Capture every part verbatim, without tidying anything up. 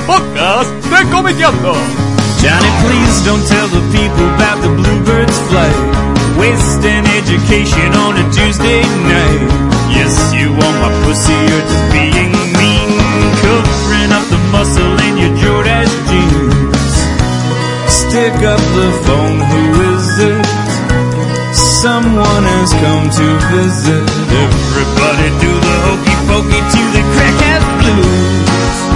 podcast de Comiqueando. Johnny, please don't tell the people about the bluebirds flight. Wasting education on a Tuesday night. Yes, you want my pussy, you're just being mean. Covering up the muscle in your Jordache jeans. Stick up the phone, who is it? Someone has come to visit. Everybody do the hokey pokey to the crack-ass blues.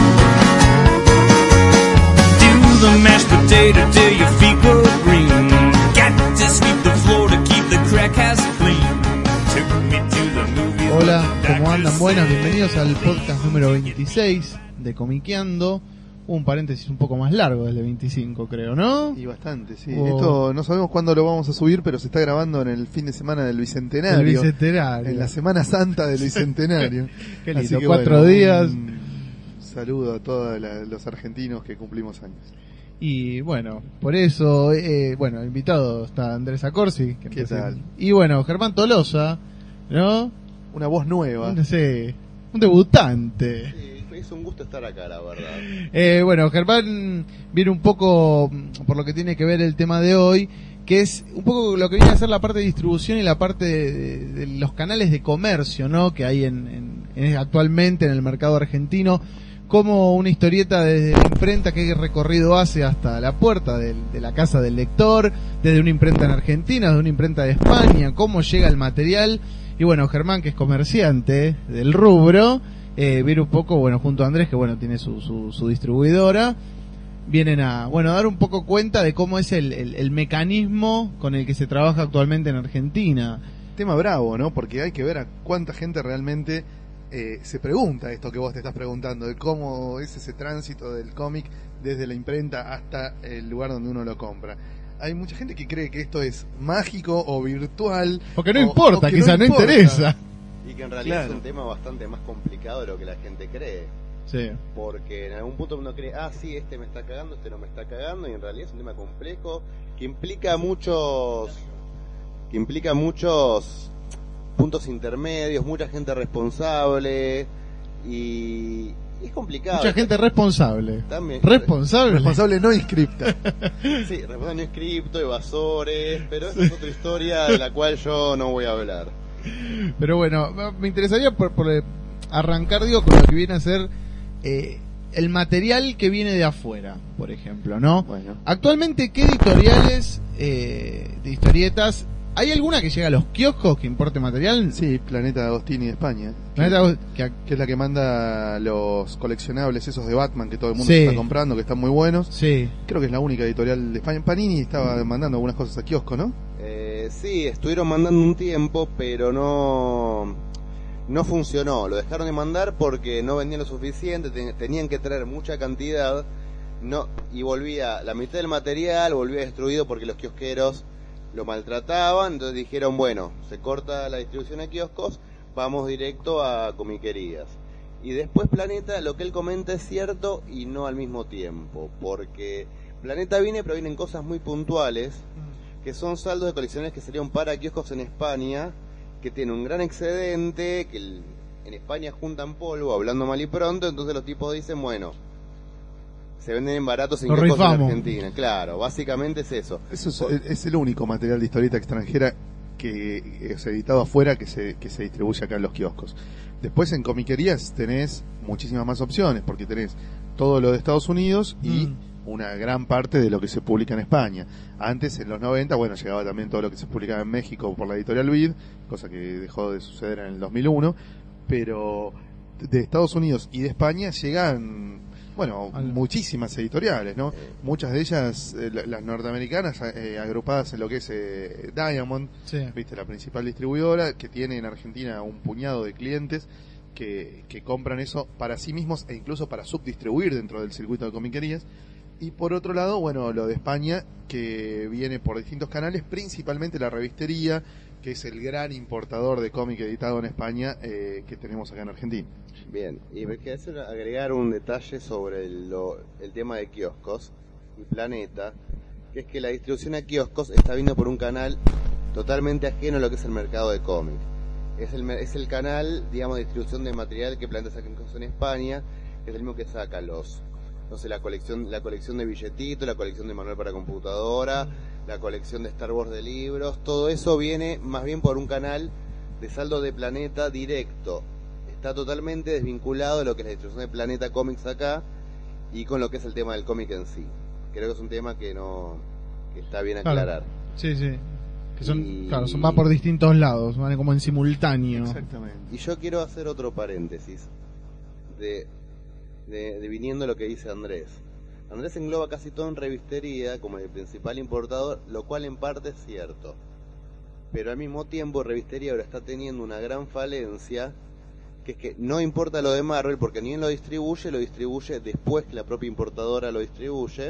The mashed potato till your feet go green. Got to sweep the floor to keep the crack house clean. Took me to the movie. Hola, ¿cómo andan? Buenas, bienvenidos al podcast número veintiséis de Comiqueando. Un paréntesis un poco más largo desde veinticinco, creo, ¿no? Y bastante, sí. Oh. Esto no sabemos cuándo lo vamos a subir, pero se está grabando en el fin de semana del Bicentenario. El Bicentenario. En la Semana Santa del Bicentenario. Qué lindo, Así que, cuatro bueno, días. Un saludo a todos la, los argentinos que cumplimos años. Y bueno, por eso, eh, bueno, invitado está Andrés Acorsi. Que ¿Qué empecé. tal? Y bueno, Germán Tolosa, ¿no? Una voz nueva. No sé, un debutante. Sí, es un gusto estar acá, la verdad. Eh, bueno, Germán viene un poco por lo que tiene que ver el tema de hoy, que es un poco lo que viene a ser la parte de distribución y la parte de, de, de los canales de comercio, ¿no? Que hay en, en, en actualmente en el mercado argentino. Como una historieta desde la imprenta, qué recorrido hace hasta la puerta de, de la casa del lector, desde una imprenta en Argentina, desde una imprenta de España, cómo llega el material. Y bueno, Germán, que es comerciante del rubro, eh, viene un poco, bueno, junto a Andrés, que bueno, tiene su, su, su distribuidora, vienen a, bueno, a dar un poco cuenta de cómo es el, el, el mecanismo con el que se trabaja actualmente en Argentina. Tema bravo, ¿no? Porque hay que ver a cuánta gente realmente eh, se pregunta esto que vos te estás preguntando, de cómo es ese tránsito del cómic desde la imprenta hasta el lugar donde uno lo compra. Hay mucha gente que cree que esto es mágico o virtual. Porque no o, importa, o que quizá no, importa. interesa. Y que en realidad Claro. es un tema bastante más complicado de lo que la gente cree. Sí. Porque en algún punto uno cree, ah, sí, este me está cagando, este no me está cagando, y en realidad es un tema complejo que implica muchos, que implica muchos puntos intermedios, mucha gente responsable, y, y es complicado. Mucha gente responsable. También. Responsable. Responsable no inscripta. Sí, responsable no inscripto, evasores, pero esa es otra historia de la cual yo no voy a hablar. Pero bueno, me interesaría por, por arrancar, digo, con lo que viene a ser eh, el material que viene de afuera, por ejemplo, ¿no? Bueno. Actualmente, ¿qué editoriales eh, de historietas? ¿Hay alguna que llega a los kioscos que importe material? Sí, Planeta Agostini de España. Planeta, que, Que es la que manda los coleccionables esos de Batman que todo el mundo Sí. se está comprando, que están muy buenos. sí. Creo que es la única editorial de España. Panini estaba mandando algunas cosas a kiosco, ¿no? Eh, sí, estuvieron mandando un tiempo, pero no no funcionó. Lo dejaron de mandar porque no vendían lo suficiente, ten- tenían que traer mucha cantidad, no y volvía la mitad del material, volvía destruido porque los kiosqueros lo maltrataban. Entonces dijeron, bueno, se corta la distribución a kioscos, vamos directo a comiquerías. Y después Planeta, lo que él comenta es cierto y no al mismo tiempo, porque Planeta viene, pero vienen cosas muy puntuales, que son saldos de colecciones que salieron para kioscos en España, que tienen un gran excedente, que el- en España juntan polvo, hablando mal y pronto, entonces los tipos dicen, bueno, se venden en baratos en Lo kioscos en rifamos. Argentina. Claro, básicamente es eso. Eso es, es el único material de historieta extranjera que es editado afuera que se, que se distribuye acá en los kioscos. Después en comiquerías tenés muchísimas más opciones, porque tenés todo lo de Estados Unidos y Mm. una gran parte de lo que se publica en España. Antes, en los noventa, bueno, llegaba también todo lo que se publicaba en México por la editorial Vid, cosa que dejó de suceder en el dos mil uno, pero de Estados Unidos y de España llegan, bueno, Al- muchísimas editoriales, ¿no? Muchas de ellas, eh, la- las norteamericanas, eh, agrupadas en lo que es eh, Diamond, Sí. viste, la principal distribuidora, que tiene en Argentina un puñado de clientes que, que compran eso para sí mismos e incluso para subdistribuir dentro del circuito de comiquerías. Y por otro lado, bueno, lo de España, que viene por distintos canales, principalmente la revistería, que es el gran importador de cómic editado en España eh, que tenemos acá en Argentina. Bien, y me queda hacer agregar un detalle sobre el, lo- el tema de kioscos y Planeta, que es que la distribución a kioscos está viendo por un canal totalmente ajeno a lo que es el mercado de cómic. Es el, es el canal, digamos, de distribución de material que Planeta saca en España, que es el mismo que saca los no sé, la colección, la colección de billetitos, la colección de manual para computadora, la colección de Star Wars de libros, todo eso viene más bien por un canal de saldo de Planeta directo. Está totalmente desvinculado de lo que es la distribución de Planeta Comics acá y con lo que es el tema del cómic en sí. Creo que es un tema que no que está bien aclarar. Claro. Sí, sí. Que son, y... claro, son va por distintos lados, ¿vale? Como en simultáneo. Exactamente. Y yo quiero hacer otro paréntesis de, de, de viniendo a lo que dice Andrés. Andrés engloba casi todo en revistería como el principal importador, lo cual en parte es cierto. Pero al mismo tiempo revistería ahora está teniendo una gran falencia, que es que no importa lo de Marvel, porque ni bien lo distribuye, lo distribuye después que la propia importadora lo distribuye,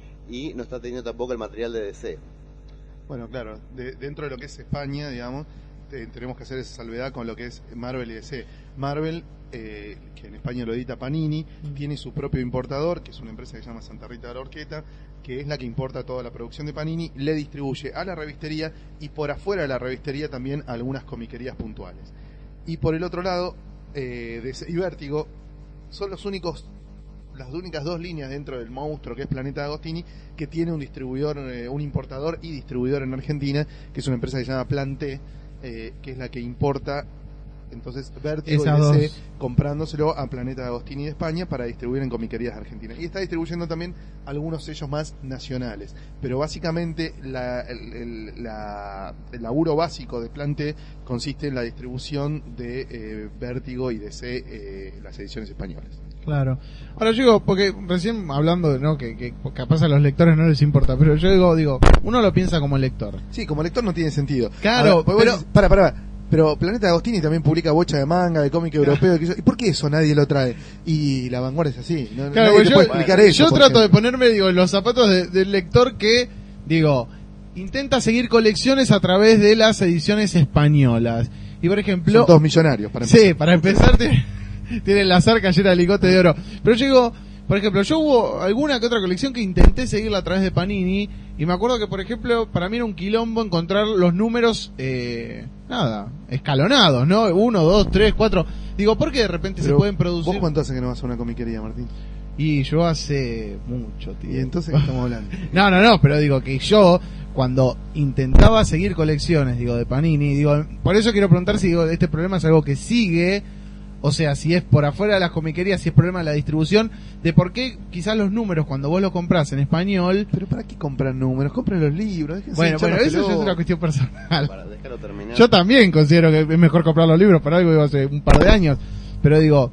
y no está teniendo tampoco el material de D C. Bueno, claro, de, dentro de lo que es España, digamos, te, tenemos que hacer esa salvedad con lo que es Marvel y D C. Marvel, eh, que en España lo edita Panini, mm. tiene su propio importador, que es una empresa que se llama Santa Rita de la Horqueta, que es la que importa toda la producción de Panini, le distribuye a la revistería y por afuera de la revistería también a algunas comiquerías puntuales. Y por el otro lado, eh, D C y Vértigo son los únicos las únicas dos líneas dentro del monstruo que es Planeta Agostini que tiene un distribuidor, eh, un importador y distribuidor en Argentina, que es una empresa que se llama Plan T, eh, que es la que importa entonces Vértigo y D C, comprándoselo a Planeta Agostini de España para distribuir en comiquerías argentinas. Y está distribuyendo también algunos sellos más nacionales, pero básicamente la, el, el, la, el laburo básico de Plan T consiste en la distribución de eh, Vértigo y D C, eh, las ediciones españolas. Claro. Ahora yo digo, porque recién hablando de no que, que capaz a los lectores no les importa, pero yo digo, digo, uno lo piensa como lector. Sí, como lector no tiene sentido. Claro, ahora, pero decís, para, para, pero Planeta Agostini también publica bocha de manga, de cómic europeo. ¿Y por qué eso nadie lo trae? Y La Vanguardia es así. No, claro, nadie te yo, puede explicar yo eso. Yo trato ejemplo. de ponerme, digo, en los zapatos de, del lector que, digo, intenta seguir colecciones a través de las ediciones españolas. Y por ejemplo, son todos millonarios para empezar. Sí, para empezar tiene, tiene el azar cayera el ligote de oro. Pero yo digo, por ejemplo, yo hubo alguna que otra colección que intenté seguirla a través de Panini y me acuerdo que, por ejemplo, para mí era un quilombo encontrar los números, eh, nada, escalonados, ¿no? Uno, dos, tres, cuatro. Digo, ¿por qué de repente Pero se pueden producir? ¿Vos cuánto hace que no vas a una comiquería, Martín? Y yo hace mucho, tío. ¿Y entonces qué estamos hablando? No, no, no, pero digo que yo, cuando intentaba seguir colecciones, digo, de Panini, digo, por eso quiero preguntar si digo, este problema es algo que sigue, o sea, si es por afuera de las comiquerías, si es problema de la distribución, de por qué quizás los números cuando vos los comprás en español... Pero ¿para qué compran números? Compran los libros. Bueno, bueno, eso ya es una cuestión personal. Para dejarlo terminar. Yo también considero que es mejor comprar los libros, para algo digo hace un par de años, pero digo,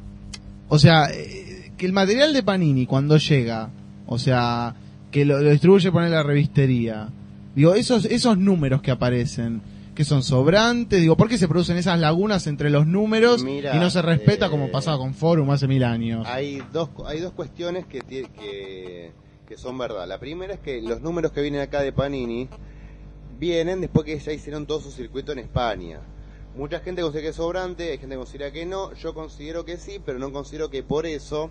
o sea, que el material de Panini cuando llega, o sea, que lo, lo distribuye poner la revistería, digo, esos esos números que aparecen, que son sobrantes, digo, ¿por qué se producen esas lagunas entre los números? Mira, y no se respeta eh, como pasaba con Forum hace mil años? Hay dos hay dos cuestiones que, que que son verdad. La primera es que los números que vienen acá de Panini vienen después que ya hicieron todo su circuito en España. Mucha gente considera que es sobrante, hay gente que considera que no, yo considero que sí, pero no considero que por eso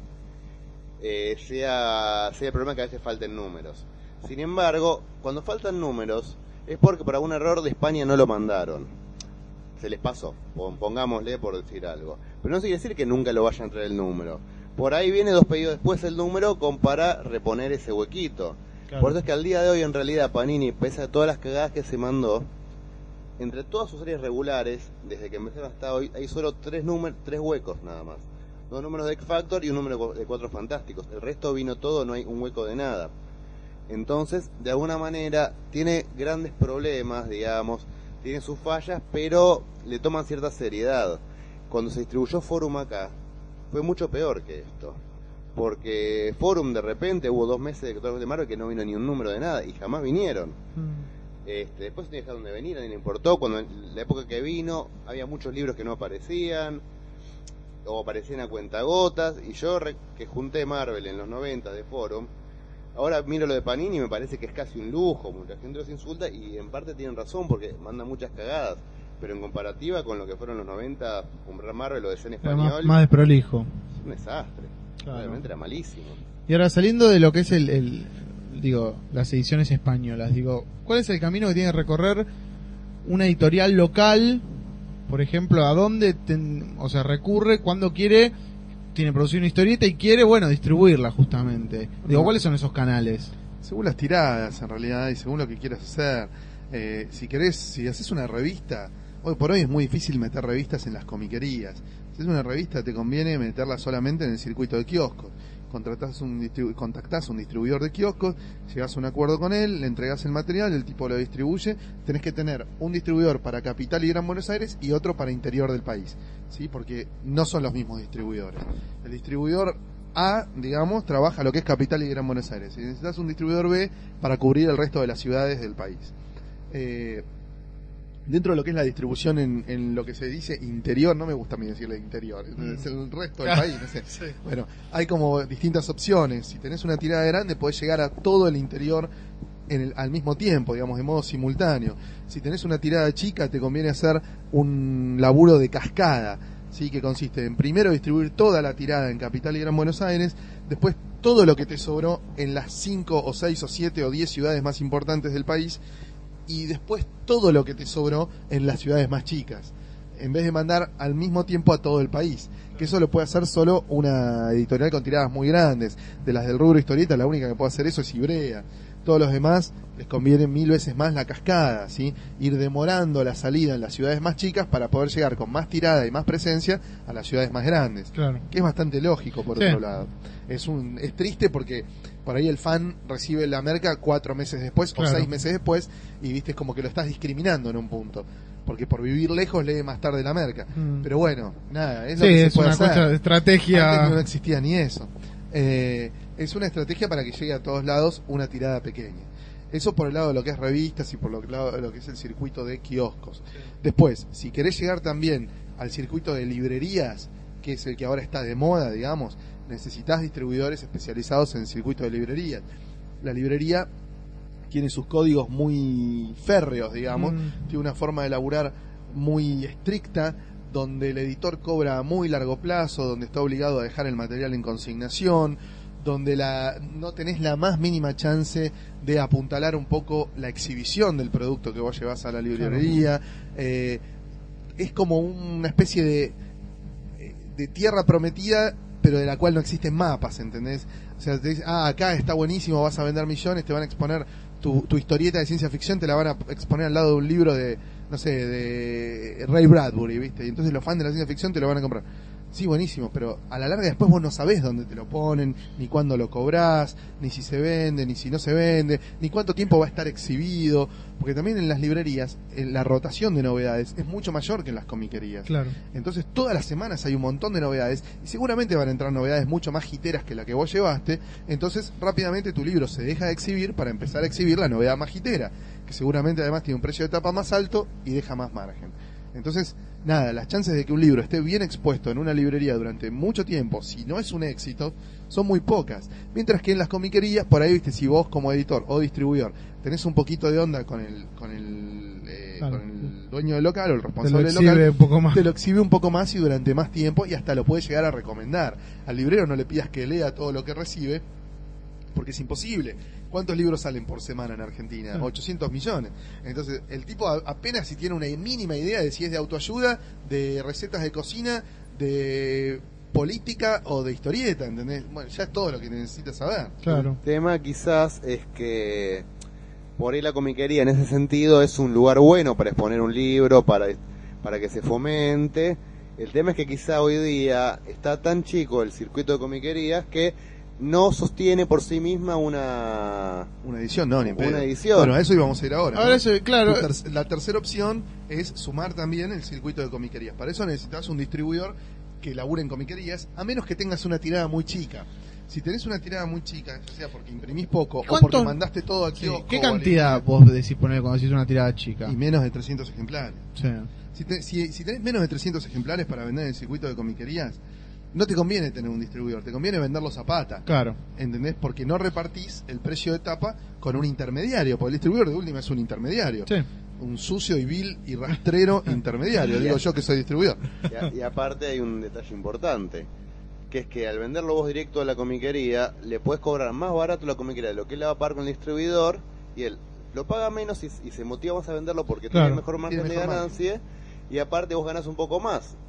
eh, sea, sea el problema que a veces falten números. Sin embargo, cuando faltan números es porque por algún error de España no lo mandaron. Se les pasó, pongámosle por decir algo. Pero no quiere decir que nunca lo vayan a traer el número. Por ahí viene dos pedidos después el número con para reponer ese huequito. Claro. Por eso es que al día de hoy en realidad Panini, pese a todas las cagadas que se mandó, entre todas sus series regulares, desde que empezaron hasta hoy, hay solo tres números, tres huecos nada más. Dos números de X Factor y un número de Cuatro Fantásticos. El resto vino todo, no hay un hueco de nada. Entonces, de alguna manera, tiene grandes problemas, digamos, tiene sus fallas, pero le toman cierta seriedad. Cuando se distribuyó Forum acá, fue mucho peor que esto. Porque Forum, de repente, hubo dos meses de, de Marvel que no vino ni un número de nada, y jamás vinieron. Mm. Este, después se dejaron de venir, a nadie le importó. Cuando en la época que vino, había muchos libros que no aparecían, o aparecían a cuentagotas, y yo, que junté Marvel en los noventa de Forum, ahora miro lo de Panini y me parece que es casi un lujo, mucha gente los insulta y en parte tienen razón porque mandan muchas cagadas, pero en comparativa con lo que fueron los noventa, comprar Marvel o D C en español, más, más desprolijo. Es un desastre, claro. Realmente era malísimo. Y ahora saliendo de lo que es el, el, digo, las ediciones españolas, digo, ¿cuál es el camino que tiene que recorrer una editorial local? Por ejemplo, ¿a dónde ten, o sea, recurre cuando quiere tiene producida una historieta y quiere, bueno, distribuirla justamente. Digo, ¿cuáles son esos canales? Según las tiradas, en realidad, y según lo que quieras hacer. Eh, si querés, si haces una revista, hoy por hoy es muy difícil meter revistas en las comiquerías. Si haces una revista, te conviene meterla solamente en el circuito de kioscos. Contratás un distribu- contactás un distribuidor de kioscos, llegás a un acuerdo con él, le entregás el material, el tipo lo distribuye. Tenés que tener un distribuidor para Capital y Gran Buenos Aires y otro para interior del país, ¿sí? Porque no son los mismos distribuidores. El distribuidor A, digamos, trabaja lo que es Capital y Gran Buenos Aires, y necesitas un distribuidor B para cubrir el resto de las ciudades del país. Eh, dentro de lo que es la distribución en, en lo que se dice interior, no me gusta a mí decirle interior, mm. es el resto del país, no sé. Sí. Bueno, hay como distintas opciones. Si tenés una tirada grande, podés llegar a todo el interior en el, al mismo tiempo, digamos, de modo simultáneo. Si tenés una tirada chica, te conviene hacer un laburo de cascada, ¿sí? Que consiste en primero distribuir toda la tirada en Capital y Gran Buenos Aires, después todo lo que te sobró en las cinco o seis o siete o diez ciudades más importantes del país, y después todo lo que te sobró en las ciudades más chicas, en vez de mandar al mismo tiempo a todo el país, que eso lo puede hacer solo una editorial con tiradas muy grandes. De las del rubro historieta, la única que puede hacer eso es Ivrea. Todos los demás les conviene mil veces más la cascada, ¿sí? Ir demorando la salida en las ciudades más chicas para poder llegar con más tirada y más presencia a las ciudades más grandes, claro. Que es bastante lógico, por sí. Otro lado. Es un es triste porque por ahí el fan recibe la merca cuatro meses después, claro, o seis meses después, y viste, es como que lo estás discriminando en un punto, porque por vivir lejos lee más tarde la merca. Mm. Pero bueno, nada, es lo sí, que se es puede una hacer. cosa de estrategia. Antes no existía ni eso. Eh, es una estrategia para que llegue a todos lados una tirada pequeña. Eso por el lado de lo que es revistas y por lo, lado de lo que es el circuito de kioscos. Sí. Después, si querés llegar también al circuito de librerías, que es el que ahora está de moda, digamos, necesitas distribuidores especializados en el circuito de librerías. La librería tiene sus códigos muy férreos, digamos, mm. tiene una forma de laburar muy estricta, donde el editor cobra a muy largo plazo, donde está obligado a dejar el material en consignación, donde la, no tenés la más mínima chance de apuntalar un poco la exhibición del producto que vos llevas a la librería. Claro. Eh, es como una especie de, de tierra prometida, pero de la cual no existen mapas, ¿entendés? O sea, te dicen, ah, acá está buenísimo, vas a vender millones, te van a exponer tu, tu historieta de ciencia ficción, te la van a exponer al lado de un libro de, no sé, de Ray Bradbury, ¿viste? Y entonces los fans de la ciencia ficción te lo van a comprar. Sí, buenísimo, pero a la larga después vos no sabés dónde te lo ponen, ni cuándo lo cobrás, ni si se vende, ni si no se vende, ni cuánto tiempo va a estar exhibido, porque también en las librerías en la rotación de novedades es mucho mayor que en las comiquerías. Claro. Entonces todas las semanas hay un montón de novedades y seguramente van a entrar novedades mucho más jiteras que la que vos llevaste, entonces rápidamente tu libro se deja de exhibir para empezar a exhibir la novedad más jitera, que seguramente además tiene un precio de tapa más alto y deja más margen. Entonces, nada, las chances de que un libro esté bien expuesto en una librería durante mucho tiempo, si no es un éxito, son muy pocas. Mientras que en las comiquerías, por ahí, viste, si vos como editor o distribuidor tenés un poquito de onda con el con el, eh, claro. con el dueño del local o el responsable del local, un poco más. te lo exhibe un poco más y durante más tiempo, y hasta lo puedes llegar a recomendar. Al librero no le pidas que lea todo lo que recibe, porque es imposible. ¿Cuántos libros salen por semana en Argentina? Sí. ochocientos millones. Entonces, el tipo apenas si tiene una mínima idea de si es de autoayuda, de recetas de cocina, de política o de historieta, ¿entendés? Bueno, ya es todo lo que necesitas saber. Claro. El tema quizás es que por ahí la comiquería en ese sentido es un lugar bueno para exponer un libro, para, para que se fomente. El tema es que quizá hoy día está tan chico el circuito de comiquerías que no sostiene por sí misma una una edición, no, ni una pedo. edición. Bueno, a eso íbamos a ir ahora. Ahora ¿no? eso, claro. Ter- la tercera opción es sumar también el circuito de comiquerías. Para eso necesitas un distribuidor que labure en comiquerías, a menos que tengas una tirada muy chica. Si tenés una tirada muy chica, ya sea porque imprimís poco o porque mandaste todo aquí. Sí, ¿qué cantidad vos decís poner cuando decís una tirada chica? Y menos de trescientos ejemplares. Sí. Si, te, si, si tenés menos de trescientos ejemplares para vender en el circuito de comiquerías, no te conviene tener un distribuidor, te conviene venderlos a pata. Claro. ¿Entendés? Porque no repartís el precio de tapa con un intermediario, porque el distribuidor de última es un intermediario. Sí. Un sucio y vil y rastrero intermediario, digo yo que soy distribuidor. Y, a, y aparte hay un detalle importante, que es que al venderlo vos directo a la comiquería, le podés cobrar más barato a la comiquería de lo que él le va a pagar con el distribuidor, y él lo paga menos y, y se motiva más a venderlo porque claro, tiene mejor margen de ganancia, y aparte vos ganás un poco más.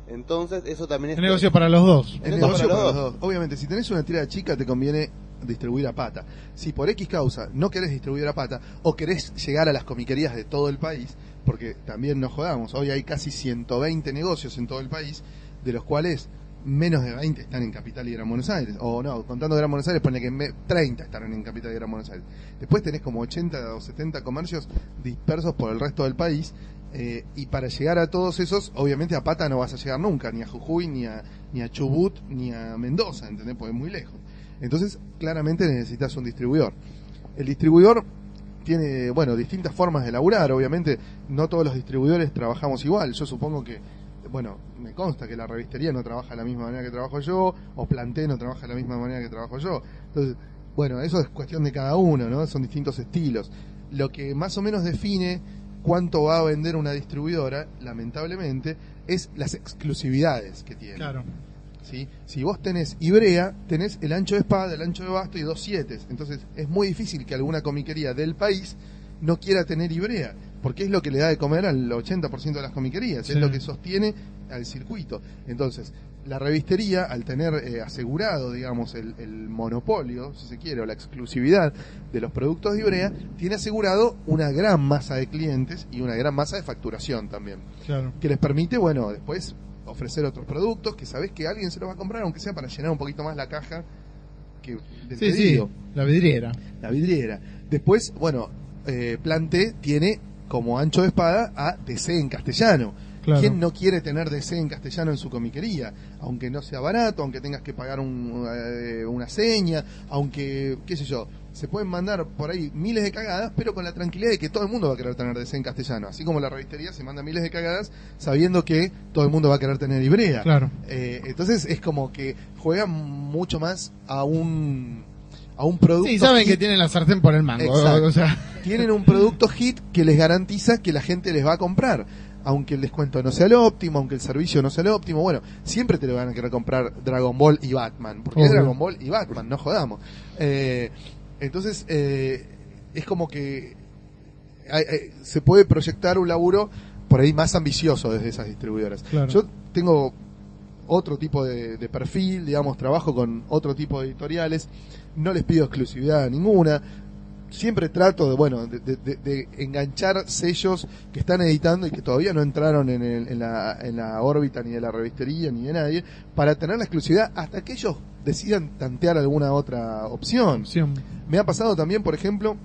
Entonces, eso también es... Es negocio para los dos. Es negocio para los dos. Obviamente, si tenés una tirada chica, te conviene distribuir a pata. Si por X causa no querés distribuir a pata, o querés llegar a las comiquerías de todo el país, porque también nos jodamos, hoy hay casi ciento veinte negocios en todo el país, de los cuales menos de veinte están en Capital y Gran Buenos Aires, o no, contando Gran Buenos Aires, ponle que me, treinta están en Capital y Gran Buenos Aires. Después tenés como ochenta o setenta comercios dispersos por el resto del país. Eh, y para llegar a todos esos, obviamente a pata no vas a llegar nunca, ni a Jujuy, ni a, ni a Chubut, ni a Mendoza, ¿entendés? Porque es muy lejos. Entonces, claramente necesitas un distribuidor. El distribuidor tiene, bueno, distintas formas de laburar. Obviamente, no todos los distribuidores trabajamos igual. Yo supongo que, bueno, me consta que la revistería no trabaja de la misma manera que trabajo yo, o Planté no trabaja de la misma manera que trabajo yo. Entonces, bueno, eso es cuestión de cada uno, ¿no? Son distintos estilos. Lo que más o menos define cuánto va a vender una distribuidora, lamentablemente, es las exclusividades que tiene. Claro. ¿Sí? Si vos tenés Ivrea, tenés el ancho de espada, el ancho de basto y dos siete. Entonces es muy difícil que alguna comiquería del país no quiera tener Ivrea, porque es lo que le da de comer al ochenta por ciento de las comiquerías, sí. Es lo que sostiene al circuito. Entonces, la revistería, al tener eh, asegurado, digamos, el, el monopolio, si se quiere, o la exclusividad de los productos de Ivrea, tiene asegurado una gran masa de clientes y una gran masa de facturación también. Claro. Que les permite, bueno, después ofrecer otros productos que sabés que alguien se los va a comprar, aunque sea para llenar un poquito más la caja que del sí, pedido. Sí, la vidriera. La vidriera. Después, bueno, eh, Planté tiene como ancho de espada a D C en castellano. Claro. ¿Quién no quiere tener D C en castellano en su comiquería? Aunque no sea barato, aunque tengas que pagar un, eh, una seña, aunque, qué sé yo, se pueden mandar por ahí miles de cagadas, pero con la tranquilidad de que todo el mundo va a querer tener D C en castellano. Así como la revistería se manda miles de cagadas sabiendo que todo el mundo va a querer tener Ivrea. Claro. Eh, entonces es como que juegan mucho más a un... a un producto. Sí, saben hit. que tienen la sartén por el mango. O sea. Tienen un producto hit que les garantiza que la gente les va a comprar. Aunque el descuento no sea lo óptimo, aunque el servicio no sea lo óptimo, bueno, siempre te lo van a querer comprar Dragon Ball y Batman, porque uh-huh. es Dragon Ball y Batman, no jodamos. Eh, entonces, eh, es como que hay, hay, se puede proyectar un laburo por ahí más ambicioso desde esas distribuidoras. Claro. Yo tengo otro tipo de, de perfil, digamos, trabajo con otro tipo de editoriales, no les pido exclusividad ninguna. Siempre trato de, bueno, de, de, de enganchar sellos que están editando y que todavía no entraron en, el, en, la, en la órbita ni de la revistería ni de nadie, para tener la exclusividad hasta que ellos decidan tantear alguna otra opción. Sí. Me ha pasado también, por ejemplo,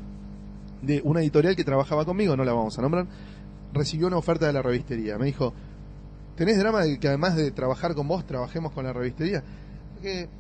de una editorial que trabajaba conmigo, no la vamos a nombrar, recibió una oferta de la revistería. Me dijo, ¿tenés drama de que además de trabajar con vos, trabajemos con la revistería? Porque...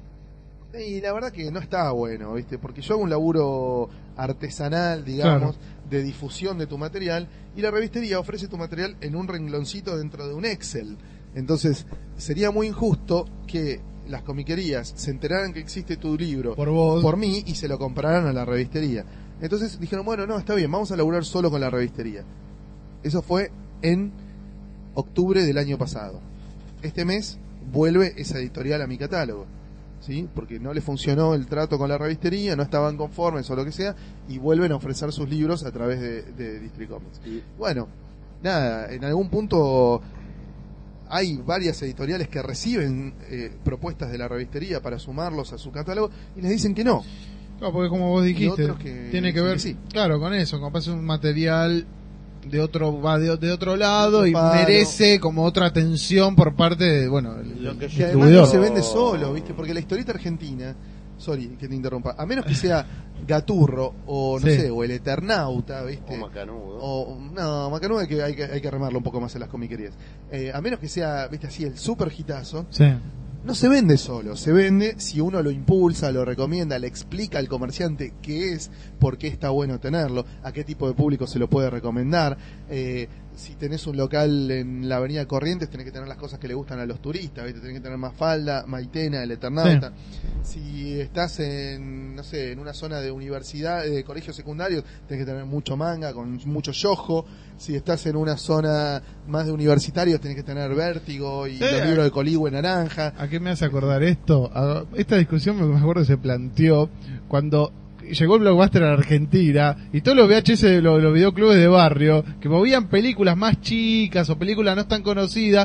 y la verdad que no está bueno, ¿viste? Porque yo hago un laburo artesanal, digamos, claro. de difusión de tu material, y la revistería ofrece tu material en un rengloncito dentro de un Excel. Entonces, sería muy injusto que las comiquerías se enteraran que existe tu libro por vos, por mí, y se lo compraran a la revistería. Entonces dijeron, bueno, no, está bien, vamos a laburar solo con la revistería. Eso fue en octubre del año pasado. Este mes vuelve esa editorial a mi catálogo, ¿sí? Porque no le funcionó el trato con la revistería, no estaban conformes o lo que sea, y vuelven a ofrecer sus libros a través de, de District Comics. Y bueno, nada, en algún punto hay varias editoriales que reciben eh, propuestas de la revistería para sumarlos a su catálogo y les dicen que no. Claro, porque como vos dijiste, que tiene que ver, que sí. claro, con eso, como pasa un material de otro va de, de otro lado y paro. merece como otra atención por parte de, bueno, el, lo que el además no se vende solo, ¿viste? Porque la historieta argentina, sorry que te interrumpa, a menos que sea Gaturro o no sí. sé, o el Eternauta, ¿viste? O Macanudo. O no, Macanudo hay que hay que hay que remarlo un poco más en las comiquerías. Eh, a menos que sea, ¿viste? Así el super hitazo. Sí. No se vende solo, se vende si uno lo impulsa, lo recomienda, le explica al comerciante qué es, por qué está bueno tenerlo, a qué tipo de público se lo puede recomendar. Eh, si tenés un local en la avenida Corrientes, tenés que tener las cosas que le gustan a los turistas, ¿viste? Tenés que tener Mafalda, Maitena, el Eternauta. Sí. Si estás en, no sé, en una zona de universidad, de colegios secundarios, tenés que tener mucho manga, con mucho yojo. Si estás en una zona más de universitarios, tenés que tener Vértigo y sí. los libros de Coligüe naranja. ¿A qué me hace acordar esto? A esta discusión me acuerdo que se planteó cuando llegó el Blockbuster a la Argentina y todos los V H S de los, los videoclubes de barrio que movían películas más chicas o películas no tan conocidas,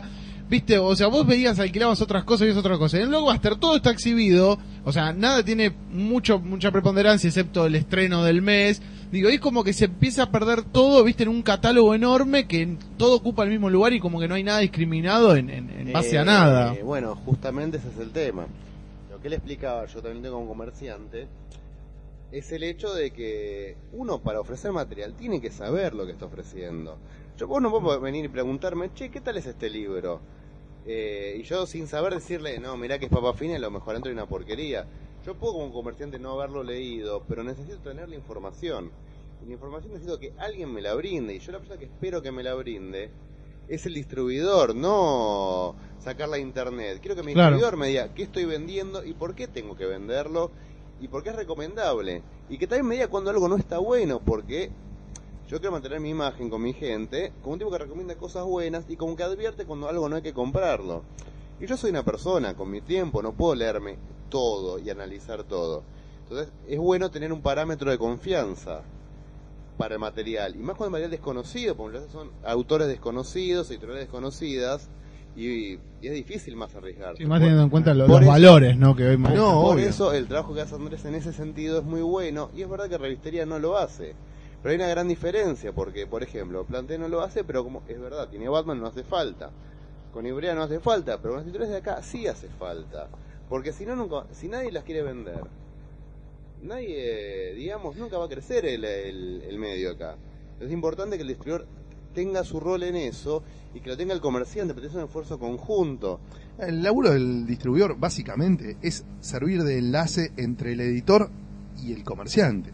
viste, o sea, vos veías, alquilabas otras cosas y es otra cosa. En el Blockbuster todo está exhibido, o sea, nada tiene mucho mucha preponderancia excepto el estreno del mes. Digo, es como que se empieza a perder todo, viste, en un catálogo enorme que todo ocupa el mismo lugar y como que no hay nada discriminado en, en, en base eh, a nada. Eh, bueno, justamente ese es el tema. Lo que le explicaba, yo también tengo como comerciante, es el hecho de que uno para ofrecer material tiene que saber lo que está ofreciendo. Yo vos no puedo venir y preguntarme, che, ¿qué tal es este libro? Eh, y yo sin saber decirle, no, mirá que es papa fina y lo mejor dentro de una porquería. Yo puedo como comerciante no haberlo leído, pero necesito tener la información. Y la información necesito que alguien me la brinde, y yo la persona que espero que me la brinde es el distribuidor, no sacarla a internet. Quiero que mi Claro. distribuidor me diga qué estoy vendiendo y por qué tengo que venderlo y por qué es recomendable. Y que también me diga cuando algo no está bueno, porque yo quiero mantener mi imagen con mi gente como un tipo que recomienda cosas buenas y como que advierte cuando algo no hay que comprarlo. Y yo soy una persona, con mi tiempo no puedo leerme todo y analizar todo. Entonces es bueno tener un parámetro de confianza para el material, y más cuando el material desconocido, porque ya son autores desconocidos, editoriales desconocidas, y, y es difícil más arriesgarse. Sí, más teniendo en cuenta lo- Por los eso- valores, ¿no? Que hoy más. No, por obvio. eso el trabajo que hace Andrés en ese sentido es muy bueno, y es verdad que Revistería no lo hace, pero hay una gran diferencia, porque por ejemplo Planté no lo hace, pero como es verdad, tiene Batman, no hace falta, con Ibrea no hace falta, pero con las editoriales de acá sí hace falta, porque si no nunca, si nadie las quiere vender, nadie, digamos, nunca va a crecer el, el, el medio acá. Es importante que el distribuidor tenga su rol en eso y que lo tenga el comerciante, porque es un esfuerzo conjunto. El laburo del distribuidor básicamente es servir de enlace entre el editor y el comerciante.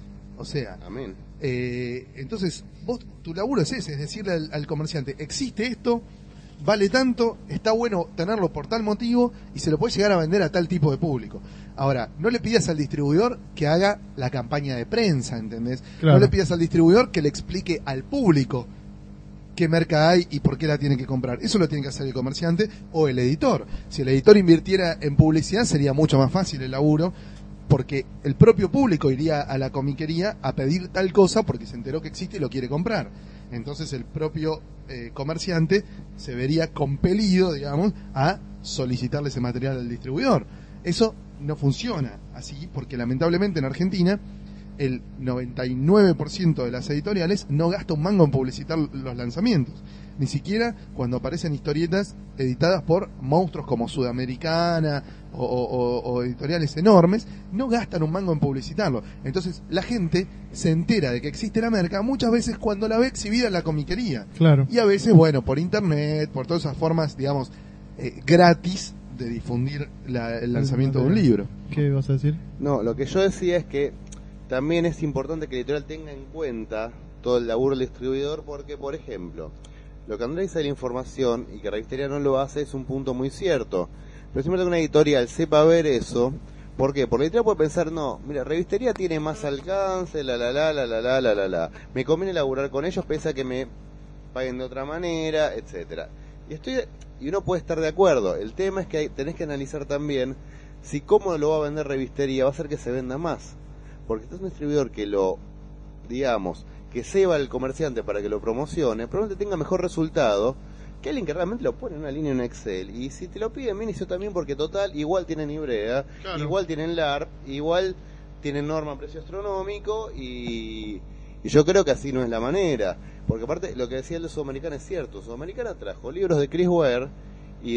O sea, Amén. eh, entonces vos, tu laburo es ese, es decirle al, al comerciante, existe esto, vale tanto, está bueno tenerlo por tal motivo y se lo puede llegar a vender a tal tipo de público. Ahora, no le pidas al distribuidor que haga la campaña de prensa, ¿entendés? Claro. No le pidas al distribuidor que le explique al público qué merca hay y por qué la tiene que comprar. Eso lo tiene que hacer el comerciante o el editor. Si el editor invirtiera en publicidad sería mucho más fácil el laburo, porque el propio público iría a la comiquería a pedir tal cosa porque se enteró que existe y lo quiere comprar. Entonces el propio eh, comerciante se vería compelido, digamos, a solicitarle ese material al distribuidor. Eso no funciona así porque lamentablemente en Argentina el noventa y nueve por ciento de las editoriales no gasta un mango en publicitar los lanzamientos. Ni siquiera cuando aparecen historietas editadas por monstruos como Sudamericana o, o, o editoriales enormes, no gastan un mango en publicitarlo. Entonces la gente se entera de que existe la merca muchas veces cuando la ve exhibida en la comiquería. Claro. Y a veces, bueno, por internet, por todas esas formas, digamos, eh, gratis de difundir la- el lanzamiento de un libro. ¿Qué vas a decir? No, lo que yo decía es que también es importante que el editorial tenga en cuenta todo el laburo del distribuidor, porque, por ejemplo, lo que Andrés dice de la información y que Revistería no lo hace es un punto muy cierto. Pero siempre que una editorial sepa ver eso, ¿por qué? Porque la editorial puede pensar, no, mira, Revistería tiene más alcance, la la la la la la la la la. Me conviene laburar con ellos, pese a que me paguen de otra manera, etcétera. Y estoy y uno puede estar de acuerdo. El tema es que hay, tenés que analizar también si cómo lo va a vender Revistería va a hacer que se venda más. Porque este es un distribuidor que lo, digamos, que ceba al comerciante para que lo promocione, probablemente tenga mejor resultado que alguien que realmente lo pone en una línea en Excel. Y si te lo piden bien, hizo también porque total, igual tienen Ibrea, Claro. igual tienen LARP, igual tienen norma a precio astronómico y, y yo creo que así no es la manera. Porque aparte, lo que decía el de Sudamericana es cierto. Sudamericana trajo libros de Chris Ware y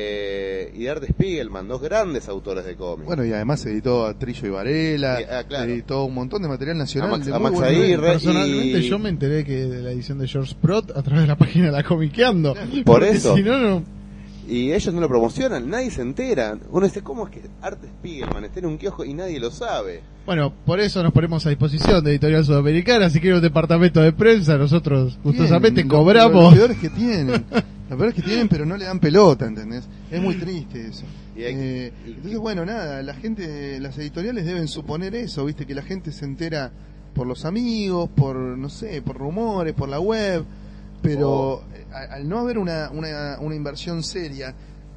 de, y de Art Spiegelman, dos grandes autores de cómics. Bueno, y además editó a Trillo y Varela, Sí, ah, claro. editó un montón de material nacional. A Max- de a muy Max buen Aguirre. nivel. Personalmente y- yo me enteré que de la edición de George Sprott a través de la página de la Comiqueando. Por Porque eso. si no, no... Y ellos no lo promocionan, nadie se entera. Uno dice, ¿cómo es que Art Spiegelman está en un kiosco y nadie lo sabe? Bueno, por eso nos ponemos a disposición de Editorial Sudamericana. Si quiere un departamento de prensa, nosotros gustosamente Bien, cobramos. Los peores que tienen, los peores que tienen, pero no le dan pelota, ¿entendés? Es muy triste eso. Y hay- Eh, entonces, bueno, nada, la gente, las editoriales deben suponer eso, ¿viste? Que la gente se entera por los amigos, por, no sé, por rumores, por la web, pero Oh. eh, al no haber una, una, una inversión seria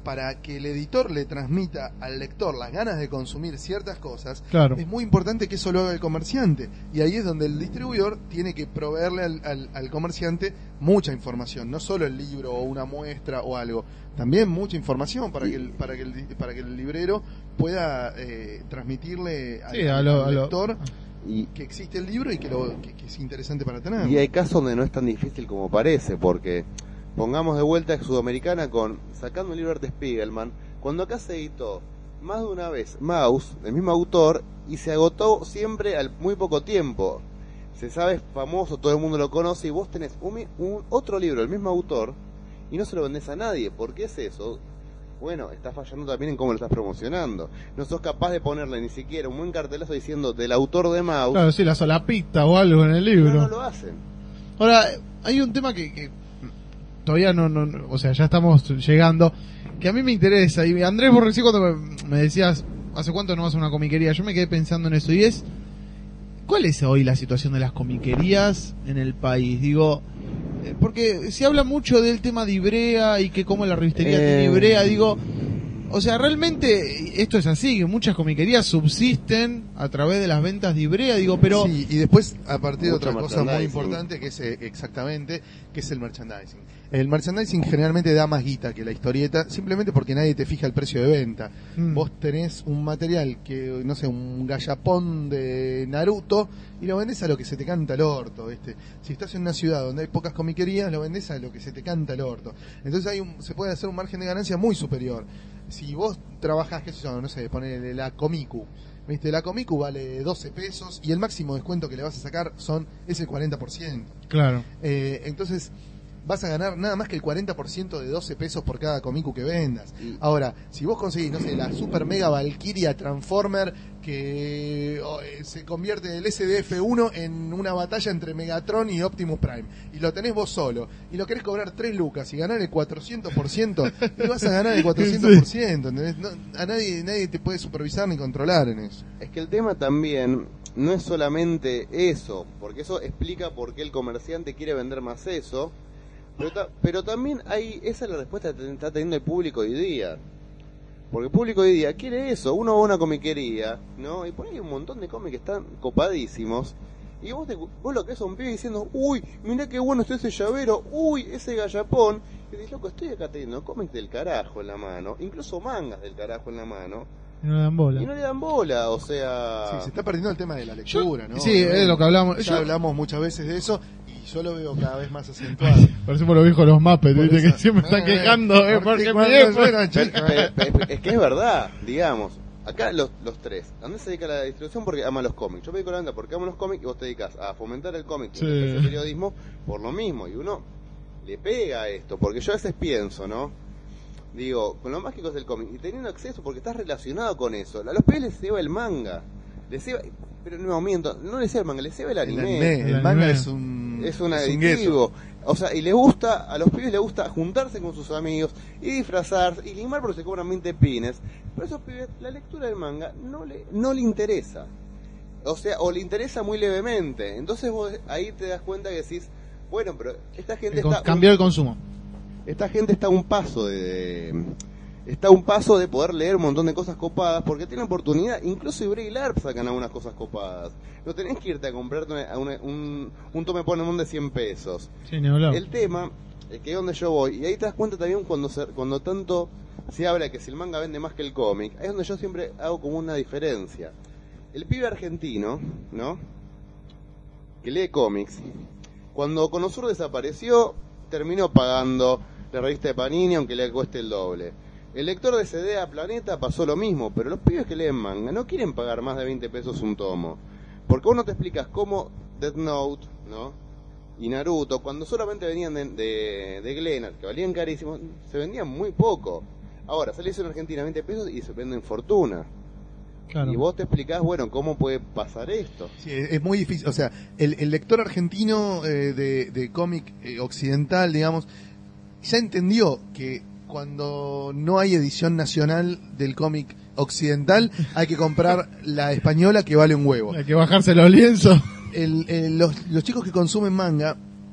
para que el editor le transmita al lector las ganas de consumir ciertas cosas, claro. es muy importante que eso lo haga el comerciante. Y ahí es donde el distribuidor tiene que proveerle al, al, al comerciante mucha información, no solo el libro o una muestra o algo, también mucha información para que el, para que el, para que el librero pueda eh, transmitirle al, sí, a lo, al a lector lo... y, que existe el libro y que, lo, que, que es interesante para tener. y hay casos donde no es tan difícil como parece, porque pongamos de vuelta a Sudamericana con sacando el libro de Art Spiegelman, cuando acá se editó más de una vez Maus, el mismo autor, y se agotó siempre al muy poco tiempo. Se sabe, es famoso, todo el mundo lo conoce, y vos tenés un, un otro libro del mismo autor y no se lo vendés a nadie. ¿Por qué es eso? Bueno, estás fallando también en cómo lo estás promocionando. No sos capaz de ponerle ni siquiera un buen cartelazo diciendo del autor de Maus. Claro, sí, la solapita o algo en el libro. No, no lo hacen. Ahora, hay un tema que, que todavía no, no, no, o sea, ya estamos llegando, que a mí me interesa. Y Andrés, vos recién cuando me, me decías, ¿hace cuánto no vas a una comiquería? Yo me quedé pensando en eso, y es, ¿cuál es hoy la situación de las comiquerías en el país? Digo, eh, porque se habla mucho del tema de Ivrea y que como la revistería eh... tiene Ivrea, digo, o sea, realmente esto es así, que muchas comiquerías subsisten a través de las ventas de Ivrea, digo, pero... Sí, y después, a partir de Mucho otra cosa muy merchandising. importante, que es eh, exactamente, que es el merchandising. El merchandising generalmente da más guita que la historieta, simplemente porque nadie te fija el precio de venta. Mm. Vos tenés un material que, no sé, un gallapón de Naruto, y lo vendés a lo que se te canta el orto, ¿viste? Si estás en una ciudad donde hay pocas comiquerías, lo vendés a lo que se te canta el orto. Entonces hay un, se puede hacer un margen de ganancia muy superior. Si vos trabajás, qué sé yo, no sé, ponele la Comicu, ¿viste? La Comicu vale doce pesos y el máximo descuento que le vas a sacar son es el cuarenta por ciento. Claro. Eh, entonces vas a ganar nada más que el cuarenta por ciento de doce pesos por cada Comicu que vendas. Ahora, si vos conseguís, no sé, la Super Mega Valkyria Transformer que oh, eh, se convierte del S D F uno en una batalla entre Megatron y Optimus Prime, y lo tenés vos solo, y lo querés cobrar tres lucas y ganar el cuatrocientos por ciento, y vas a ganar el cuatrocientos por ciento, ¿entendés? No, a nadie, nadie te puede supervisar ni controlar en eso. Es que el tema también no es solamente eso, porque eso explica por qué el comerciante quiere vender más eso, pero, ta- pero también hay, esa es la respuesta que está teniendo el público hoy día. Porque el público hoy día quiere eso, uno va a una comiquería, ¿no? Y por ahí hay un montón de cómics que están copadísimos, y vos, te, vos lo que es un pibe diciendo, uy, mirá qué bueno está ese llavero, uy, ese gallapón, y dices, loco, estoy acá teniendo cómics del carajo en la mano, incluso mangas del carajo en la mano, Y no le dan bola. y no le dan bola, o sea... Sí, se está perdiendo el tema de la lectura, ¿no? Sí, es lo que hablamos. Ya Yo- hablamos muchas veces de eso, y yo lo veo cada vez más acentuado. Parecemos los viejos los Muppets, Por ¿viste? eso- Que siempre están Eh, quejando, eh, porque porque cuando mi viejo- yo era Pero- chico, pero- pero- es que es verdad, digamos. Acá los, los tres, Andrés se dedica a la distribución porque ama los cómics. Yo me dedico a la venta porque amo los cómics y vos te dedicas a fomentar el cómic y Sí. el periodismo por lo mismo. Y uno le pega a esto, porque yo a veces pienso, ¿no? Digo, con lo mágico es el cómic y teniendo acceso porque estás relacionado con eso. A los pibes les lleva el manga, les lleva, pero no miento, no les lleva el manga, les lleva el el, anime. anime, el El manga anime. es un Es un gueto. adictivo. O sea, y le gusta, a los pibes les gusta juntarse con sus amigos y disfrazarse y limar porque se cobran veinte pines. Pero a esos pibes, la lectura del manga no le, no le interesa. O sea, o le interesa muy levemente. Entonces vos ahí te das cuenta que decís, bueno, pero esta gente el con- está... cambió el consumo. Esta gente está a un paso de, de- está a un paso de poder leer un montón de cosas copadas porque tiene oportunidad, incluso Ivrea y LARP sacan algunas cosas copadas. No tenés que irte a comprarte una- a una- un, un tome Ponemon de cien pesos. Sí, ni hablar. El tema es que es donde yo voy, y ahí te das cuenta también cuando se, cuando tanto se habla que si el manga vende más que el cómic, ahí es donde yo siempre hago como una diferencia. El pibe argentino, ¿no? Que lee cómics, cuando Conosur desapareció, terminó pagando la revista de Panini aunque le cueste el doble. El lector de C D a Planeta pasó lo mismo, pero los pibes que leen manga no quieren pagar más de veinte pesos un tomo. Porque vos no te explicas cómo Death Note, ¿no? Y Naruto, cuando solamente venían de, de, de Glenart, que valían carísimos, se vendían muy poco. Ahora, sale eso en Argentina veinte pesos y se venden fortuna. Claro. Y vos te explicás, bueno, cómo puede pasar esto. Sí, es, es muy difícil, o sea, el, el lector argentino eh, de, de cómic eh, occidental, digamos, ya entendió que cuando no hay edición nacional del cómic occidental, hay que comprar la española que vale un huevo. Hay que bajarse los lienzos. El, el- los, los chicos que consumen manga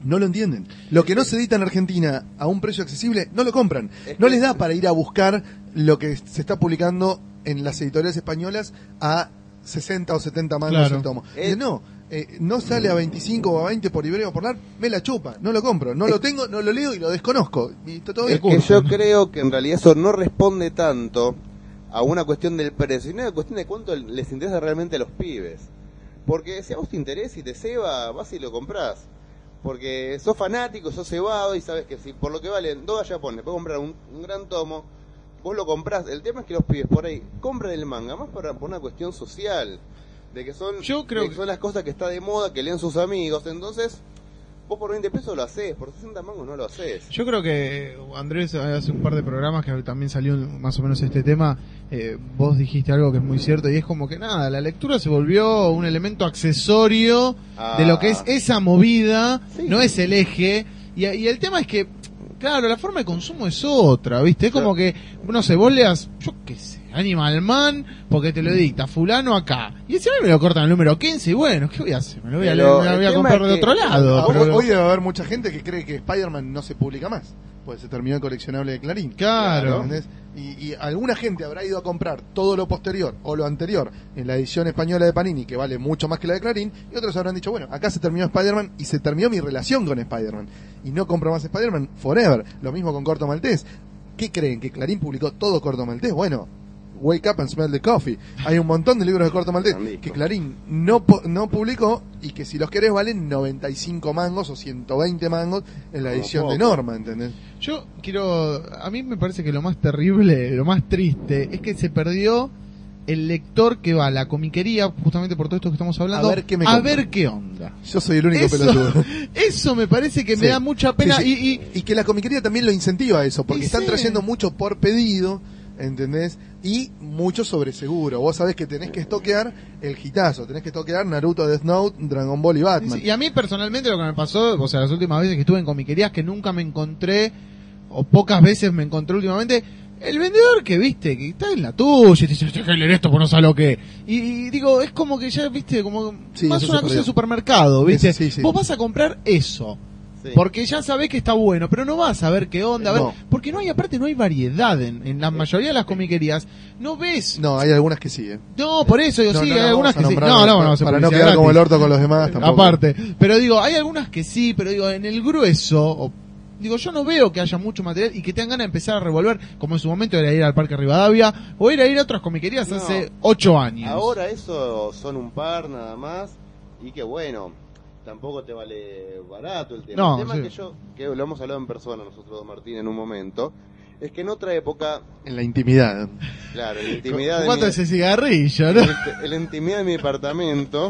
No lo entienden. Lo que no se edita en Argentina a un precio accesible, no lo compran. No les da para ir a buscar lo que se está publicando en las editoriales españolas a sesenta o setenta mangos Claro. el tomo. Es- Dice, no, eh, no sale a veinticinco o a veinte por Iberia o por Lar, me la chupa, no lo compro, no lo tengo, no lo leo y lo desconozco. Y está todo Es bien. que yo creo que en realidad eso no responde tanto a una cuestión del precio, sino a una cuestión de cuánto les interesa realmente a los pibes. Porque si a vos te interesa y te ceba, vas y lo comprás. Porque sos fanático, sos cebado y sabes que si por lo que valen dos japones puedes comprar un, un gran tomo, vos lo comprás. El tema es que los pibes por ahí compran el manga más por, por una cuestión social. De que son, Yo creo de que que- son las cosas que está de moda, que leen sus amigos. Entonces, vos por veinte pesos lo hacés, por sesenta mangos no lo hacés. Yo creo que Andrés hace un par de programas que también salió más o menos este tema, eh, vos dijiste algo que es muy cierto y es como que nada, la lectura se volvió un elemento accesorio Ah. de lo que es esa movida, Sí. no es el eje, y, y el tema es que, claro, la forma de consumo es otra, ¿viste? Es como que, no sé, vos leas, yo qué sé, Animal Man, porque te lo dicta fulano acá, y ese me lo cortan el número quince, y bueno, ¿qué voy a hacer? Me lo voy a, Pero leer, me lo voy a el tema comprar es de que- otro lado. Hoy, pero- hoy debe haber mucha gente que cree que Spider-Man no se publica más, pues se terminó el coleccionable de Clarín. Claro. ¿Entendés? Y, y alguna gente habrá ido a comprar todo lo posterior o lo anterior en la edición española de Panini, que vale mucho más que la de Clarín, y otros habrán dicho, bueno, acá se terminó Spider-Man y se terminó mi relación con Spider-Man. Y no compro más Spider-Man forever. Lo mismo con Corto Maltés. ¿Qué creen? ¿Que Clarín publicó todo Corto Maltés? Bueno, Wake Up and Smell the Coffee. Hay un montón de libros de Corto Maltés Listo. que Clarín no, pu- no publicó y que si los querés valen noventa y cinco mangos o ciento veinte mangos en la Como edición de poco. Norma, ¿entendés? Yo quiero, a mí me parece que lo más terrible, lo más triste, es que se perdió el lector que va a la comiquería, justamente por todo esto que estamos hablando, A ver qué me a compro. ver qué onda. Yo soy el único Eso, pelotudo. eso me parece que me Sí. da mucha pena Sí, sí. y, y Y que la comiquería también lo incentiva a eso, porque Y están sí. trayendo mucho por pedido, ¿entendés? Y mucho sobre seguro. Vos sabés que tenés que estoquear el hitazo, tenés que estoquear Naruto, Death Note, Dragon Ball y Batman. y a mí personalmente lo que me pasó, o sea, las últimas veces que estuve en comiquerías que nunca me encontré, o pocas veces me encontré últimamente, el vendedor que viste, que está en la tuya, y te dice, "Tenés que leer esto, pues no sabes lo que". Y, y digo, es como que ya, viste, como Sí, más eso una se cosa perdió. de supermercado, viste. Ese sí, sí. Vos vas a comprar eso. Sí. Porque ya sabés que está bueno, pero no vas a ver qué onda, a ver, No. porque no hay, aparte no hay variedad en, en la mayoría de las comiquerías, no ves, no, No, hay algunas que sí, ¿eh? por eso digo, No, sí, no, no, hay algunas que vamos a sí, nombrar no, no, para, no, se para no publicidad quedar como el gratis. orto con los demás tampoco. Aparte, pero digo, hay algunas que sí, pero digo, en el grueso, o- digo, yo no veo que haya mucho material y que tengan ganas de empezar a revolver, como en su momento era ir al Parque Rivadavia, o era ir a otras comiquerías No. hace ocho años. Ahora eso son un par nada más y que bueno, tampoco te vale barato el tema. No, el tema sí. que yo, que lo hemos hablado en persona nosotros dos, Martín, en un momento, es que en otra época, En la intimidad. claro, en la intimidad de ¿Cuánto mi, ese cigarrillo, no? en la- en la intimidad de mi departamento,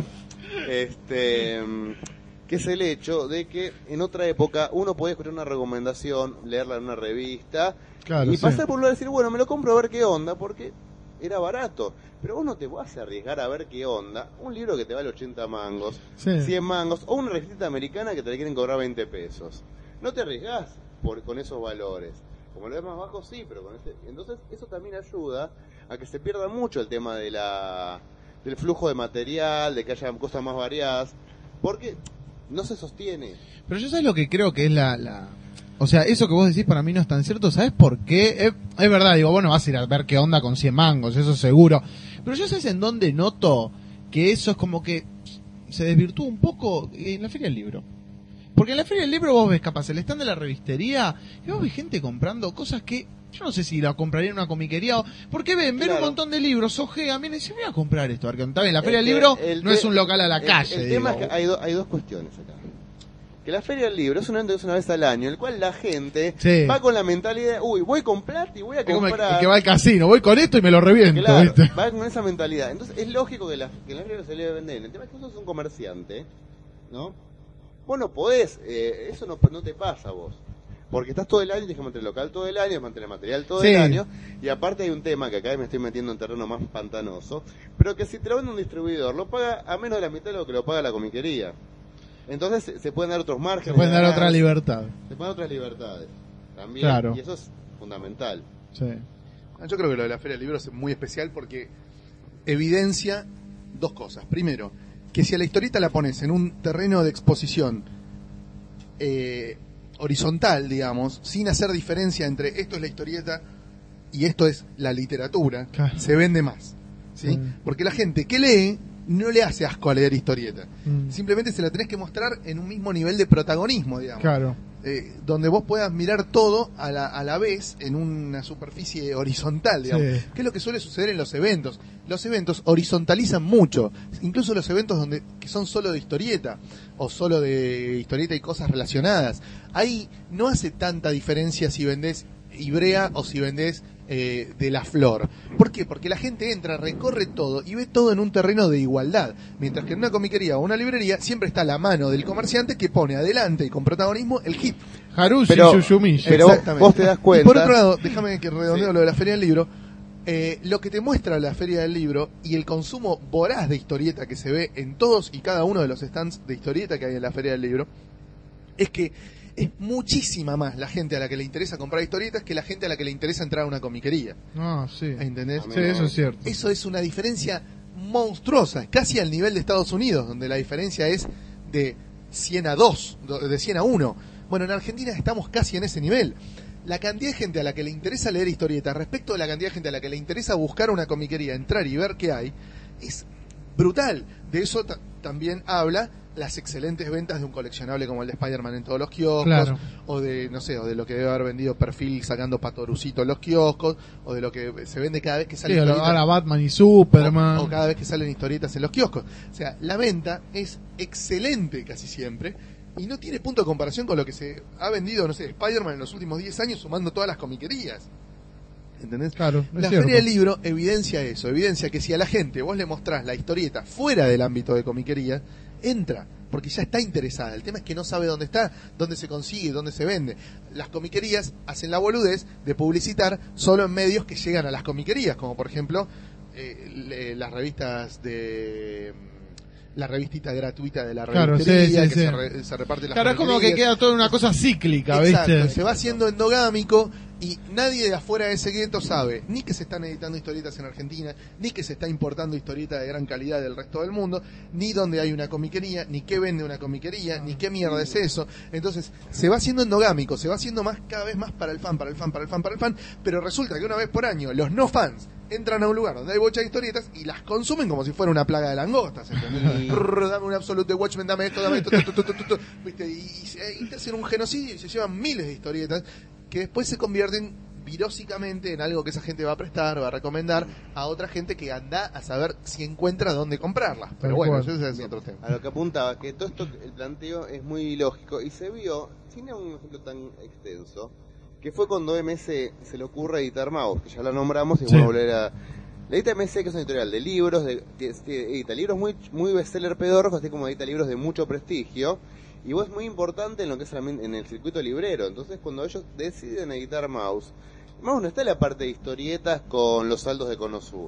este, que es el hecho de que en otra época uno podía escuchar una recomendación, leerla en una revista Claro, y sí. pasar por un lugar y decir, bueno, me lo compro a ver qué onda, porque era barato. Pero vos no te vas a arriesgar a ver qué onda un libro que te vale ochenta mangos, Sí. cien mangos, o una revista americana que te la quieren cobrar veinte pesos. No te arriesgás por, con esos valores. Como lo ves más bajo, sí, pero con este... Entonces, eso también ayuda a que se pierda mucho el tema de la del flujo de material, de que haya cosas más variadas, porque no se sostiene. Pero yo sabes lo que creo que es la, la... O sea, eso que vos decís para mí no es tan cierto. ¿Sabes por qué? Es, es verdad, digo, bueno, vas a ir a ver qué onda con cien mangos, eso seguro. Pero yo sabes en dónde noto que eso es como que se desvirtúa un poco en la Feria del Libro. Porque en la Feria del Libro vos ves capaz el stand de la revistería y vos ves gente comprando cosas que yo no sé si la compraría en una comiquería o... Porque ven, ven Claro. un montón de libros, ojean, miren, se voy a comprar esto. A ver, está bien, la Feria Es del que Libro el no te- es un local a la el- calle. El, tema es digo. que hay, do- hay dos cuestiones acá. Que la Feria del Libro es un evento que es una vez al año, en el cual la gente Sí. va con la mentalidad, uy, voy con plata y voy a Es como el, comprar... el que va al casino, voy con esto y me lo reviento, Claro, ¿viste? va con esa mentalidad. Entonces es lógico que la, que la feria se le debe vender. El tema es que vos sos un comerciante, ¿no? Vos no podés, eh, eso no, no te pasa a vos. Porque estás todo el año, tienes que mantener local todo el año, mantener material todo Sí. el año. Y aparte hay un tema que acá me estoy metiendo en terreno más pantanoso, pero que si te lo vende un distribuidor, lo paga a menos de la mitad de lo que lo paga la comiquería. Entonces se, se pueden dar otros márgenes. Se pueden de dar ganancia, otra libertad. Se pueden dar otras libertades. También. Claro. Y eso es fundamental. Sí. Yo creo que lo de la Feria del Libro es muy especial porque evidencia dos cosas. Primero, que si a la historieta la pones en un terreno de exposición eh, horizontal, digamos, sin hacer diferencia entre esto es la historieta y esto es la literatura, Claro. se vende más, ¿sí? Sí. Porque la gente que lee no le hace asco a leer historieta, Mm. simplemente se la tenés que mostrar en un mismo nivel de protagonismo, digamos. Claro. Eh, donde vos puedas mirar todo a la, a la vez en una superficie horizontal, digamos, Sí. que es lo que suele suceder en los eventos. Los eventos horizontalizan mucho, incluso los eventos donde que son solo de historieta o solo de historieta y cosas relacionadas. Ahí no hace tanta diferencia si vendés Ibrea o si vendés eh, de la Flor. ¿Por qué? Porque la gente entra, recorre todo y ve todo en un terreno de igualdad. Mientras que en una comiquería o una librería siempre está la mano del comerciante que pone adelante y con protagonismo el hit. Harushi Pero- Yuyumishi. pero Exactamente. vos te das cuenta. Y por otro lado, déjame que redondeo Sí. lo de la Feria del Libro. Eh, lo que te muestra la Feria del Libro y el consumo voraz de historieta que se ve en todos y cada uno de los stands de historieta que hay en la Feria del Libro es que es muchísima más la gente a la que le interesa comprar historietas que la gente a la que le interesa entrar a una comiquería. Ah, sí. ¿Entendés? Sí, eso es cierto. Eso es una diferencia monstruosa, casi al nivel de Estados Unidos, donde la diferencia es de cien a dos, de cien a uno. Bueno, en Argentina estamos casi en ese nivel. La cantidad de gente a la que le interesa leer historietas respecto de la cantidad de gente a la que le interesa buscar una comiquería, entrar y ver qué hay, es brutal. De eso ta- también habla las excelentes ventas de un coleccionable como el de Spider-Man en todos los kioscos, Claro. o de, no sé, o de lo que debe haber vendido Perfil sacando Patorucito en los kioscos, o de lo que se vende cada vez que sale Sí, historieta- ahora Batman y Superman. o, o cada vez que salen historietas en los kioscos. O sea, la venta es excelente casi siempre y no tiene punto de comparación con lo que se ha vendido, no sé, Spider-Man en los últimos diez años sumando todas las comiquerías. ¿Entendés? Claro, es La cierto. Feria del Libro evidencia eso, evidencia que si a la gente vos le mostrás la historieta fuera del ámbito de comiquería, entra, porque ya está interesada. El tema es que no sabe dónde está, dónde se consigue, dónde se vende. Las comiquerías hacen la boludez de publicitar solo en medios que llegan a las comiquerías, como por ejemplo eh, le- las revistas de... la revistita gratuita de la Claro, sí, revistería sí, que sí. Se, re- se reparte en las Claro, es como que comiquerías. queda toda una cosa cíclica, Exacto, ¿viste? se va haciendo endogámico y nadie de afuera de ese gueto sabe ni que se están editando historietas en Argentina, ni que se está importando historietas de gran calidad del resto del mundo, ni dónde hay una comiquería, ni qué vende una comiquería, ni qué mierda es eso. Entonces se va haciendo endogámico, se va haciendo más cada vez más para el fan, para el fan, para el fan, para el fan, pero resulta que una vez por año los no fans entran a un lugar donde hay bocha de historietas y las consumen como si fuera una plaga de langostas, ¿entendés? Rrr, dame un Absolute Watchmen, dame esto, dame esto, tu, tu, tu, tu, tu, ¿viste? Y, y se- y te hacen un genocidio y se llevan miles de historietas que después se convierten virósicamente en algo que esa gente va a prestar, va a recomendar a otra gente que anda a saber si encuentra dónde comprarlas. Pero Tal bueno, cual. ese es otro tema. A lo que apuntaba, que todo esto, el planteo es muy lógico y se vio, sin un ejemplo tan extenso, que fue cuando M S se le ocurre editar Mouse, que ya la nombramos y Sí. voy a volver a... La edita M S, que es una editorial de libros, de, que, que edita libros muy, muy bestseller pedorros, así como edita libros de mucho prestigio, y vos es muy importante en lo que es el, en el circuito librero. Entonces cuando ellos deciden editar Mouse, Mouse no está en la parte de historietas con los saldos de Cono Sur.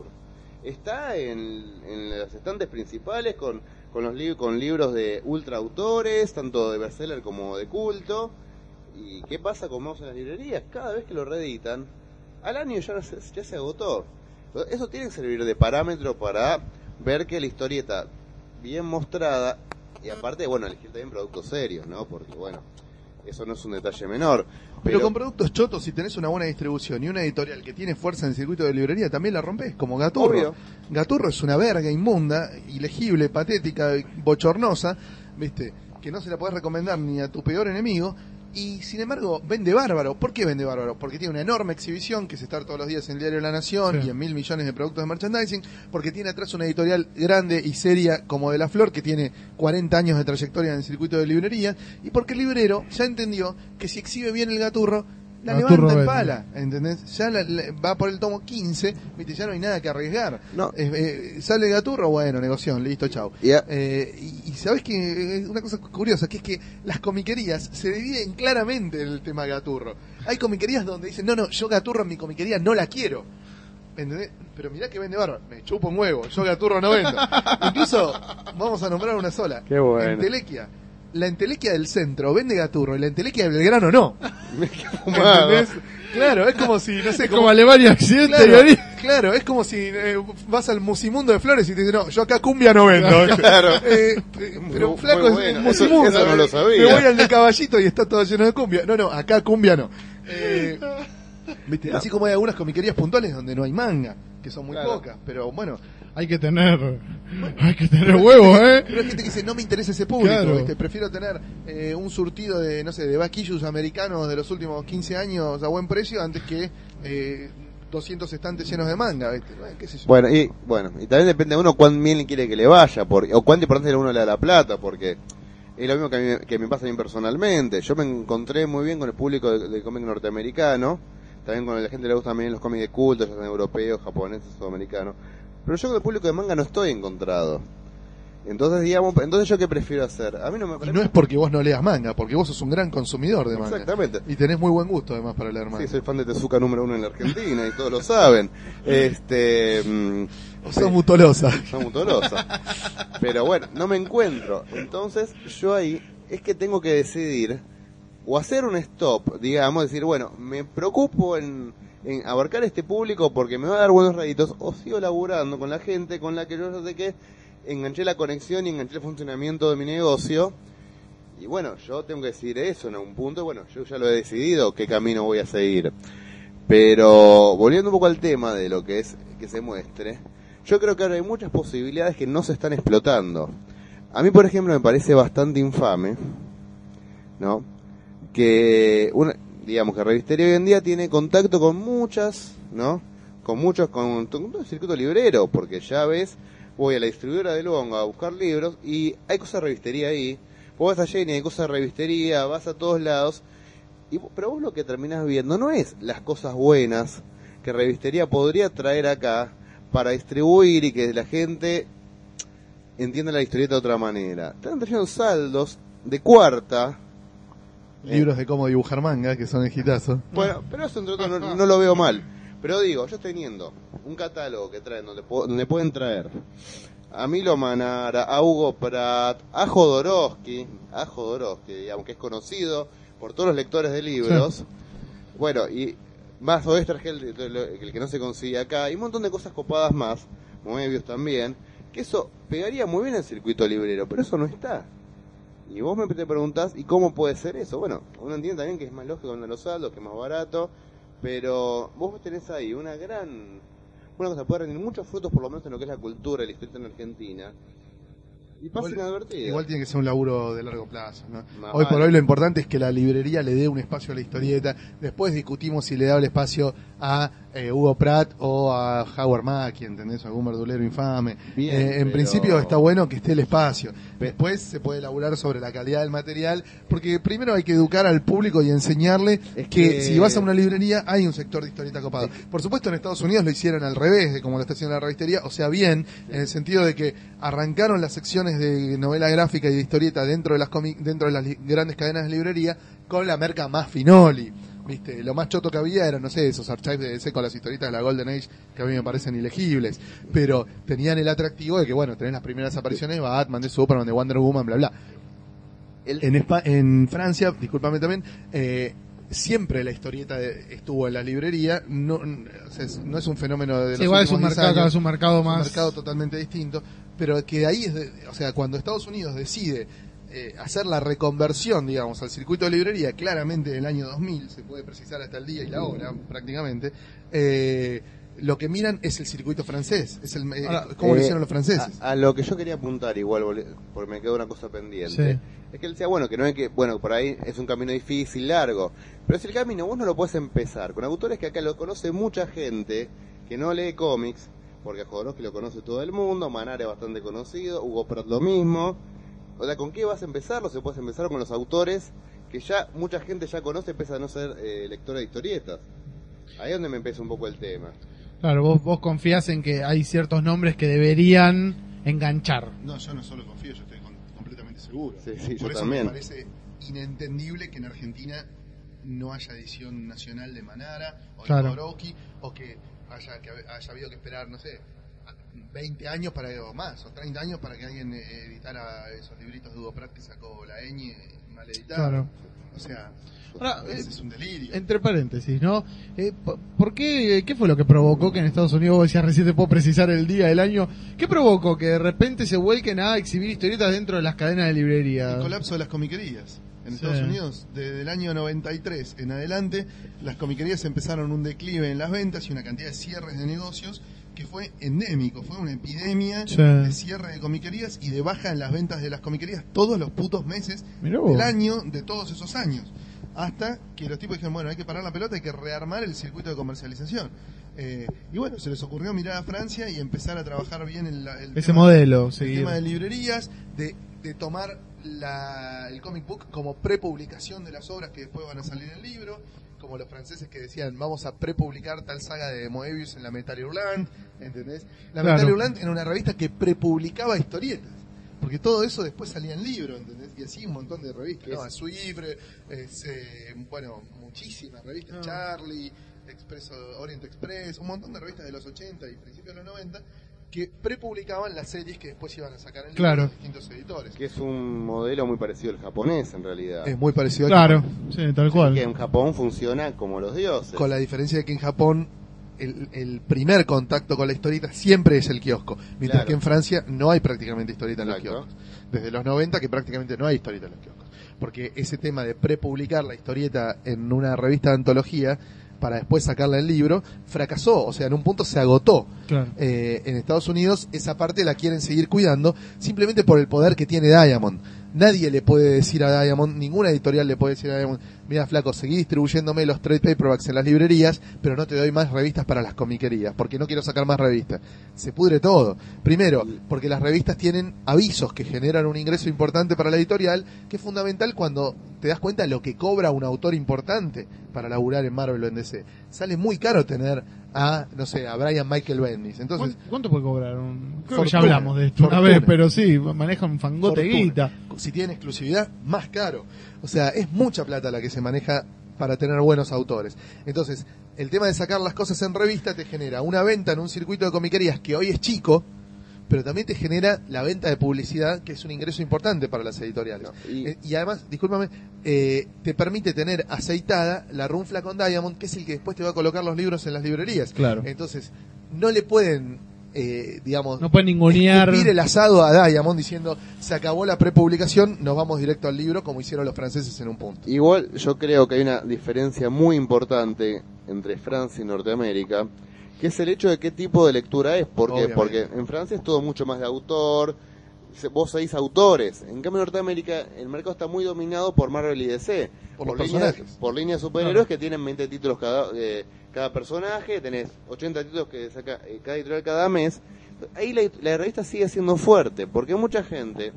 Está en, en los estantes principales con, con, los li con libros de ultra autores, tanto de bestseller como de culto. ¿Y qué pasa con Mouse en las librerías? Cada vez que lo reeditan, al año ya se, ya se agotó. Entonces, eso tiene que servir de parámetro para ver que la historieta bien mostrada, y aparte, bueno, elegir también productos serios, ¿no? Porque, bueno, eso no es un detalle menor. Pero con productos chotos, si tenés una buena distribución y una editorial que tiene fuerza en el circuito de librería, también la rompés, como Gaturro. Obvio. Gaturro es una verga inmunda, ilegible, patética, bochornosa, ¿viste? Que no se la podés recomendar ni a tu peor enemigo. Y sin embargo, vende bárbaro. ¿Por qué vende bárbaro? Porque tiene una enorme exhibición que se está todos los días en el diario La Nación Sí. y en mil millones de productos de merchandising. Porque tiene atrás una editorial grande y seria como de La Flor, que tiene cuarenta años de trayectoria en el circuito de librería. Y porque el librero ya entendió que si exhibe bien el Gaturro, la Gaturro levanta en vende. pala, ¿entendés? Ya la- la- va por el tomo quince, ¿viste? Ya no hay nada que arriesgar. No. Eh, eh, sale Gaturro, bueno, negoción, listo, chau. Y a- Eh, y, y sabes que es una cosa curiosa, que es que las comiquerías se dividen claramente en el tema Gaturro. Hay comiquerías donde dicen, no, no, yo Gaturro en mi comiquería no la quiero. ¿Entendés? Pero mirá que vende bárbaro. Me chupo un huevo, yo Gaturro no vendo. Incluso, vamos a nombrar una sola. Qué bueno. En Telequia, la entelequia del centro vende gaturro y la entelequia de Belgrano no. Fumado. ¿Entendés? Claro, es como si, no sé, Es como Alemania Occidente y Claro, Oriente. claro, es como si eh, vas al Musimundo de Flores y te dicen, no, yo acá cumbia no vendo. Claro. Eh, eh, pero Muy- flaco muy es bueno. un Musimundo. Eso- eso no lo sabía. Me voy al de Caballito y está todo lleno de cumbia. No, no, acá cumbia no. Eh, ¿viste? Así como hay algunas comiquerías puntuales donde no hay manga, que son muy Claro. pocas, pero bueno. Hay que tener, hay que tener huevos, ¿eh? Pero hay gente que dice, no me interesa ese público, Claro. ¿viste? Prefiero tener eh, un surtido de, no sé, de vaquillos americanos de los últimos quince años a buen precio antes que eh, doscientos estantes llenos de manga, ¿viste? Bueno, qué sé yo. Bueno, y bueno, y también depende de uno cuán bien quiere que le vaya, porque, o cuánta importancia uno le da a la plata, porque es lo mismo que, a mí, que me pasa a mí personalmente. Yo me encontré muy bien con el público del de cómic norteamericano, también con la gente que le gustan también los cómics de culto, ya sean europeos, japoneses, sudamericanos. Pero yo con el público de manga no estoy encontrado. Entonces, digamos, entonces yo qué prefiero hacer. A mí no me Y parece... no es porque vos no leas manga, porque vos sos un gran consumidor de manga. Exactamente. Y tenés muy buen gusto además para leer manga. Sí, soy fan de Tezuka número uno en la Argentina y todos lo saben. Este... mm, O sos muy tolosa. Son muy tolosa. Pero bueno, no me encuentro. Entonces, yo ahí es que tengo que decidir o hacer un stop, digamos, decir, bueno, me preocupo en, en abarcar este público porque me va a dar buenos réditos, o sigo laburando con la gente con la que yo sé que enganché la conexión y enganché el funcionamiento de mi negocio. Y bueno, yo tengo que decidir eso en algún punto. Bueno, yo ya lo he decidido qué camino voy a seguir. Pero volviendo un poco al tema de lo que es que se muestre, yo creo que ahora hay muchas posibilidades que no se están explotando. A mí, por ejemplo, me parece bastante infame, ¿no? Que una, digamos que Revistería hoy en día tiene contacto con muchas, ¿no? Con muchos, con, con todo el circuito librero, porque ya ves, voy a la distribuidora de Luongo a buscar libros y hay cosas de Revistería ahí. Vos vas a Jenny, hay cosas de Revistería, vas a todos lados, y, pero vos lo que terminás viendo no es las cosas buenas que Revistería podría traer acá para distribuir y que la gente entienda la historieta de otra manera. Están trayendo saldos de cuarta. Libros de cómo dibujar manga, que son el hitazo. Bueno, pero eso entre otros no, no lo veo mal. Pero digo, yo teniendo un catálogo que traen donde, po- donde pueden traer a Milo Manara, a Hugo Pratt, a Jodorowsky, a Jodorowsky, digamos que es conocido por todos los lectores de libros. Sí. Bueno, y más Oestergel, el, el que no se consigue acá, y un montón de cosas copadas más, Moebius también, que eso pegaría muy bien en el circuito librero, pero eso no está. Y vos me te preguntás, ¿y cómo puede ser eso? Bueno, uno entiende también que es más lógico en los saldos, que es más barato, pero vos tenés ahí una gran... Una cosa, puede rendir muchos frutos, por lo menos en lo que es la cultura y la historia en Argentina. Y pasa inadvertido. Igual tiene que ser un laburo de largo plazo, ¿no? Más Hoy por vale. hoy lo importante es que la librería le dé un espacio a la historieta. Después discutimos si le da el espacio a eh, Hugo Pratt o a Howard Mackie, ¿entendés? O algún verdulero infame. Bien, eh, en pero- principio está bueno que esté el espacio. Después se puede elaborar sobre la calidad del material, porque primero hay que educar al público y enseñarle Es que, que- si vas a una librería hay un sector de historieta copado. Por supuesto en Estados Unidos lo hicieron al revés de como lo está haciendo la revistería, o sea bien, en el sentido de que arrancaron las secciones de novela gráfica y de historieta dentro de las comi- dentro de las li- grandes cadenas de librería con la merca más finoli. Viste, lo más choto que había eran, no sé, esos archives de D C con las historietas de la Golden Age que a mí me parecen ilegibles, pero tenían el atractivo de que, bueno, tenés las primeras apariciones de Batman, de Superman, de Wonder Woman, bla, bla. El- En, Espa- en Francia, discúlpame también, eh, siempre la historieta de- estuvo en la librería, no, o sea, es, no es un fenómeno de los Sí, igual es un últimos diez mercado, años, es un mercado es un más... mercado totalmente distinto, pero que de ahí es, de- o sea, cuando Estados Unidos decide eh, hacer la reconversión, digamos, al circuito de librería, claramente en el año dos mil, se puede precisar hasta el día y la hora, prácticamente, eh, lo que miran es el circuito francés, es el, eh, Ahora, cómo lo Eh, hicieron los franceses. A, a lo que yo quería apuntar igual, vole- porque me quedó una cosa pendiente. Sí. Es que él decía, bueno, que no es que, bueno, por ahí es un camino difícil, largo. Pero si el camino vos no lo puedes empezar con autores que acá lo conoce mucha gente, que no lee cómics, porque a Jodorowsky lo conoce todo el mundo, Manara es bastante conocido, Hugo Pratt lo mismo. O sea, ¿con qué vas a empezarlo? Se puede empezar con los autores que ya mucha gente ya conoce, pese a no ser eh, lectora de historietas. Ahí es donde me empieza un poco el tema. Claro, vos, vos confías en que hay ciertos nombres que deberían enganchar. No, yo no solo confío, yo estoy con- completamente seguro. Sí, sí, Por yo eso también. me parece inentendible que en Argentina no haya edición nacional de Manara o de Claro. Jodorowsky, o que haya, que haya habido que esperar, no sé, veinte años para o más, o treinta años para que alguien eh, editara esos libritos de Hugo Pratt que sacó la Ñ mal editado. Claro. O sea, Ahora, ese eh, es un delirio. Entre paréntesis, ¿no? Eh, ¿Por qué, qué fue lo que provocó que en Estados Unidos, vos decías recién te puedo precisar el día, el año, qué provocó que de repente se vuelquen a exhibir historietas dentro de las cadenas de librería? El colapso de las comiquerías. En Sí. Estados Unidos, desde el año noventa y tres en adelante, las comiquerías empezaron un declive en las ventas y una cantidad de cierres de negocios que fue endémico, fue una epidemia Sí. de cierre de comiquerías y de baja en las ventas de las comiquerías todos los putos meses Mirá vos. del año de todos esos años. Hasta que los tipos dijeron, bueno, hay que parar la pelota, hay que rearmar el circuito de comercialización. Eh, y bueno, se les ocurrió mirar a Francia y empezar a trabajar bien el, el Ese tema, modelo, el seguir. tema de librerías, de, de tomar la, el comic book como prepublicación de las obras que después van a salir en el libro, como los franceses que decían, vamos a prepublicar tal saga de Moebius en la Metal Hurlant, ¿entendés? La Claro. Metal Hurlant era una revista que prepublicaba historietas. Porque todo eso después salía en libro, ¿entendés? Y así un montón de revistas, ¿no? Suivre, es, eh, bueno, muchísimas revistas, Ah. Charlie, Expreso, Orient Express, un montón de revistas de los ochenta y principios de los noventa que prepublicaban las series que después iban a sacar en Claro. libro de distintos editores. Que es un modelo muy parecido al japonés, en realidad. Es muy parecido Claro, sí, tal Que cual. en Japón funciona como los dioses. con la diferencia de que en Japón el, el primer contacto con la historieta siempre es el kiosco, mientras Claro. que en Francia no hay prácticamente historieta en los Exacto. kioscos. Desde los noventa que prácticamente no hay historieta en los kioscos. Porque ese tema de prepublicar la historieta en una revista de antología para después sacarla en libro, fracasó, o sea, en un punto se agotó. Claro. Eh, en Estados Unidos esa parte la quieren seguir cuidando simplemente por el poder que tiene Diamond. Nadie le puede decir a Diamond, ninguna editorial le puede decir a Diamond, mira flaco, seguí distribuyéndome los trade paperbacks en las librerías, pero no te doy más revistas para las comiquerías, porque no quiero sacar más revistas. Se pudre todo. Primero, porque las revistas tienen avisos que generan un ingreso importante para la editorial, que es fundamental cuando te das cuenta de lo que cobra un autor importante para laburar en Marvel o en D C. Sale muy caro tener a, no sé, a Brian Michael Bendis. Entonces, ¿Cuánto, cuánto puede cobrar? Un... Creo que ya Fortuna. hablamos de esto una Fortuna. vez, pero sí, maneja un fangote de fortuna. guita. Si tiene exclusividad, más caro. O sea, es mucha plata la que se maneja para tener buenos autores. Entonces, el tema de sacar las cosas en revista te genera una venta en un circuito de comiquerías que hoy es chico, pero también te genera la venta de publicidad, que es un ingreso importante para las editoriales. No, y- Eh, y además, discúlpame, eh, te permite tener aceitada la runfla con Diamond, que es el que después te va a colocar los libros en las librerías. Claro. Entonces, no le pueden, eh, digamos, No pueden ningunear. escupir el asado a Diamond diciendo se acabó la prepublicación, nos vamos directo al libro, como hicieron los franceses en un punto. Igual yo creo que hay una diferencia muy importante entre Francia y Norteamérica, que es el hecho de qué tipo de lectura es. ¿Por qué? Obviamente. Porque en Francia es todo mucho más de autor, se- vos seguís autores. En cambio en Norteamérica el mercado está muy dominado por Marvel y D C. Por los líneas, personajes. por líneas de superhéroes que tienen veinte títulos cada, eh, cada personaje, tenés ochenta títulos que saca eh, cada editorial cada mes. Ahí la, la revista sigue siendo fuerte, porque mucha gente,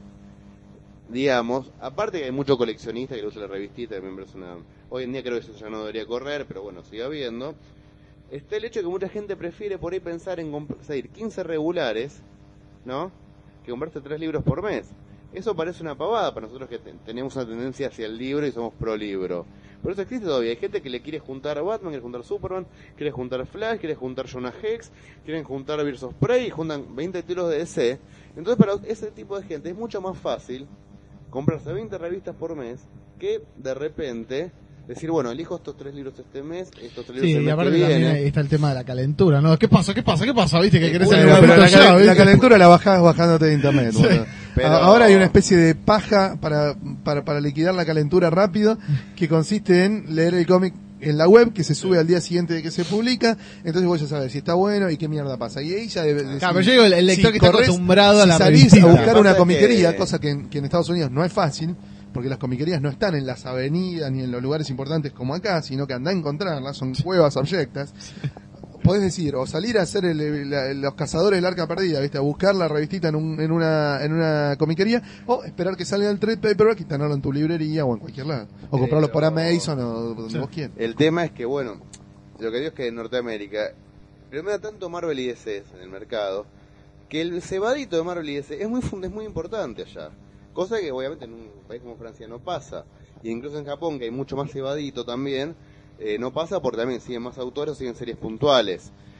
digamos, aparte que hay mucho coleccionista que le usa la revistita, también me parece una... Hoy en día creo que eso ya no debería correr, pero bueno, sigue habiendo. Está el hecho de que mucha gente prefiere por ahí pensar en conseguir quince regulares, ¿no? Que comprarte tres libros por mes. Eso parece una pavada para nosotros que te- tenemos una tendencia hacia el libro y somos pro libro. Pero eso existe todavía. Hay gente que le quiere juntar a Batman, quiere juntar a Superman, quiere juntar a Flash, quiere juntar a Jonah Hex, quieren juntar a Birds of Prey y juntan veinte títulos de D C. Entonces para ese tipo de gente es mucho más fácil comprarse veinte revistas por mes que de repente decir, bueno, elijo estos tres libros este mes, estos tres libros Sí, el y mes aparte que también viene. está el tema de la calentura, ¿no? ¿Qué pasa? ¿Qué pasa? ¿Qué pasa? ¿Viste? Que querés Bueno, salir Pero a la, ya, cal- ¿viste? la calentura la bajás bajándote de internet. Sí. boludo. Pero- A- Ahora hay una especie de paja para, para, para liquidar la calentura rápido que consiste en leer el cómic en la web, que se sube al día siguiente de que se publica, entonces vos ya sabes si está bueno y qué mierda pasa. Y ahí ya debe decir, Claro, pero yo digo, el- el lector que está corres, acostumbrado a si la salís revistita. a buscar Lo que una pasa es comiquería, que- cosa que en, que en Estados Unidos no es fácil, porque las comiquerías no están en las avenidas ni en los lugares importantes como acá, sino que andá a encontrarlas, son cuevas abyectas. Podés decir, o salir a hacer el- el- los cazadores del arca perdida, ¿viste? A buscar la revistita en, un- en, una, en una comiquería, o esperar que salga el trade paperback y tenerlo en tu librería o en cualquier lado. O comprarlo por Pero- Amazon o donde Sí. vos quieras. El tema es que, bueno, lo que digo es que en Norteamérica, primero tanto Marvel y D C en el mercado, que el cebadito de Marvel y D C es muy, fun- es muy importante allá. Cosa que obviamente en un país como Francia no pasa. Y incluso en Japón, que hay mucho más cebadito también, eh, no pasa porque también siguen más autores o siguen series puntuales.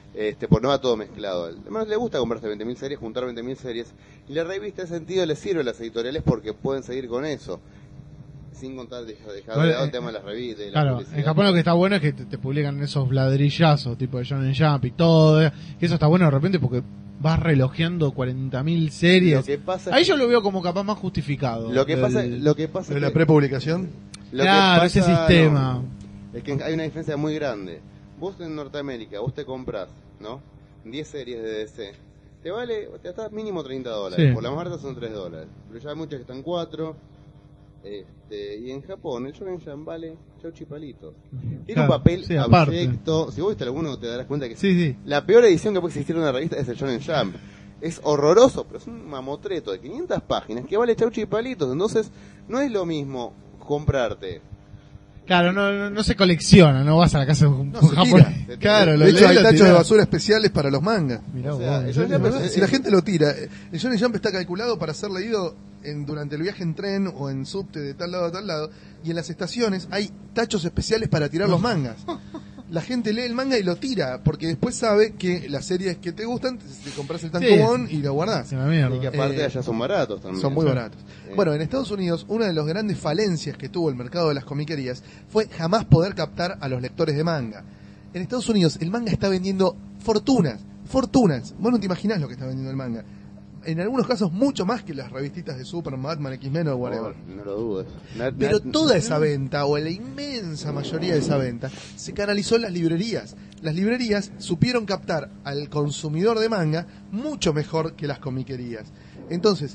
Este, por no va todo mezclado. Además le gusta comprarse veinte mil series, juntar veinte mil series. Y la revista en ese sentido le sirve a las editoriales porque pueden seguir con eso. Sin contar, dejar de Bueno, lado eh, el tema de las revistas. De la Claro, publicidad. en Japón lo que está bueno es que te, te publican esos ladrillazos tipo de Shonen Jump y todo, eh, que eso está bueno de repente porque vas relojeando cuarenta mil series. Lo que pasa Ahí es yo que- lo veo como capaz más justificado. Lo que El- pasa, lo que pasa ¿De es la que- prepublicación? lo Claro, que ese pasa, sistema. no, es que hay una diferencia muy grande. Vos en Norteamérica, vos te compras, ¿no? diez series de D C. Te vale, te gastás mínimo treinta dólares. Sí. Por la más barata son tres dólares. Pero ya hay muchas que están cuatro. Este, y en Japón el Shonen Jump vale chauchi palitos. Tiene Claro, un papel sí, aparte. abyecto. Si vos viste alguno te darás cuenta que Sí, sí. la peor edición que puede existir de una revista es el Shonen Jump. Es horroroso, pero es un mamotreto de quinientas páginas que vale chauchi palitos. Entonces no es lo mismo comprarte. Claro, no, no, no se colecciona, no vas a la casa de un, No, un se japonés. tira. Claro, lo De hecho, lees, hay lo tachos de tirás. basura especiales para los mangas. Mirá O sea, vos, eso ¿en ya serio? me- Si la gente lo tira, el Shonen Jump está calculado para ser leído en, durante el viaje en tren o en subte de tal lado a tal lado, y en las estaciones hay tachos especiales para tirar los mangas. La gente lee el manga y lo tira, porque después sabe que las series que te gustan, te, te compras el tankobon y lo guardás. Es una mierda. Y que aparte Eh, allá son baratos también. Son muy Sí. baratos. Eh. Bueno, en Estados Unidos, una de las grandes falencias que tuvo el mercado de las comiquerías fue jamás poder captar a los lectores de manga. En Estados Unidos, el manga está vendiendo fortunas, fortunas. Vos no te imaginás lo que está vendiendo el manga. En algunos casos, mucho más que las revistitas de Superman, Batman, X-Men o whatever. No, no lo dudes. Na- Pero na- toda esa venta, o la inmensa mayoría de esa venta, se canalizó en las librerías. Las librerías supieron captar al consumidor de manga mucho mejor que las comiquerías. Entonces,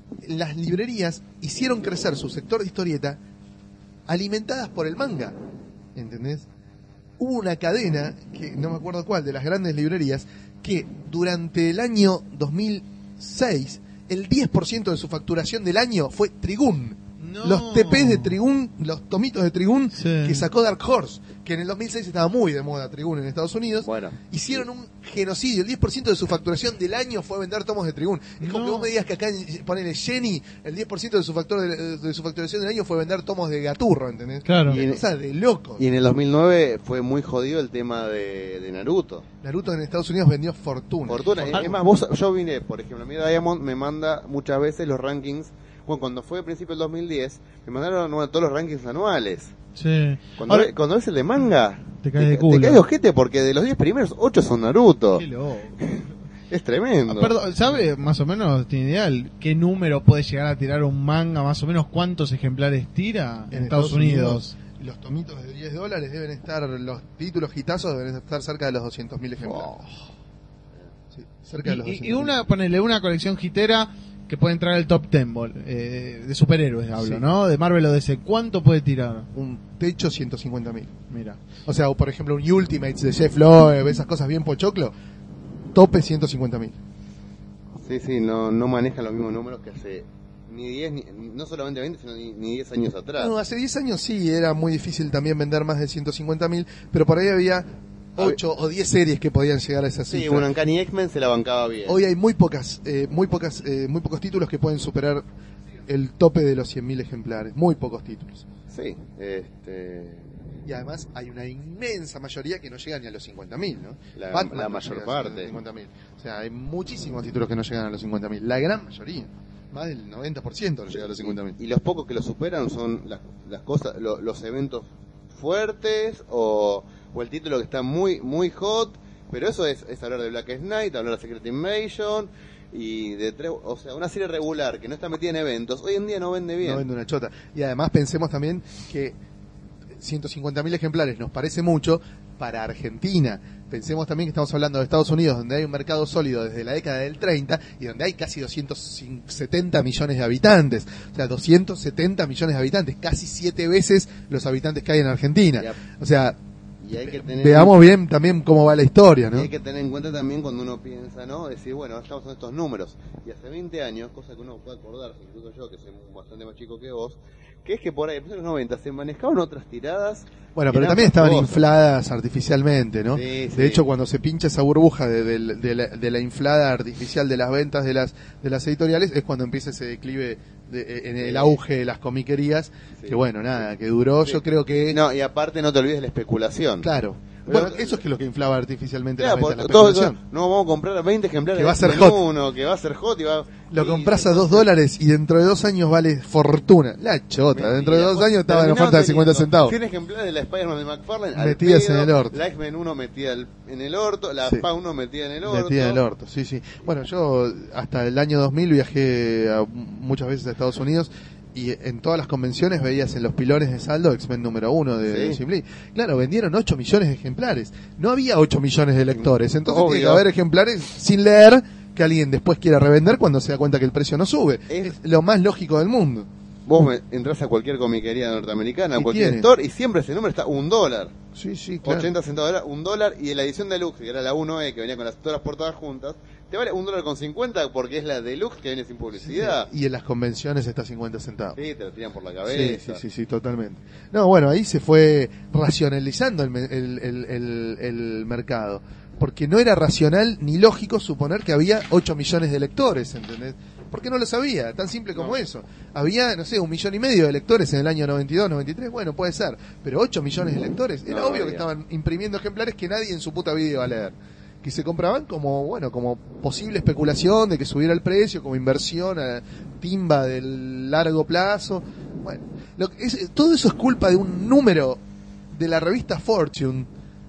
las librerías hicieron crecer su sector de historieta alimentadas por el manga. ¿Entendés? Hubo una cadena, que no me acuerdo cuál, de las grandes librerías, que durante el año dos mil seis, el diez por ciento de su facturación del año fue Trigun. No. Los T P's de Trigun, los tomitos de Trigun Sí. que sacó Dark Horse, que en el dos mil seis estaba muy de moda Trigun en Estados Unidos. Bueno. Hicieron un genocidio. El diez por ciento de su facturación del año fue vender tomos de Trigun. Es como No. que vos me digas que acá, en- ponele Jenny, el diez por ciento de su, factor de, de su facturación del año fue vender tomos de Gaturro, ¿entendés? Claro. Una cosa de loco. Y en el dos mil nueve fue muy jodido el tema de, de Naruto. Naruto en Estados Unidos vendió fortuna. Fortuna. Es- Es más, vos, yo vine, por ejemplo, a mí Diamond me manda muchas veces los rankings. Bueno, cuando fue a principios del dos mil diez, me mandaron bueno, todos los rankings anuales. Sí. Cuando, Ahora- ve- cuando ves el de manga, Te caes de culo. Te caes de ojete porque de los diez primeros, ocho son Naruto. Qué loco. Es tremendo. Perdón, ¿sabe más o menos, tiene idea, el- qué número puede llegar a tirar un manga? Más o menos cuántos ejemplares tira en, Estados, Unidos. Los tomitos de diez dólares deben estar, los títulos hitazos deben estar cerca de los doscientos mil ejemplares. Sí, cerca de los Y, y- y doscientos mil. una, ponele una colección hitera que puede entrar al top ten, bol, eh, de superhéroes hablo, Sí. ¿no? De Marvel o D C. ¿Cuánto puede tirar? Un techo ciento cincuenta mil. Mira. O sea, o por ejemplo un Ultimates de Jeff Loeb, esas cosas bien pochoclo, tope ciento cincuenta mil. Sí, sí, no, no manejan los mismos números que hace ni diez, ni, no solamente veinte, sino ni, ni diez años atrás. Bueno, hace diez años sí, era muy difícil también vender más de ciento cincuenta mil, pero por ahí había ocho o diez series que podían llegar a esa Sí, cifra. un Uncanny X-Men se la bancaba bien. Hoy hay muy pocas, eh, muy pocas, eh, muy pocos títulos que pueden superar el tope de los cien mil ejemplares. Muy pocos títulos. Sí, este... Y además hay una inmensa mayoría que no llegan ni a los cincuenta mil, ¿no? La- Batman la no mayor llega a parte. los cincuenta mil. O sea, hay muchísimos títulos que no llegan a los cincuenta mil. La gran mayoría. Más del noventa por ciento no llega a los cincuenta mil. Y los pocos que lo superan son las, las cosas, lo- los eventos fuertes o, o el título que está muy muy hot, pero eso es, es hablar de Black Knight, hablar de Secret Invasion y de tres, o sea, una serie regular que no está metida en eventos, hoy en día no vende bien. No vende una chota. Y además pensemos también que ciento cincuenta mil ejemplares nos parece mucho para Argentina. Pensemos también que estamos hablando de Estados Unidos, donde hay un mercado sólido desde la década del treinta y donde hay casi doscientos setenta millones de habitantes. O sea, doscientos setenta millones de habitantes, casi siete veces los habitantes que hay en Argentina. Yep. O sea, Y hay que tener veamos bien también cómo va la historia, ¿no? Y hay que tener en cuenta también cuando uno piensa, ¿no? Decir, bueno, estamos en estos números. Y hace veinte años, cosa que uno puede acordarse, incluso yo, que soy bastante más chico que vos, que es que por ahí, en los noventa, se manejaban otras tiradas. Bueno, que pero eran también estaban fastuosas. infladas artificialmente, ¿no? Sí, sí. De hecho, cuando se pincha esa burbuja de, de- de la, de la inflada artificial de las ventas de las de las editoriales, es cuando empieza ese declive de- en el Sí. auge de las comiquerías, Sí. que bueno, nada, que duró, Sí. yo creo que... No, y aparte no te olvides de la especulación. Claro. Bueno, eso es que lo que inflaba artificialmente Claro, la por- venta, la todos- especulación. no, vamos a comprar veinte ejemplares Que va a de ser X-Men hot. uno, que va a ser hot y va... Lo y- compras a dos dólares y dentro de dos años vale fortuna. La chota, Mentira. dentro de dos años estaba en Terminaron oferta de cincuenta teniendo centavos. cien ejemplares de la Spider-Man de McFarlane al Metidas pedo, en el orto. La X-Men uno metida el- en el orto, la Sí. Spa uno metida en el orto. Metida en el orto, sí, sí. Bueno, yo hasta el año dos mil viajé a- muchas veces a Estados Unidos y en todas las convenciones veías en los pilones de saldo X-Men número uno de, Sí. de Jim Lee. Claro, vendieron ocho millones de ejemplares. No había ocho millones de lectores, entonces Obvio. tiene que haber ejemplares sin leer que alguien después quiera revender cuando se da cuenta que el precio no sube. Es- Es lo más lógico del mundo. Vos me, entras a cualquier comiquería norteamericana, a Y cualquier tiene. store, y siempre ese número está un dólar. Sí, sí, claro. ochenta centavos de dólar, un dólar, y en la edición deluxe, que era la uno E, que venía con las, todas las portadas juntas, te vale un dólar con cincuenta porque es la deluxe que viene sin publicidad. Y en las convenciones está cincuenta centavos. Sí, te lo tiran por la Sí, cabeza. sí, sí, sí, totalmente. No, bueno, ahí se fue racionalizando el, me- el, el, el, el mercado. Porque no era racional ni lógico suponer que había ocho millones de lectores, ¿entendés? Porque no lo sabía, tan simple como No. eso. Había, no sé, un millón y medio de lectores en el año noventa y dos, noventa y tres, bueno, puede ser. Pero ocho millones de lectores, era No, obvio que había. estaban imprimiendo ejemplares que nadie en su puta vida iba a leer. Que se compraban como, bueno, como posible especulación de que subiera el precio, como inversión a timba del largo plazo. Bueno, lo que es, todo eso es culpa de un número de la revista Fortune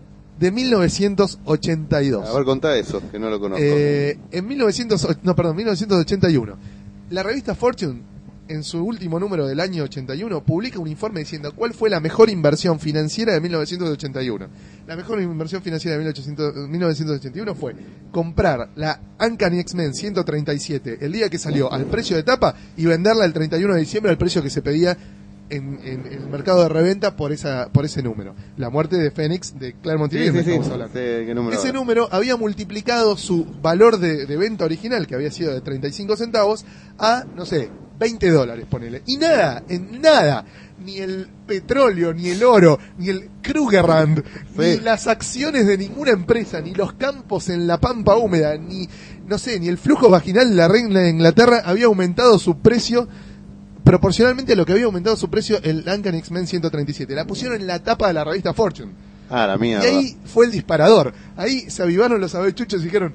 de mil novecientos ochenta y dos. A ver, contá eso, que no lo conozco. Eh, en mil novecientos, och- no, perdón, mil novecientos ochenta y uno, la revista Fortune, en su último número del año ochenta y uno, publica un informe diciendo cuál fue la mejor inversión financiera de mil novecientos ochenta y uno. La mejor inversión financiera de mil ochocientos mil novecientos ochenta y uno fue comprar la Uncanny X-Men ciento treinta y siete el día que salió al precio de tapa y venderla el treinta y uno de diciembre al precio que se pedía en, en el mercado de reventa por esa por ese número. La muerte de Fénix de Claremont y sí, Byrne, sí, sí, estamos hablando. sé qué número Ese era. número había multiplicado su valor de, de venta original, que había sido de treinta y cinco centavos, a, no sé, veinte dólares, ponele. Y nada, en nada, ni el petróleo, ni el oro, ni el Krugerrand, Sí. ni las acciones de ninguna empresa, ni los campos en la pampa húmeda, ni, no sé, ni el flujo vaginal de la reina de Inglaterra había aumentado su precio proporcionalmente a lo que había aumentado su precio el Uncanny X-Men ciento treinta y siete. La pusieron en la tapa de la revista Fortune. Ah, la mierda. Y ahí fue el disparador. Ahí se avivaron los avechuchos y dijeron,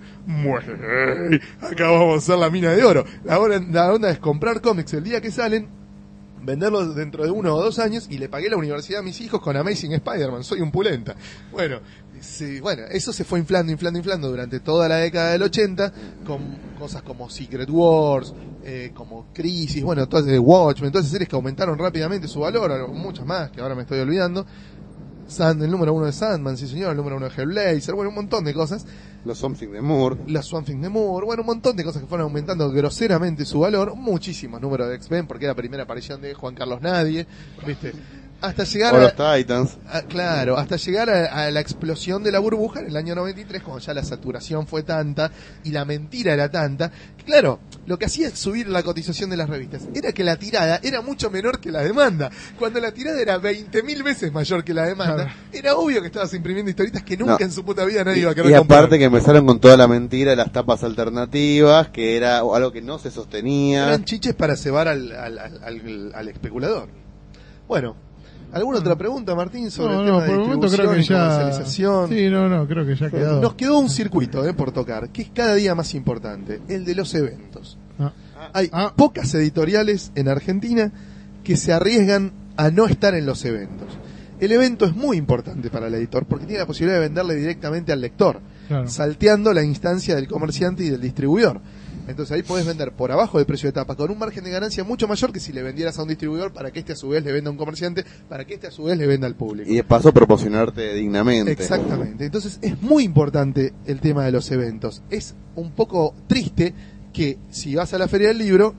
"Muey, acá vamos a hacer la mina de oro". La onda, la onda es comprar cómics el día que salen, venderlos dentro de uno o dos años, y le pagué la universidad a mis hijos con Amazing Spider-Man. Soy un pulenta. Bueno, sí, bueno, eso se fue inflando, inflando, inflando durante toda la década del ochenta, con cosas como Secret Wars, eh, como Crisis, bueno, todas de Watchmen, todas esas series que aumentaron rápidamente su valor, muchas más que ahora me estoy olvidando. Sand, el número uno de Sandman, sí señor, el número uno de Hellblazer, bueno, un montón de cosas. Los Something de Moore. La Swamp Thing de Moore, bueno, un montón de cosas que fueron aumentando groseramente su valor. Muchísimos números de X-Men, porque era la primera aparición de Juan Carlos Nadie, ¿viste? Hasta llegar O los a, Titans. a- claro, hasta llegar a, a la explosión de la burbuja en el año noventa y tres, cuando ya la saturación fue tanta y la mentira era tanta, que claro, lo que hacía subir la cotización de las revistas era que la tirada era mucho menor que la demanda. Cuando la tirada era veinte mil veces mayor que la demanda, Claro. era obvio que estabas imprimiendo historietas que nunca No. en su puta vida nadie Y, iba a querer y comprar. aparte que empezaron con toda la mentira de las tapas alternativas, que era algo que no se sostenía. Eran chiches para cebar al, al, al, al- al especulador. Bueno, ¿alguna otra pregunta, Martín, sobre No, el no, tema por de el momento distribución creo que y ya. comercialización? Sí, no, no, creo que ya ha quedado. Nos quedó un circuito eh, por tocar, que es cada día más importante, el de los eventos. Ah. Hay Ah. pocas editoriales en Argentina que se arriesgan a no estar en los eventos. El evento es muy importante para el editor porque tiene la posibilidad de venderle directamente al lector, Claro. salteando la instancia del comerciante y del distribuidor. Entonces ahí podés vender por abajo del precio de tapa con un margen de ganancia mucho mayor que si le vendieras a un distribuidor para que este a su vez le venda a un comerciante, para que este a su vez le venda al público. Y de paso proporcionarte dignamente. Exactamente. Entonces es muy importante el tema de los eventos. Es un poco triste que si vas a la Feria del Libro,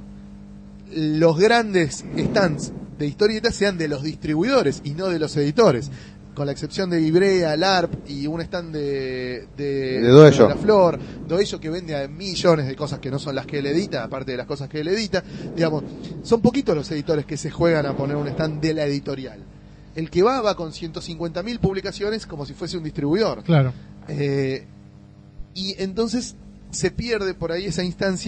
los grandes stands de historietas sean de los distribuidores y no de los editores. Con la excepción de Ibrea, LARP y un stand de, de, De Doello. La Flor, Doello que vende a millones de cosas que no son las que él edita, aparte de las cosas que él edita. Digamos, son poquitos los editores que se juegan a poner un stand de la editorial. El que va, va con ciento cincuenta mil publicaciones como si fuese un distribuidor. Claro. Eh, y entonces se pierde por ahí esa instancia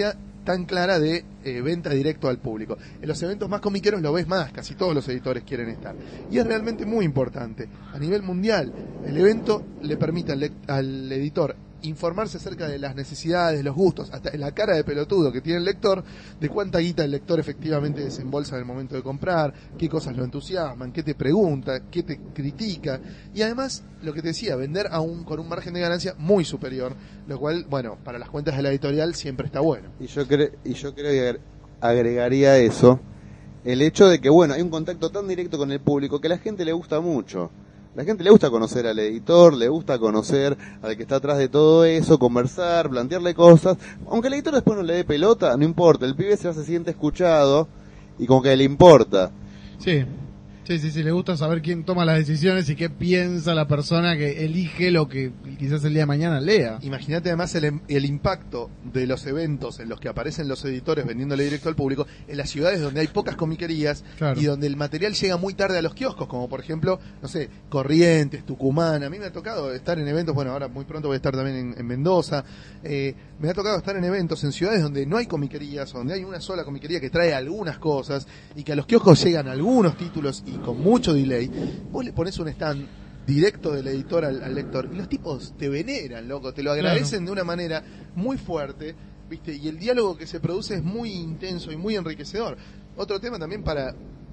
tan clara de eh, venta directo al público. En los eventos más comiqueros lo ves más, casi todos los editores quieren estar. Y es realmente muy importante. A nivel mundial, el evento le permite al, al editor informarse acerca de las necesidades, de los gustos, hasta en la cara de pelotudo que tiene el lector, de cuánta guita el lector efectivamente desembolsa en el momento de comprar, qué cosas lo entusiasman, qué te pregunta, qué te critica, y además, lo que te decía, vender a un, con un margen de ganancia muy superior, lo cual, bueno, para las cuentas de la editorial siempre está bueno. Y yo, cre y yo creo que agregaría a eso el hecho de que, bueno, hay un contacto tan directo con el público que a la gente le gusta mucho. La gente le gusta conocer al editor, le gusta conocer al que está atrás de todo eso, conversar, plantearle cosas. Aunque el editor después no le dé pelota, no importa, el pibe ya se siente escuchado y como que le importa. Sí, sí, sí, sí, le gusta saber quién toma las decisiones y qué piensa la persona que elige lo que quizás el día de mañana lea. Imagínate además el, el impacto de los eventos en los que aparecen los editores vendiéndole directo al público en las ciudades donde hay pocas comiquerías, claro, y donde el material llega muy tarde a los kioscos, como por ejemplo, no sé, Corrientes, Tucumán. A mí me ha tocado estar en eventos, bueno, ahora muy pronto voy a estar también en, en Mendoza, eh, me ha tocado estar en eventos en ciudades donde no hay comiquerías, donde hay una sola comiquería que trae algunas cosas y que a los kioscos llegan algunos títulos y con mucho delay. Vos le pones un stand directo del editor al, al lector y los tipos te veneran, loco, te lo agradecen, claro, de una manera muy fuerte, ¿viste? Y el diálogo que se produce es muy intenso y muy enriquecedor. Otro tema también para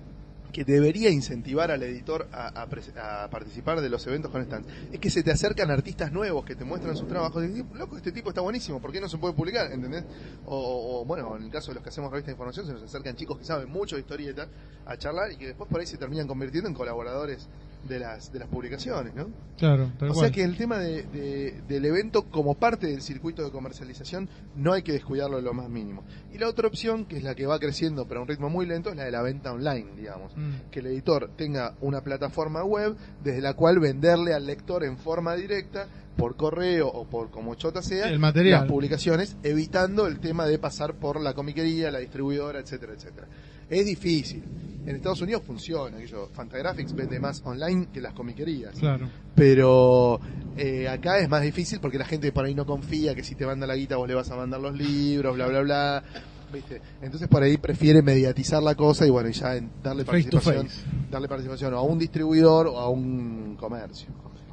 que debería incentivar al editor a, a, a participar de los eventos con stands, es que se te acercan artistas nuevos que te muestran sus trabajos y dices, loco, este tipo está buenísimo, ¿por qué no se puede publicar? ¿Entendés? O, o bueno, en el caso de los que hacemos revista de información, se nos acercan chicos que saben mucho de historieta a charlar y que después por ahí se terminan convirtiendo en colaboradores de las de las publicaciones, ¿no? Claro, tal o cual. sea que el tema de, de, del evento como parte del circuito de comercialización no hay que descuidarlo lo más mínimo. Y la otra opción, que es la que va creciendo pero a un ritmo muy lento, es la de la venta online, digamos. Mm. Que el editor tenga una plataforma web desde la cual venderle al lector en forma directa, por correo o por como chota sea, el material, las publicaciones, evitando el tema de pasar por la comiquería, la distribuidora, etcétera, etcétera. Es difícil. En Estados Unidos funciona, aquello, Fantagraphics vende más online que las comiquerías. Claro. Pero eh, acá es más difícil porque la gente por ahí no confía que si te manda la guita vos le vas a mandar los libros, bla, bla, bla. ¿Viste? Entonces por ahí prefiere mediatizar la cosa y bueno, y ya en darle face participación, face. darle participación a un distribuidor o a un comercio.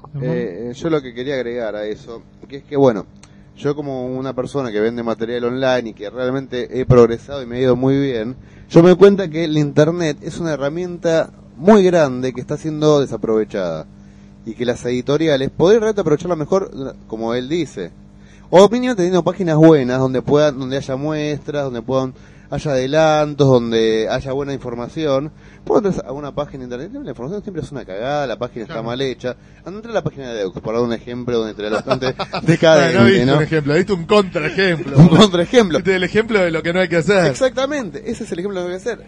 Eh, yo lo que quería agregar a eso, que es que bueno, yo como una persona que vende material online y que realmente he progresado y me ha ido muy bien, yo me doy cuenta que el internet es una herramienta muy grande que está siendo desaprovechada y que las editoriales podrían realmente aprovecharla mejor, como él dice, o mínimo teniendo páginas buenas donde puedan, donde haya muestras, donde puedan haya adelantos, donde haya buena información. Puedo entrar a una página de internet, la información siempre es una cagada, la página claro. está mal hecha. Anda, entra a la página de Deux, por dar un ejemplo donde te da bastante decadente, no, no viste ¿no? un ejemplo, viste un contraejemplo. Un contraejemplo. Viste el ejemplo de lo que no hay que hacer. Exactamente, ese es el ejemplo de lo que hay que hacer.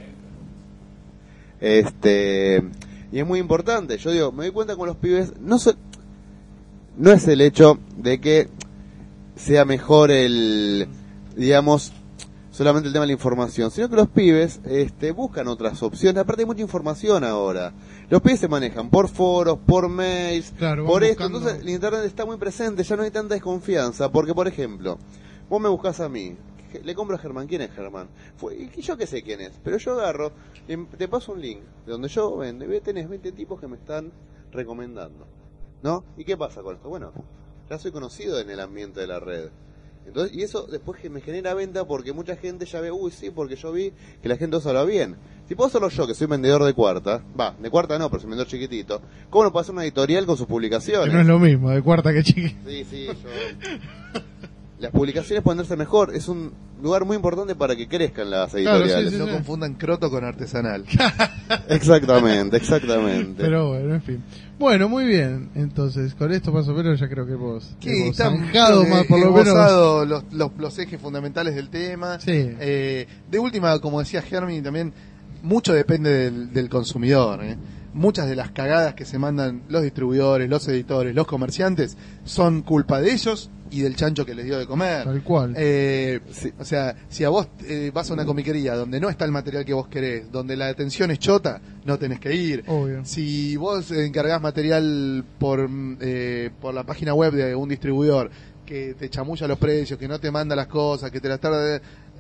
Este, y es muy importante, yo digo, me doy cuenta con los pibes, no so, no es el hecho de que sea mejor el, digamos, solamente el tema de la información, sino que los pibes este, buscan otras opciones. Aparte hay mucha información ahora. Los pibes se manejan por foros, por mails, claro, por esto. buscando... Entonces el internet está muy presente, ya no hay tanta desconfianza. Porque, por ejemplo, vos me buscás a mí, le compro a Germán. ¿Quién es Germán? Fue, y yo qué sé quién es, pero yo agarro, te paso un link de donde yo vendo, y tenés veinte tipos que me están recomendando, ¿no? ¿Y qué pasa con esto? Bueno, ya soy conocido en el ambiente de la red. Entonces, y eso después que me genera venta porque mucha gente ya ve, uy, sí, porque yo vi que la gente os habla bien. Si puedo hacerlo yo, que soy vendedor de cuarta, va, de cuarta no, pero soy vendedor chiquitito, ¿cómo no puedo hacer una editorial con sus publicaciones? Que no es lo mismo, de cuarta que chiquita. Sí, sí, yo... Las publicaciones pueden verse mejor, es un lugar muy importante para que crezcan las editoriales. Claro, sí, sí, no sí. confundan croto con artesanal. Exactamente, exactamente. Pero bueno, en fin. Bueno, muy bien. Entonces, con esto más o menos ya creo que vos Sí, hemos están zanjado más por lo menos los, los, los ejes fundamentales del tema. Sí. Eh, de última, como decía Germi, también mucho depende del, del consumidor. ¿eh? Muchas de las cagadas que se mandan los distribuidores, los editores, los comerciantes, son culpa de ellos y del chancho que les dio de comer. Tal cual. Eh, sí, o sea, si a vos eh, vas a una comiquería donde no está el material que vos querés, donde la atención es chota, no tenés que ir. Obvio. Si vos encargás material por, eh, por la página web de un distribuidor que te chamulla los precios, que no te manda las cosas, que te las tarda...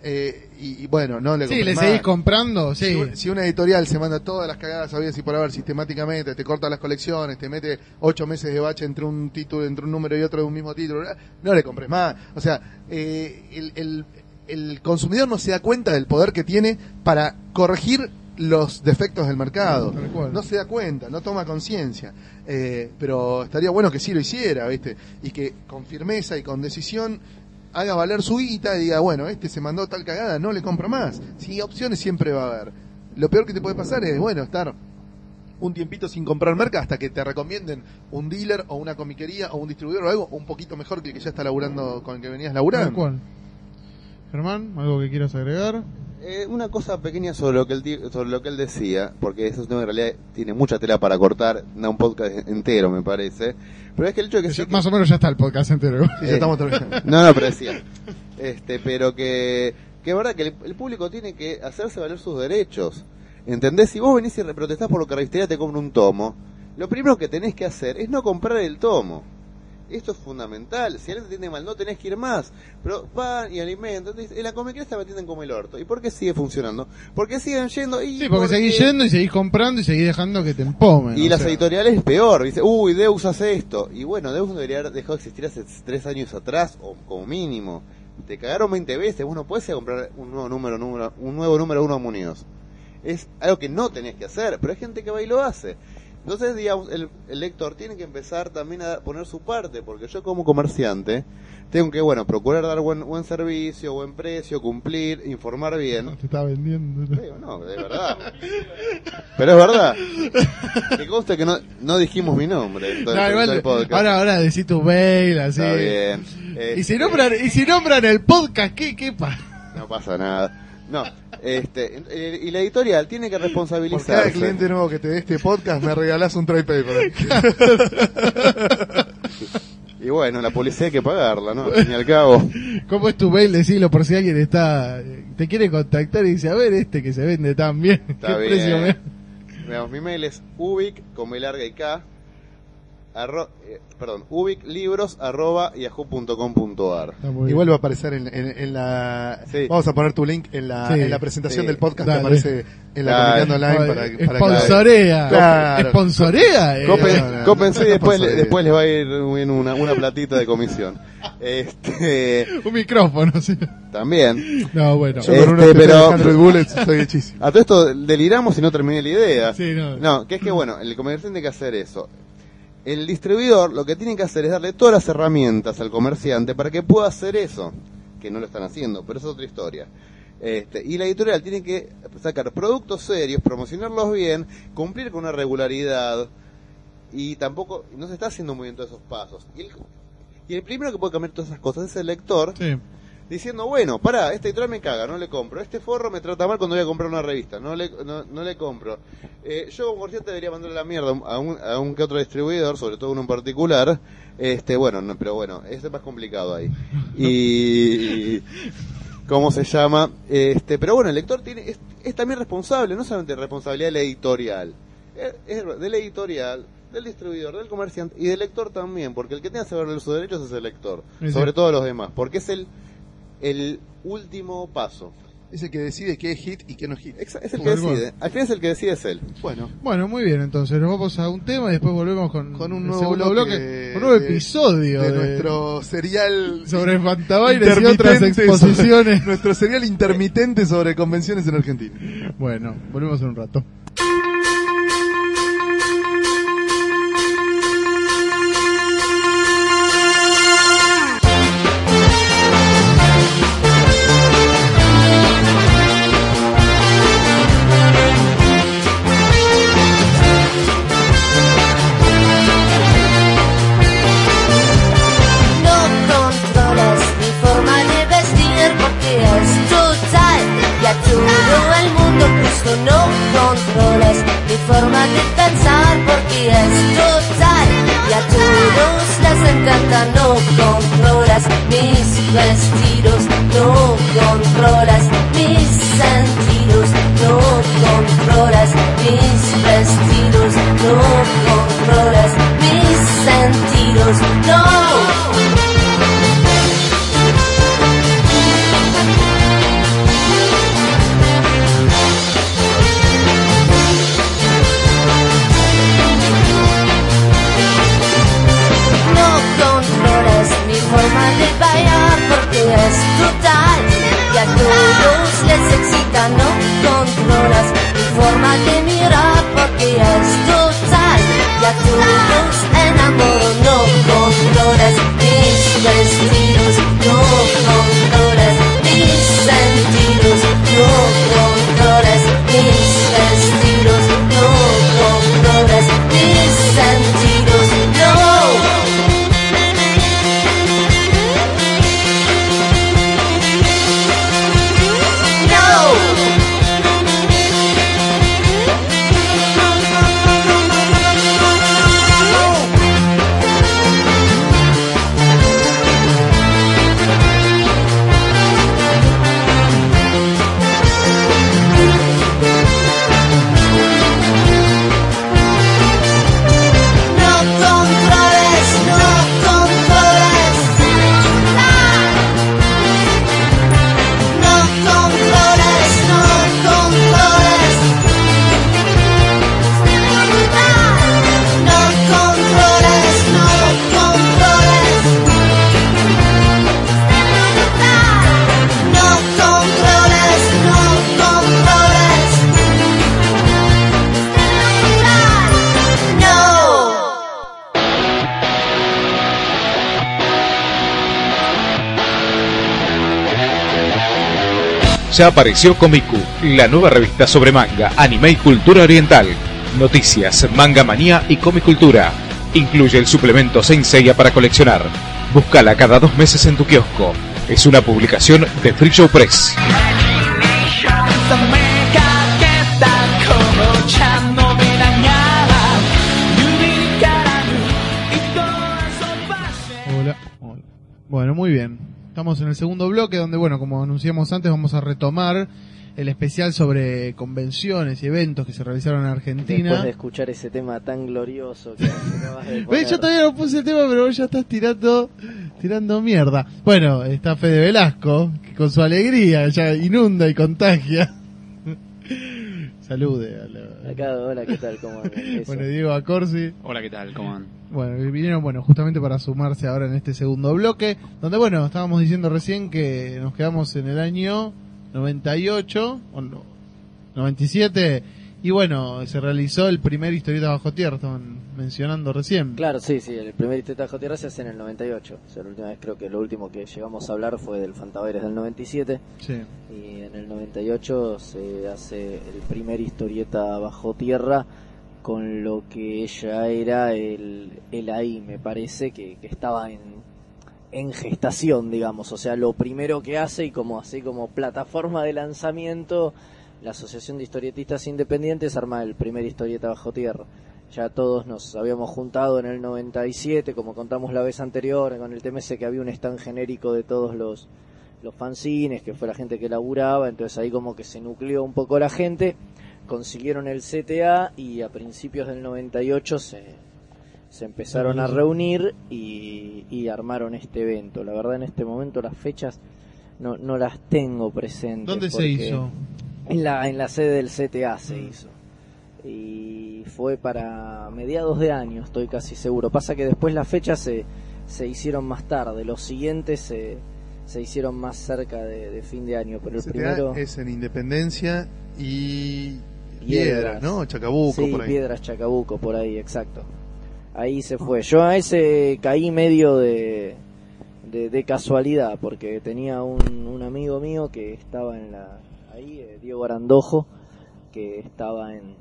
Eh, y, y bueno, no le Sí, compres le más. seguís comprando, sí. Si, un- si una editorial se manda todas las cagadas habidas y por haber sistemáticamente, te corta las colecciones, te mete ocho meses de bache entre un título, entre un número y otro de un mismo título, no le compres más. O sea, eh, el, el, el consumidor no se da cuenta del poder que tiene para corregir los defectos del mercado. Tal cual. No se da cuenta, no toma conciencia. Eh, pero estaría bueno que sí lo hiciera, ¿viste? Y que con firmeza y con decisión haga valer su guita y diga, bueno, este se mandó tal cagada, no le compro más. Sí, opciones siempre va a haber. Lo peor que te puede pasar es, bueno, estar un tiempito sin comprar merca hasta que te recomienden un dealer o una comiquería o un distribuidor o algo un poquito mejor que el que ya está laburando con el que venías laburando. Tal cual. Germán, ¿algo que quieras agregar? Eh, una cosa pequeña sobre lo que él di- sobre lo que él decía, porque eso en realidad tiene mucha tela para cortar, da un podcast entero me parece, pero es que el hecho de que, sí que- Más o menos ya está el podcast entero. Sí, ya estamos terminando. no, no, pero decía, este, pero que, que es verdad que el, el público tiene que hacerse valer sus derechos, ¿entendés? Si vos venís y reprotestás por lo que Revistería te compra un tomo, lo primero que tenés que hacer es no comprar el tomo. Esto es fundamental. Si alguien te entiende mal, no tenés que ir más. Pero van y alimentan. Entonces, en la comiquería se me atienden como el orto. ¿Y por qué sigue funcionando? Porque siguen yendo. Y Sí, porque seguís yendo y seguís comprando y seguís dejando que te empomen. Y o las sea. editoriales es peor. Dice, uy, Deus hace esto. Y bueno, Deus debería haber dejado de existir hace tres años atrás, o como mínimo. Te cagaron veinte veces. Vos no podés ir a comprar un nuevo número, número un nuevo número uno a Muñoz. Es algo que no tenés que hacer. Pero hay gente que va y lo hace. Entonces, digamos, el, el lector tiene que empezar también a poner su parte, porque yo como comerciante tengo que, bueno, procurar dar buen buen servicio, buen precio, cumplir, informar bien. Te está vendiendo. Digo, no, de verdad. Pero es verdad. Que conste que no, no dijimos mi nombre. en todo el- No, en todo igual, el podcast. ahora, ahora decís tu mail, así. Está bien. Y si Este, nombran, y si nombran el podcast, ¿qué, qué pasa? No pasa nada. No, este, eh, y la editorial tiene que Por cada responsabilizarse. cliente nuevo que te dé este podcast me regalás un trade paper. Y bueno, la policía hay que pagarla, ¿no? Al fin y al cabo. ¿Cómo es tu mail? Decilo por si alguien está, te quiere contactar y dice, a ver este que se vende tan bien. Está ¿Qué precio me- bien. Veamos, mi mail es ubic, con B larga y K, arro, eh, perdón, ubiclibros arroba yahoo punto com punto ar. Está muy Igual bien. va a aparecer en, en, en la... Sí. Vamos a poner tu link en la, Sí. en la presentación Sí. del podcast. Dale. Te aparece en la Dale. Comiqueando Online Oye, para, para Sponsorea. Claro. Sponsorea. eh. Copen, no, no, cópense no, y después, no, le- no, después les va a ir en una, una platita de comisión. Este, Un micrófono, sí. también. No, bueno. Yo con una Este, pero... pero- de Hundred Bullets estoy hechísimo. A todo esto deliramos y no terminé la idea. Sí, no. No, que es que bueno, el comerciante tiene que hacer eso. El distribuidor lo que tiene que hacer es darle todas las herramientas al comerciante para que pueda hacer eso, que no lo están haciendo, pero eso es otra historia. Este, y la editorial tiene que sacar productos serios, promocionarlos bien, cumplir con una regularidad, y tampoco, no se está haciendo muy bien todos esos pasos. Y el, y el primero que puede cambiar todas esas cosas es el lector, Sí. diciendo, bueno, pará, esta editorial me caga, no le compro. Este forro me trata mal cuando voy a comprar una revista, no le, no, no le compro. Eh, yo como comerciante debería mandarle la mierda a un, a un que otro distribuidor, sobre todo uno en particular. Este, bueno, no, pero bueno, es más complicado ahí. Y... ¿Cómo se llama? Este, pero bueno, el lector tiene es, es también responsable, no solamente responsabilidad de la editorial, es, es de la editorial, del distribuidor, del comerciante y del lector también, porque el que tiene que saber sus derechos es el lector, Sí, sí. sobre todo los demás, porque es el el último paso. Es el que decide qué es hit y qué no es hit. Exa- Es el que Tal cual. decide. Al final es el que decide es él. Bueno, Bueno, muy bien, entonces nos vamos a un tema y después volvemos con, con un el nuevo segundo bloque, bloque, un nuevo de- episodio de, de- nuestro serial sobre Fantabailes y otras intermitente exposiciones. sobre- nuestro serial intermitente sobre convenciones en Argentina. Bueno, volvemos en un rato. No controlas mi forma de vestir porque es total y a todo el mundo justo. No controlas mi forma de pensar porque es total y a todos les encanta. No controlas mis vestidos, no controlas mis sentidos, no controlas mis vestidos, no controlas mis sentidos, no. callar porque es total y a todos les excita, no controlas mi forma de mirar porque es total y a todos enamoro, no controlas mis vestidos, no controlas mis sentidos, no controlas mis vestidos, no controlas mis sentidos, no. Ya apareció Komiku, la nueva revista sobre manga, anime y cultura oriental. Noticias, manga manía y comicultura. Incluye el suplemento Saint Seiya para coleccionar. Búscala cada dos meses en tu kiosco. Es una publicación de Free Show Press. Hola, hola. Bueno, muy bien. Estamos en el segundo bloque donde, bueno, como anunciamos antes, vamos a retomar el especial sobre convenciones y eventos que se realizaron en Argentina. Después de escuchar ese tema tan glorioso que acabas de poner. ¿Ves? Yo todavía no puse el tema, pero vos ya estás tirando, tirando mierda. Bueno, está Fede Velasco, que con su alegría ya inunda y contagia. Salude a la... Acá, hola, ¿qué tal? ¿Cómo andan? Eso. Bueno, Diego Acorsi. Hola, ¿qué tal? ¿Cómo andan? Bueno, vinieron, bueno, justamente para sumarse ahora en este segundo bloque, donde, bueno, estábamos diciendo recién que nos quedamos en el año noventa y ocho, o no, noventa y siete, y bueno, se realizó el primer Historieta Bajo Tierra, estaban mencionando recién. Claro, sí, sí, el primer Historieta Bajo Tierra se hace en el noventa y ocho, o sea, la última vez creo que lo último que llegamos a hablar fue del Fantaveres del noventa y siete, Sí. y en el noventa y ocho se hace el primer Historieta Bajo Tierra, con lo que ya era el, el ahí, me parece, que, que estaba en, en gestación, digamos, o sea, lo primero que hace, y como así como plataforma de lanzamiento, la Asociación de Historietistas Independientes arma el primer Historieta Bajo Tierra. Ya todos nos habíamos juntado en el noventa y siete, como contamos la vez anterior, con el T M S, que había un stand genérico de todos los, los fanzines, que fue la gente que laburaba, entonces ahí como que se nucleó un poco la gente, consiguieron el C T A y a principios del noventa y ocho se, se empezaron a reunir y, y armaron este evento. La verdad, en este momento las fechas no, no las tengo presentes. ¿Dónde se hizo? En la, en la sede del C T A se Mm. hizo. Y fue para mediados de año, estoy casi seguro. Pasa que después las fechas se, se hicieron más tarde, los siguientes se, se hicieron más cerca de, de fin de año, pero el C T A primero... es en Independencia y Piedras, Piedras, ¿no? Chacabuco, sí, por ahí. Piedras, Chacabuco, por ahí, exacto. Ahí se fue. Yo a ese caí medio de, de, de casualidad, porque tenía un, un amigo mío que estaba en la ahí, eh, Diego Arandojo, que estaba en,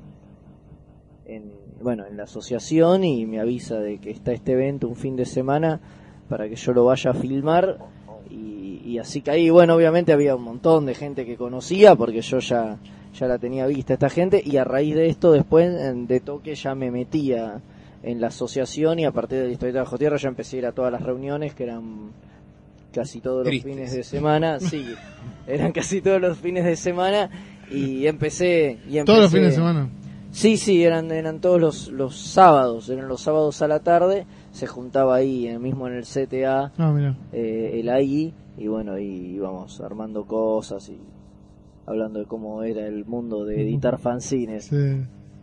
en bueno en la asociación, y me avisa de que está este evento un fin de semana para que yo lo vaya a filmar, y, y así caí. Bueno, obviamente había un montón de gente que conocía, porque yo ya ya la tenía vista esta gente, y a raíz de esto después de toque ya me metía en la asociación, y a partir de la Historieta Bajo Tierra ya empecé a ir a todas las reuniones, que eran casi todos los Tristes. fines de semana, sí, eran casi todos los fines de semana, y empecé, y empecé ¿Todos los fines de semana? Sí, sí, eran eran todos los, los sábados, eran los sábados a la tarde, se juntaba ahí, eh, mismo en el C T A, Ah, mira. eh, el A I, y bueno, y íbamos armando cosas y hablando de cómo era el mundo de editar fanzines. Sí.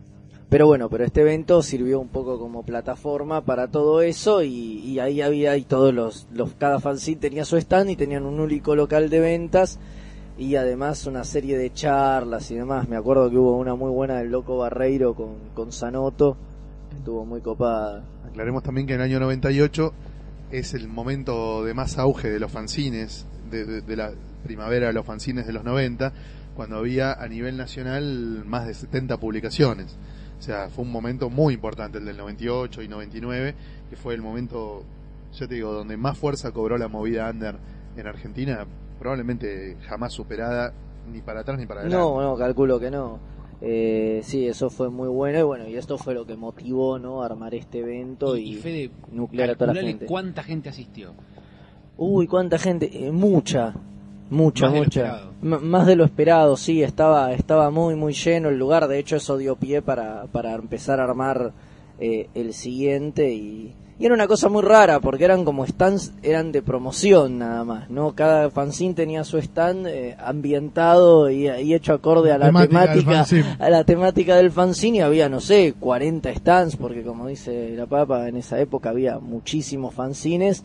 pero bueno, pero este evento sirvió un poco como plataforma para todo eso y, y ahí había y todos los, los cada fanzine tenía su stand y tenían un único local de ventas y además una serie de charlas y demás. Me acuerdo que hubo una muy buena del Loco Barreiro con, con Sanoto, estuvo muy copada. Aclaremos también que en el año noventa y ocho es el momento de más auge de los fanzines, de, de, de la primavera de los fanzines de los noventa, cuando había a nivel nacional más de setenta publicaciones. O sea, fue un momento muy importante el del noventa y ocho y noventa y nueve, que fue el momento, ya te digo, donde más fuerza cobró la movida under en Argentina, probablemente jamás superada ni para atrás ni para adelante. No, no, calculo que no. Eh, sí, eso fue muy bueno y bueno, y esto fue lo que motivó, ¿no?, a armar este evento y, y Fede, nuclear a toda la gente. ¿Cuánta gente asistió? Uy, cuánta gente, eh, mucha. Mucha, Más de lo mucha. esperado. M- más de lo esperado, sí, estaba estaba muy, muy lleno el lugar. De hecho, eso dio pie para, para empezar a armar eh, el siguiente. Y, y era una cosa muy rara, porque eran como stands, eran de promoción nada más, ¿no? Cada fanzine tenía su stand eh, ambientado y, y hecho acorde a la Temática temática, del fanzine. a la temática del fanzine. Y había, no sé, cuarenta stands, porque como dice la Papa, en esa época había muchísimos fanzines.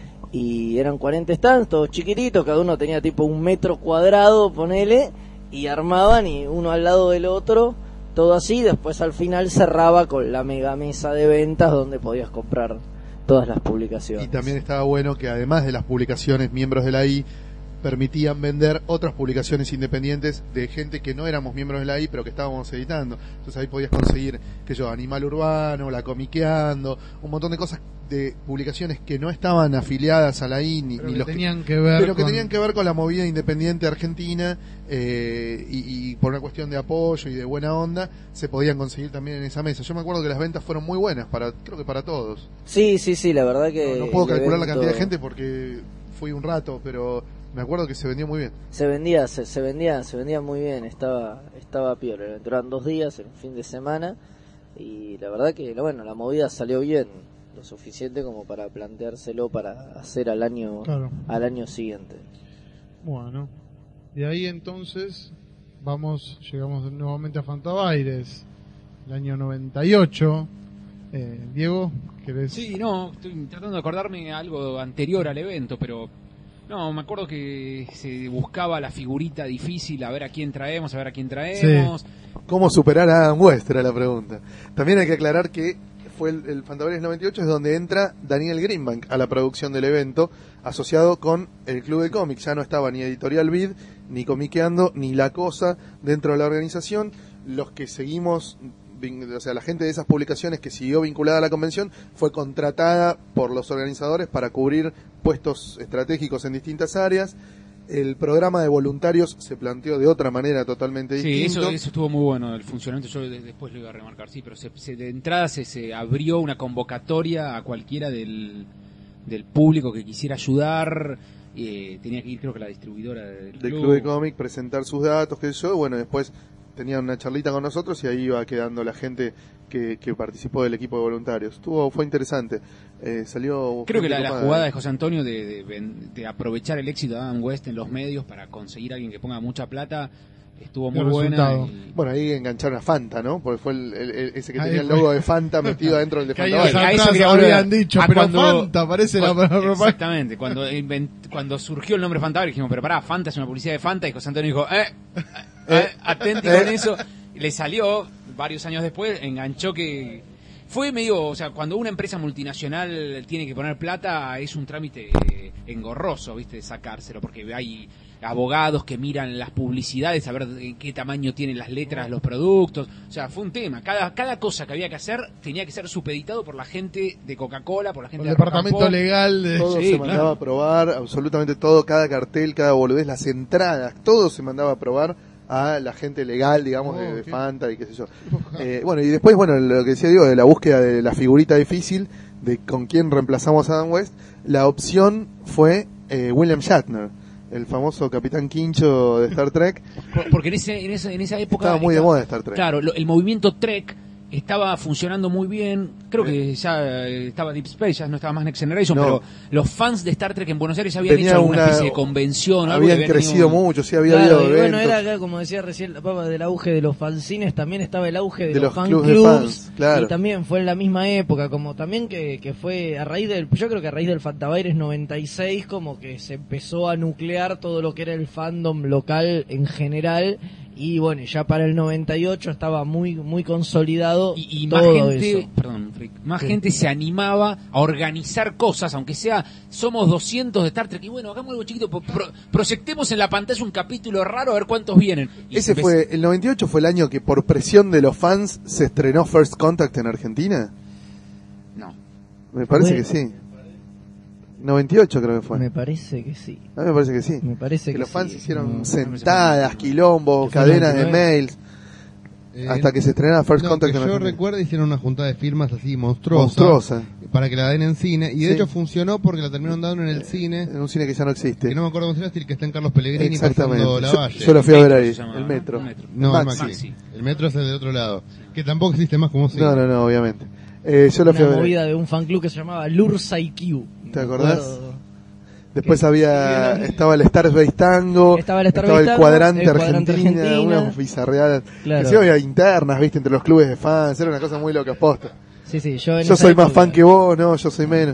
Y eran cuarenta stands, todos chiquititos, cada uno tenía tipo un metro cuadrado, ponele, y armaban y uno al lado del otro, todo así. Después al final cerraba con la mega mesa de ventas donde podías comprar todas las publicaciones. Y también estaba bueno que además de las publicaciones miembros de la I, permitían vender otras publicaciones independientes de gente que no éramos miembros de la I, pero que estábamos editando. Entonces ahí podías conseguir, que yo, Animal Urbano, La Comiqueando, un montón de cosas, de publicaciones que no estaban afiliadas a la I, ni, Pero ni que los tenían que ver pero que con- tenían que ver con la movida independiente argentina, eh, y, y por una cuestión de apoyo y de buena onda, se podían conseguir también en esa mesa. Yo me acuerdo que las ventas fueron muy buenas, para creo que para todos. Sí, sí, sí, la verdad que... No, no puedo el calcular la evento cantidad de gente porque fui un rato, pero me acuerdo que se vendió muy bien. Se vendía, se, se vendía, se vendía muy bien, estaba estaba piola. Eran dos días, en fin de semana, y la verdad que, bueno, la movida salió bien, lo suficiente como para planteárselo para hacer al año Claro. al año siguiente. Bueno, de ahí entonces vamos, llegamos nuevamente a Fantabaires, el año noventa y ocho. Eh, Diego, ¿querés? Sí, no, estoy tratando de acordarme algo anterior al evento, pero no, me acuerdo que se buscaba la figurita difícil, a ver a quién traemos, a ver a quién traemos. ¿Cómo superar a Adam West? Era la pregunta. También hay que aclarar que fue el, el Fantabaires noventa y ocho, es donde entra Daniel Greenbank a la producción del evento, asociado con el Club de Cómics. Ya no estaba ni Editorial Vid, ni Comiqueando, ni La Cosa dentro de la organización. Los que seguimos, vin- o sea, la gente de esas publicaciones que siguió vinculada a la convención fue contratada por los organizadores para cubrir puestos estratégicos en distintas áreas. El programa de voluntarios se planteó de otra manera totalmente Sí, distinto. eso, eso estuvo muy bueno, el funcionamiento, yo de- después lo iba a remarcar, sí, pero se, se- de entrada se, se abrió una convocatoria a cualquiera del, del público que quisiera ayudar, eh, tenía que ir creo que la distribuidora del, del Club de Cómic, presentar sus datos, qué sé yo. Bueno, después tenían una charlita con nosotros y ahí iba quedando la gente que, que participó del equipo de voluntarios. Estuvo, fue interesante. Eh, salió. Creo que la, gente la copada. jugada de José Antonio de, de ven- de aprovechar el éxito de Adam West en los medios para conseguir a alguien que ponga mucha plata estuvo muy El buena. resultado. y- Bueno, ahí engancharon a Fanta, ¿no? Porque fue el, el- el- ese que Ahí tenía el fue. logo de Fanta metido adentro del de Que ahí Fantabaires. a atrás eso quería volver. habían dicho, A pero cuando- Fanta, parece la propaganda. Exactamente, cuando invent- cuando surgió el nombre Fanta, dijimos, pero pará, Fanta es una publicidad de Fanta, y José Antonio dijo, eh, eh, eh, atenti con eso, le salió, varios años después, enganchó que... Fue medio, o sea, cuando una empresa multinacional tiene que poner plata, es un trámite eh, engorroso, ¿viste? De sacárselo, porque hay abogados que miran las publicidades, a ver en qué tamaño tienen las letras los productos. O sea, fue un tema. Cada cada cosa que había que hacer tenía que ser supeditado por la gente de Coca-Cola, por la gente El de departamento Rock and Pop. legal de... Todo Sí, se claro. mandaba a probar, absolutamente todo, cada cartel, cada boludez, las entradas, todo se mandaba a probar a la gente legal, digamos, Oh, de, de qué- Fanta y qué sé yo. Eh, bueno, y después, bueno, lo que decía Diego, de la búsqueda de la figurita difícil, de con quién reemplazamos a Adam West, la opción fue eh, William Shatner, el famoso Capitán Quincho de Star Trek. Por- Porque en, ese, en, esa, en esa época... Estaba muy de moda Star Trek. Claro, lo- el movimiento Trek estaba funcionando muy bien. Creo que ya eh, estaba Deep Space, ya no estaba más Next Generation, No. pero los fans de Star Trek en Buenos Aires habían Tenía hecho alguna una- especie de convención. algo, Habían y crecido tenido un- mucho, sí, había Claro, habido y bueno, eventos. era acá, como decía recién la papa, del auge de los fanzines, también estaba el auge de, De los, los fan clubs de clubs, fans, claro. y también fue en la misma época, como también que, que fue a raíz del, yo creo que a raíz del Fantabaires noventa y seis, como que se empezó a nuclear todo lo que era el fandom local en general, y bueno, ya para el noventa y ocho estaba muy muy consolidado Y, y más todo gente, eso. perdón, Rick, más Sí. gente se animaba a organizar cosas, aunque sea, somos doscientos de Star Trek, y bueno, hagamos algo chiquito, pro- pro- proyectemos en la pantalla un capítulo raro a ver cuántos vienen. Y Ese empe- fue, el noventa y ocho fue el año que por presión de los fans se estrenó First Contact en Argentina. No. Me parece Fue- que sí. noventa y ocho creo que fue. Me parece que sí. A mí me parece que sí. Me parece Que que, los fans sí. hicieron No. sentadas, quilombos, Que fue el cadenas de noventa y nueve. mails, Eh, hasta que se estrenara First no, Contact que en yo Argentina. recuerdo hicieron una juntada de firmas así monstruosa, Monstruosa. para que la den en cine, y de Sí. hecho funcionó porque la terminaron dando en el cine, En un cine que ya no existe. que no me acuerdo cómo se llama, el que está en Carlos Pellegrini Exactamente. pasando la Yo, Valle. yo lo fui a ver ahí, Se llama, el ¿no? metro. El metro. No, el Maxi. Maxi. El metro es el del otro lado, que tampoco existe más como cine. No, no, no, obviamente. Eh, yo lo fui a Una ver ahí. movida de un fan club que se llamaba Lursa I Q. ¿Te Me acordás? acuerdo. Después que- había, sí, estaba el Starbase Tango, Estaba el Starbase Tango, cuadrante, el cuadrante Argentina, Argentina. una bizarreada. Claro. Que sí había internas, viste, entre los clubes de fans, era una cosa muy loca, posta. Sí, sí, yo en Yo esa soy más época- fan que vos, no, yo soy menos.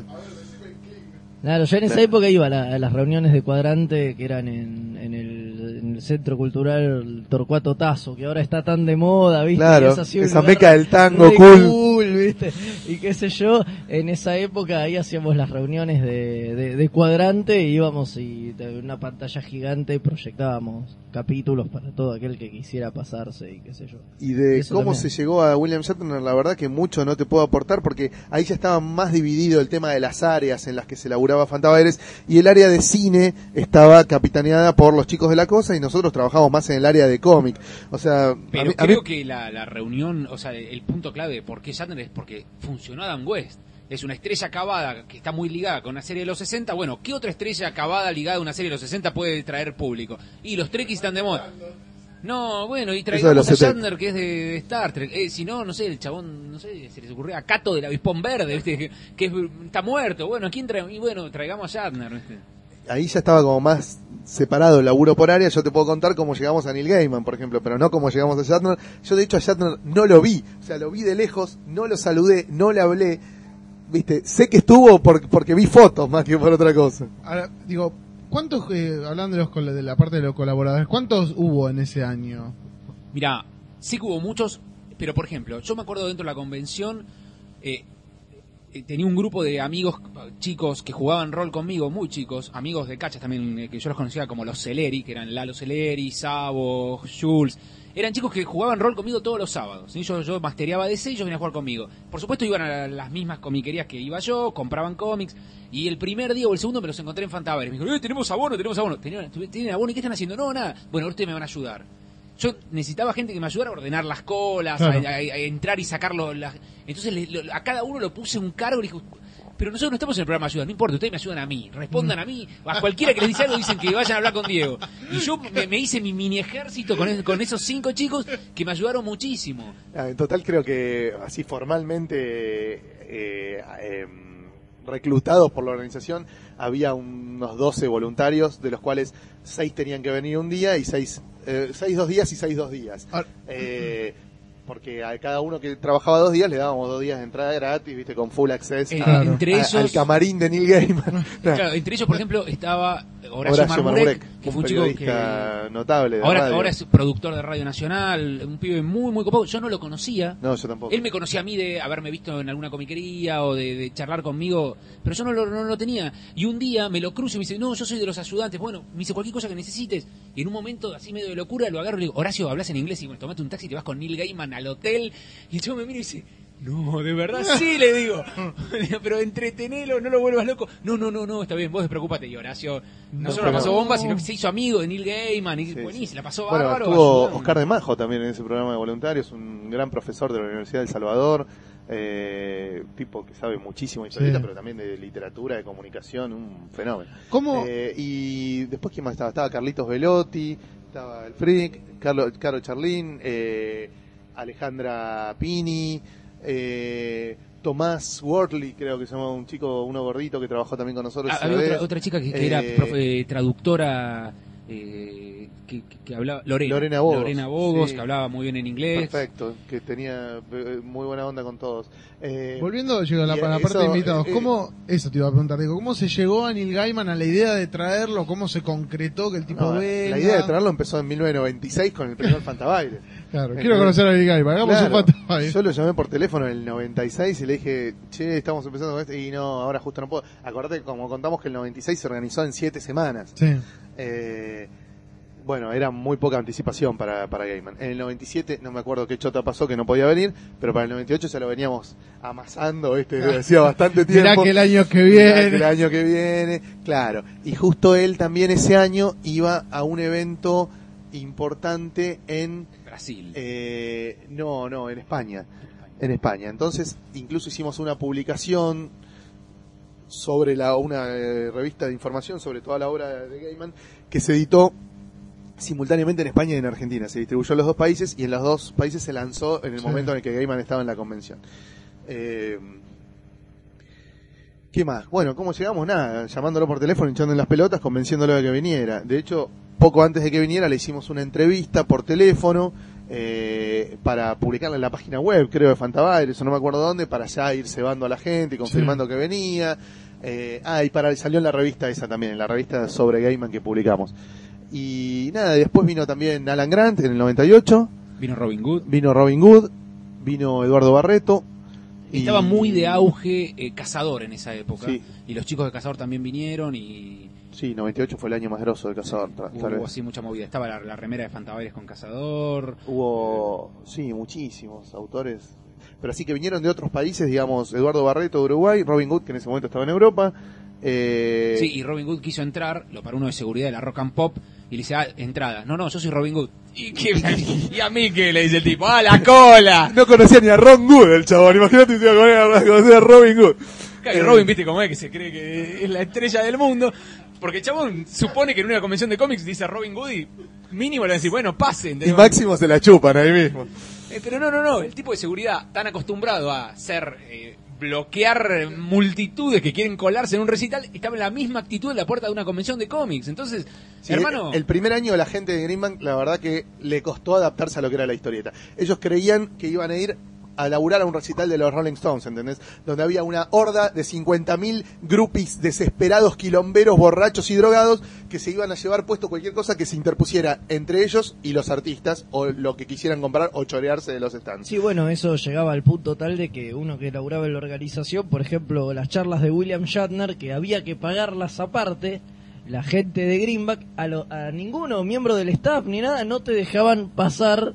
Claro, yo en esa Claro. época iba a, la- a las reuniones de cuadrante que eran en, en, el, en el Centro Cultural Torcuato Tazo, que ahora está tan de moda, ¿viste? Claro, Que es así un esa lugar meca del tango, re cool. ¿viste? Y qué sé yo, en esa época ahí hacíamos las reuniones de, de, de cuadrante y íbamos y de una pantalla gigante proyectábamos capítulos para todo aquel que quisiera pasarse y qué sé yo. Y de Eso cómo también. se llegó a William Shatner, la verdad que mucho no te puedo aportar, porque ahí ya estaba más dividido el tema de las áreas en las que se laburaba Fantabaires, y el área de cine estaba capitaneada por los chicos de la cosa, y nosotros trabajamos más en el área de cómic. O sea, Pero a mí- a creo mí- que la, la reunión, o sea, el punto clave de por qué Shatner es porque funcionó Adam West. Es una estrella acabada que está muy ligada con una serie de los sesenta. Bueno, ¿qué otra estrella acabada ligada a una serie de los sesenta puede traer público? Y los Trekkies están de moda. No, bueno, y Eso de traigamos los a setenta. Shatner, que es de, de Star Trek. Eh, si no, no sé, el chabón, no sé, se les ocurrió a Cato del Avispón Verde, ¿viste? Que, que es- está muerto. Bueno, ¿a quién trae? Y bueno, traigamos a Shatner, ¿viste? ahí ya estaba como más separado el laburo por área. Yo te puedo contar cómo llegamos a Neil Gaiman, por ejemplo, pero no cómo llegamos a Shatner. Yo de hecho a Shatner no lo vi, o sea, lo vi de lejos, no lo saludé, no le hablé, viste, sé que estuvo por- porque vi fotos más que por otra cosa. Ahora, digo, ¿cuántos, eh, hablando de, los, col- de la parte de los colaboradores, cuántos hubo en ese año? Mirá, sí que hubo muchos, pero por ejemplo, yo me acuerdo dentro de la convención, eh, eh, tenía un grupo de amigos chicos que jugaban rol conmigo, muy chicos, amigos de cachas también, eh, que yo los conocía como los Celeri, que eran Lalo Celeri, Sabo, Jules. Eran chicos que jugaban rol conmigo todos los sábados. ¿sí? Yo, yo mastereaba D C y ellos venían a jugar conmigo. Por supuesto iban a las mismas comiquerías que iba yo, compraban cómics. Y el primer día o el segundo me los encontré en Fantabaires. Me dijeron, eh, tenemos abono, tenemos abono. ¿Tienen, ¿Tienen abono? ¿Y qué están haciendo? No, nada. Bueno, ahora ustedes me van a ayudar. Yo necesitaba gente que me ayudara a ordenar las colas, Claro. a, a- a entrar y sacarlo. las- Entonces le- lo- a cada uno lo puse un cargo y le dije, pero nosotros no estamos en el programa de ayuda, no importa, ustedes me ayudan a mí, respondan a mí, a cualquiera que les dice algo dicen que vayan a hablar con Diego. Y yo me, me hice mi mini ejército con, es- con esos cinco chicos que me ayudaron muchísimo. Ah, en total creo que así formalmente eh, eh, reclutados por la organización había unos doce voluntarios, de los cuales seis tenían que venir un día y seis, eh, seis dos días y seis dos días. Ah. Eh, porque a cada uno que trabajaba dos días le dábamos dos días de entrada gratis, viste, con full access Eh, a- entre a- esos- al camarín de Neil Gaiman. Claro, entre ellos, por ejemplo, estaba Horacio, Horacio Marmurek, Marmurek, que un fue un chico que periodista notable de ahora, radio. ahora es productor de Radio Nacional, un pibe muy, muy copado. Yo no lo conocía. No, yo tampoco. Él me conocía a mí de haberme visto en alguna comiquería o de, de charlar conmigo, pero yo no lo, no lo tenía. Y un día me lo cruzo y me dice, no, yo soy de los ayudantes. Bueno, me dice cualquier cosa que necesites. Y en un momento así medio de locura lo agarro y le digo, Horacio, hablas en inglés y bueno, tomate un taxi y te vas con Neil Gaiman al hotel. Y el chico me mira y dice, no, de verdad sí, le digo. Pero entretenelo, no lo vuelvas loco. No, no, no, no, está bien, vos despreocupate. Y Horacio no, No, solo pero- la pasó bomba, sino que se hizo amigo de Neil Gaiman. Y Sí, buenísimo, sí. la pasó Bueno, bárbaro. estuvo ayudando. Oscar de Majo también en ese programa de voluntarios, un gran profesor de la Universidad del Salvador, eh, tipo que sabe muchísimo de historieta, Sí. pero también de literatura, de comunicación, un fenómeno. ¿Cómo? Eh, y después, ¿quién más estaba? Estaba Carlitos Velotti, estaba el Freak, Carlo, Caro Charlín, eh, Alejandra Pini, eh, Tomás Wortley, creo que se llama un chico, uno gordito que trabajó también con nosotros. Ah, había otra, otra chica que, que eh, era profe, traductora, eh, que, que, que hablaba, Lorena, Lorena Bogos, Lorena Bogos sí. que hablaba muy bien en inglés. Perfecto, que tenía eh, muy buena onda con todos. Eh, Volviendo llegó a la, y, a la eh, parte eso, de invitados, eh, ¿cómo, eso te iba a preguntar, digo, ¿cómo se llegó a Neil Gaiman a la idea de traerlo? ¿Cómo se concretó que el tipo no, venga? la idea de traerlo empezó en mil novecientos noventa y seis con el primer Fantabaile. Claro, Eh, quiero conocer a Neil Gaiman, hagamos claro, un Fantabaile. Yo lo llamé por teléfono en el noventa y seis y le dije, che, estamos empezando con esto, y no, ahora justo no puedo. Acordate, como contamos que el noventa y seis se organizó en siete semanas. Sí. Eh, bueno, era muy poca anticipación para, para Gaiman. En el noventa y siete, no me acuerdo qué chota pasó que no podía venir, pero para el noventa y ocho ya lo veníamos amasando, este, desde hacía bastante tiempo. Mirá que el año que Mirá viene. que el año que viene, claro. Y justo él también ese año iba a un evento importante en Brasil. Eh, no, no, en España. En España. Entonces, incluso hicimos una publicación sobre la una eh, revista de información sobre toda la obra de Gaiman que se editó simultáneamente en España y en Argentina. Se distribuyó en los dos países y en los dos países se lanzó en el Sí. momento en el que Gaiman estaba en la convención. Eh, ¿Qué más? Bueno, ¿cómo llegamos? Nada, llamándolo por teléfono, hinchando en las pelotas, convenciéndolo de que viniera. De hecho, poco antes de que viniera le hicimos una entrevista por teléfono eh, para publicarla en la página web, creo, de Fantabaires, o no me acuerdo dónde, para ya ir cebando a la gente y confirmando Sí. que venía. Eh, ah, y para salió en la revista esa también, en la revista sobre Gaiman que publicamos. Y nada, después vino también Alan Grant en el noventa y ocho, Vino Robin Hood. vino Robin Hood, vino Eduardo Barreto. y- Estaba muy de auge eh, Cazador en esa época. Sí. Y los chicos de Cazador también vinieron y Sí, noventa y ocho fue el año más grosso de Cazador, tal tal hubo vez. así mucha movida. Estaba la, la remera de Fantabaires con Cazador. Hubo, sí, muchísimos autores. Pero así que vinieron de otros países, digamos, Eduardo Barreto de Uruguay, Robin Hood, que en ese momento estaba en Europa. Eh, Sí, y Robin Hood quiso entrar, lo paró uno de seguridad de la Rock and Pop y le dice, ah, entrada. No, no, yo soy Robin Hood. ¿Y, qué, y a mí qué? Le dice el tipo, ¡ah, la cola! No conocía ni a Ron Good el chabón, imagínate si iba a conocer a Robin Hood. Y Robin, viste cómo es, que se cree que es la estrella del mundo. Porque el chabón supone que en una convención de cómics dice Robin Hood y mínimo le va a decir, bueno, pasen. Y Máximo se la chupan ahí mismo. Eh, pero no, no, no, el tipo de seguridad tan acostumbrado a ser, eh, bloquear multitudes que quieren colarse en un recital, estaba en la misma actitud en la puerta de una convención de cómics. Entonces, Sí, hermano... el, el primer año la gente de Greenbank, la verdad que le costó adaptarse a lo que era la historieta. Ellos creían que iban a ir a laburar a un recital de los Rolling Stones, ¿entendés? Donde había una horda de cincuenta mil groupies desesperados, quilomberos, borrachos y drogados que se iban a llevar puesto cualquier cosa que se interpusiera entre ellos y los artistas o lo que quisieran comprar o chorearse de los stands. Sí, bueno, eso llegaba al punto tal de que uno que laburaba en la organización, por ejemplo, las charlas de William Shatner, que había que pagarlas aparte, la gente de Greenback, a, lo, a ninguno miembro del staff ni nada, no te dejaban pasar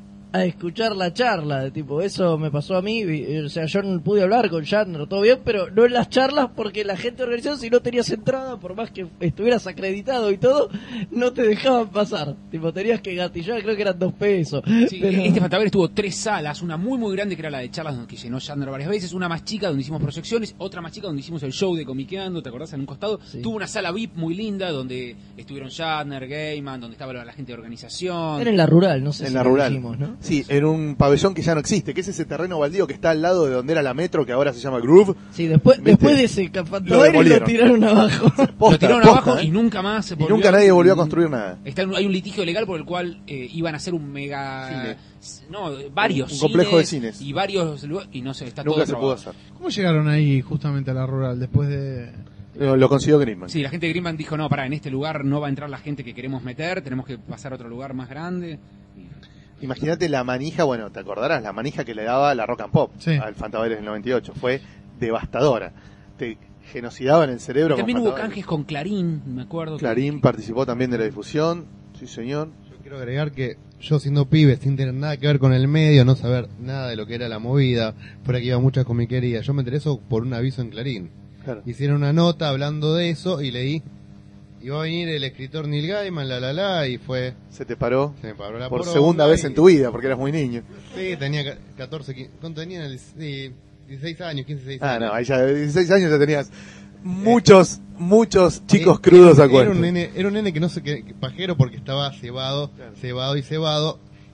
a escuchar la charla, de tipo, eso me pasó a mí, y, o sea, yo no pude hablar con Shatner, todo bien, pero no en las charlas porque la gente organizada, si no tenías entrada, por más que estuvieras acreditado y todo, no te dejaban pasar, tipo, tenías que gatillar, creo que eran dos pesos. Sí, pero- Este Fantabaires tuvo tres salas, una muy muy grande que era la de charlas donde que llenó Shatner varias veces, una más chica donde hicimos proyecciones, otra más chica donde hicimos el show de Comiqueando, ¿te acordás? En un costado. Sí. Tuvo una sala V I P muy linda donde estuvieron Shatner, Gaiman, donde estaba la gente de organización. Era en la rural, no sé En si la lo rural. dijimos, ¿no? Sí, en un pabellón que ya no existe, que es ese terreno baldío que está al lado de donde era la metro, que ahora se llama Groove. Sí, después, ¿Viste? después de ese Lo Fantabaires lo, demolieron. tiraron abajo. Lo Posta, tiraron posta, abajo ¿eh? y nunca más se Y volvió. nunca nadie volvió a construir nada. Está en- hay un litigio legal por el cual eh, iban a hacer un mega... No, varios Un complejo de cines. Y varios lugares, y no sé, está Nunca todo se trabado. pudo hacer. ¿Cómo llegaron ahí justamente a la rural después de...? Lo, lo consiguió Greenbank. Sí, la gente de Greenbank dijo, no, pará, en este lugar no va a entrar la gente que queremos meter, tenemos que pasar a otro lugar más grande. Imagínate la manija, bueno, te acordarás, la manija que le daba la Rock and Pop Sí. al Fantabaires del noventa y ocho. Fue devastadora. Te genocidaban el cerebro. También con hubo Fantabaires. canjes con Clarín, me acuerdo. que- Clarín participó también de la difusión. Sí, señor. Yo quiero agregar que yo siendo pibe, sin tener nada que ver con el medio, no saber nada de lo que era la movida, por aquí iba muchas comiquerías, yo me enteré eso por un aviso en Clarín. Claro. Hicieron una nota hablando de eso y leí, iba a venir el escritor Neil Gaiman, la la la, y fue, Se te paró se me paró la por poronga segunda vez y- en tu vida, porque eras muy niño. Sí, tenía ca- catorce, quince, ¿cuánto tenía? Sí, dieciséis años, quince, dieciséis Ah, años. no, ahí ya de dieciséis años ya tenías muchos, muchos chicos Eh, crudos era, a cuento. Era un nene, era un nene que no sé qué, que pajero porque estaba cebado, Claro. cebado y cebado.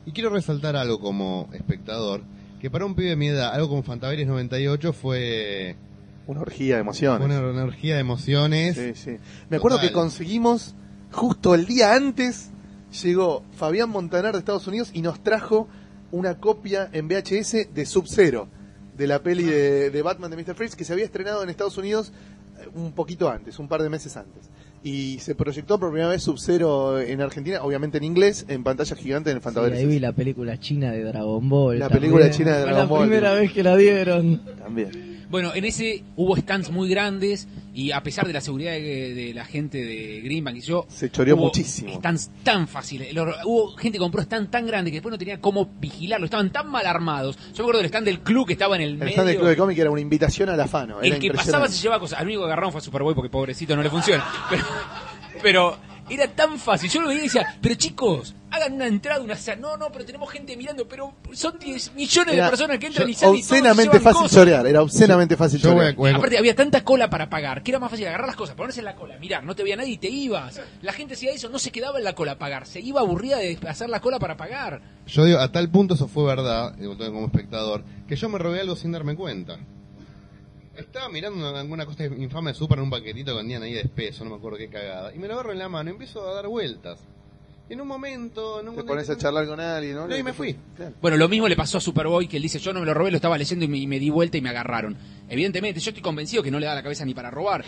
Y quiero resaltar algo como espectador, que para un pibe de mi edad, algo como Fantaveres noventa y ocho fue... Una orgía de emociones. Una, una orgía de emociones. Sí, sí. Me acuerdo Total. que conseguimos, justo el día antes, llegó Fabián Montaner de Estados Unidos y nos trajo una copia en V H S de Sub-Zero, de la peli de, de Batman de mister Freeze, que se había estrenado en Estados Unidos un poquito antes, un par de meses antes. Y se proyectó por primera vez Sub-Zero en Argentina, obviamente en inglés, en pantalla gigante en el Sí, Fantaveres. ahí vi la película china de Dragon Ball. La también. película china de Dragon Fue Ball. la primera vez que la dieron. También. Bueno, en ese hubo stands muy grandes y a pesar de la seguridad de, de la gente de Greenbank y yo... Se choreó hubo muchísimo. Stands tan fáciles. Lo- hubo gente que compró stands tan grandes que después no tenía cómo vigilarlo. Estaban tan mal armados. Yo me acuerdo del stand del club que estaba en el, El medio. stand del Club de Cómic era una invitación al afano. Era El que pasaba impresionante. se llevaba cosas. Al único que agarraron fue a Superboy porque pobrecito no le funciona. Pero, pero era tan fácil. Yo lo veía y decía, pero chicos, hagan una entrada, una... No, no, pero tenemos gente mirando. Pero son diez millones Era de personas que entran yo- y salen y todos obscenamente llevan fácil cosas. chorear, era obscenamente fácil Yo voy chorear. a- voy a- Aparte había tanta cola para pagar que era más fácil agarrar las cosas, ponerse en la cola, mirar, no te veía nadie y te ibas. La gente hacía eso, no se quedaba en la cola a pagar, se iba aburrida de hacer la cola para pagar. Yo digo, a tal punto eso fue verdad, digo, como espectador, que yo me robé algo sin darme cuenta. Estaba mirando una- alguna cosa infame de Super en un paquetito que vendían ahí de espeso, no me acuerdo qué cagada, y me lo agarro en la mano y empiezo a dar vueltas. Y en un momento... En un Te pones a charlar con alguien, ¿no? No, y me fui. Claro. Bueno, lo mismo le pasó a Superboy, que él dice, yo no me lo robé, lo estaba leyendo y me, y me di vuelta y me agarraron. Evidentemente, yo estoy convencido que no le da la cabeza ni para robar.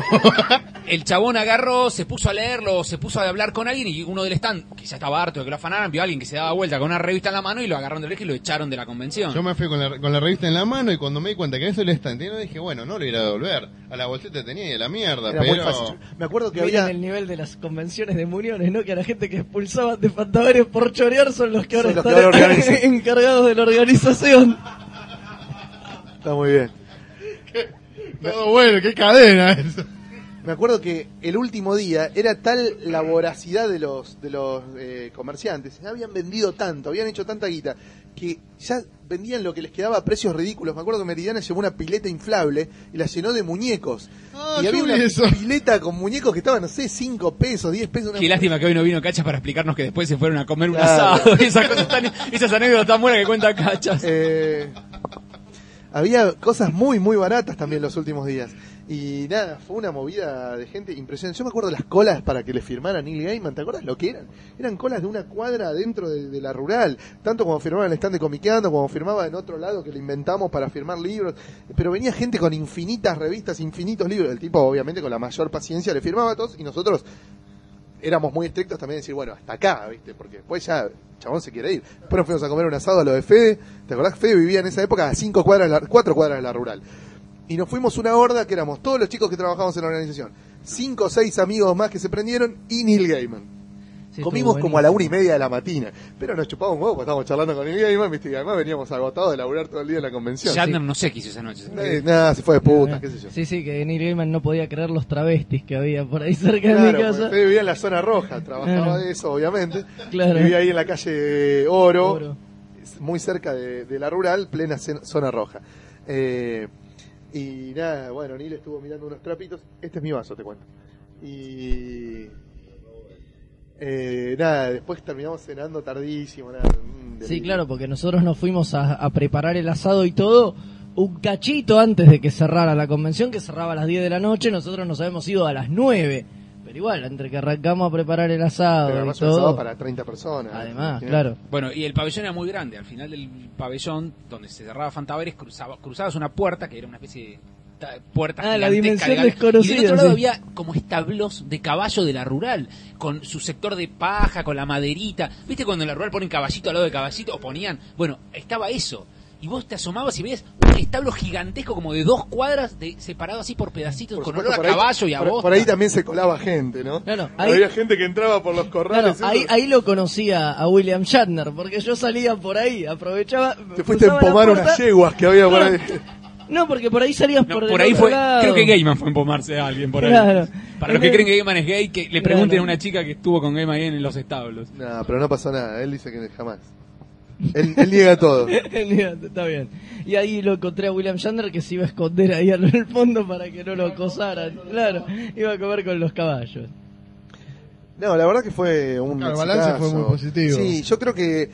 El chabón agarró, se puso a leerlo, se puso a hablar con alguien y uno del stand, que ya estaba harto de que lo afanaran, vio a alguien que se daba vuelta con una revista en la mano y lo agarraron del eje y lo echaron de la convención. Yo me fui con la, con la revista en la mano y cuando me di cuenta que eso le estaba entendiendo dije, bueno, no lo iré a devolver. A la bolseta tenía y a la mierda, Era pero... muy fácil. Me acuerdo que Miren había... el nivel de las convenciones de Muniones, ¿no? Que a la gente que expulsaban de Fantaveres por chorear son los que ahora Son los que están ahora organizan. encargados de la organización. Está muy bien. Todo bueno, qué cadena eso. Me acuerdo que el último día era tal la voracidad de los de los eh, comerciantes, habían vendido tanto, habían hecho tanta guita, que ya vendían lo que les quedaba a precios ridículos. Me acuerdo que Meridiana llevó una pileta inflable y la llenó de muñecos. Ah, y había yo vi una eso. pileta con muñecos que estaban, no sé, cinco pesos, diez pesos. Una... Qué lástima que hoy no vino Cachas para explicarnos que después se fueron a comer un Claro. asado. Esas, cosas tan, esas anécdotas tan buenas que cuenta Cachas. Eh, había cosas muy, muy baratas también los últimos días. Y nada, fue una movida de gente impresionante. Yo me acuerdo de las colas para que le firmaran Neil Gaiman. ¿Te acuerdas lo que eran? Eran colas de una cuadra dentro de, de la rural. Tanto como firmaba en el stand de Comiqueando, como firmaba en otro lado que le inventamos para firmar libros. Pero venía gente con infinitas revistas, infinitos libros. El tipo, obviamente, con la mayor paciencia le firmaba a todos. Y nosotros éramos muy estrictos también de decir, bueno, hasta acá, ¿viste? Porque después ya el chabón se quiere ir. Después nos fuimos a comer un asado a lo de Fede. ¿Te acordás que Fede vivía en esa época a cinco cuadras, de la, cuatro cuadras de la rural? Y nos fuimos una horda que éramos todos los chicos que trabajábamos en la organización. Cinco o seis amigos más que se prendieron y Neil Gaiman. Sí, Comimos estuvo como a la una buenísimo. y media de la mañana. Pero nos chupamos un huevo porque estábamos charlando con Neil Gaiman, ¿viste? Y además veníamos agotados de laburar todo el día en la convención. Shatner no sé qué hizo esa noche. Eh, nada, se fue de puta, qué sé yo. Sí, sí, que Neil Gaiman no podía creer los travestis que había por ahí cerca de Claro, mi casa. porque Fede vivía en la zona roja, trabajaba Claro. de eso, obviamente. Claro. Vivía ahí en la calle Oro, Oro. muy cerca de, de la rural, plena ce- zona roja. Eh, y nada, bueno, Neil estuvo mirando unos trapitos. Este es mi vaso, te cuento. Y eh, nada, después terminamos cenando tardísimo. Nada, un Sí, delirio. claro, porque nosotros nos fuimos a, a preparar el asado y todo un cachito antes de que cerrara la convención, que cerraba a las diez de la noche. Nosotros nos habíamos ido a las nueve. Pero igual, entre que arrancamos a preparar el asado Pero y además un todo... asado para treinta personas. Además, ¿sí? claro. Bueno, y el pabellón era muy grande. Al final del pabellón, donde se cerraba Fantaveres, cruzaba, cruzabas una puerta que era una especie de ta- puerta Ah, la gigantesca dimensión de gal- desconocida, Y del otro lado sí. había como establos de caballo de la rural, con su sector de paja, con la maderita. ¿Viste cuando en la rural ponen caballito al lado de caballito? O ponían... Bueno, estaba eso. Y vos te asomabas y veías un establo gigantesco como de dos cuadras de, separado así por pedacitos, Por con supuesto, olor a por ahí- caballo y a por, bosta. por ahí también se colaba gente, ¿no? Claro, ahí- Había gente que entraba por los Claro, corrales. ahí, eso. ahí lo conocía a William Shatner, porque yo salía por ahí, aprovechaba... Te fuiste a cruzaba la empomar puerta- unas yeguas que había por ahí. No, porque por ahí salías No, por, por el ahí otro fue, lado. creo que Gaiman fue a empomarse a alguien por ahí. Claro. Para los que creen que Gaiman es gay, que le Claro. pregunten a una chica que estuvo con Gaiman en los establos. No, pero no pasó nada. Él dice que jamás. Él, él niega todo. Está bien. Y ahí lo encontré a William Shatner que se iba a esconder ahí en el fondo para que no lo acosaran. Claro, iba a comer con los caballos. No, la verdad que fue un Claro, el balance exitazo. fue muy positivo. Sí, yo creo que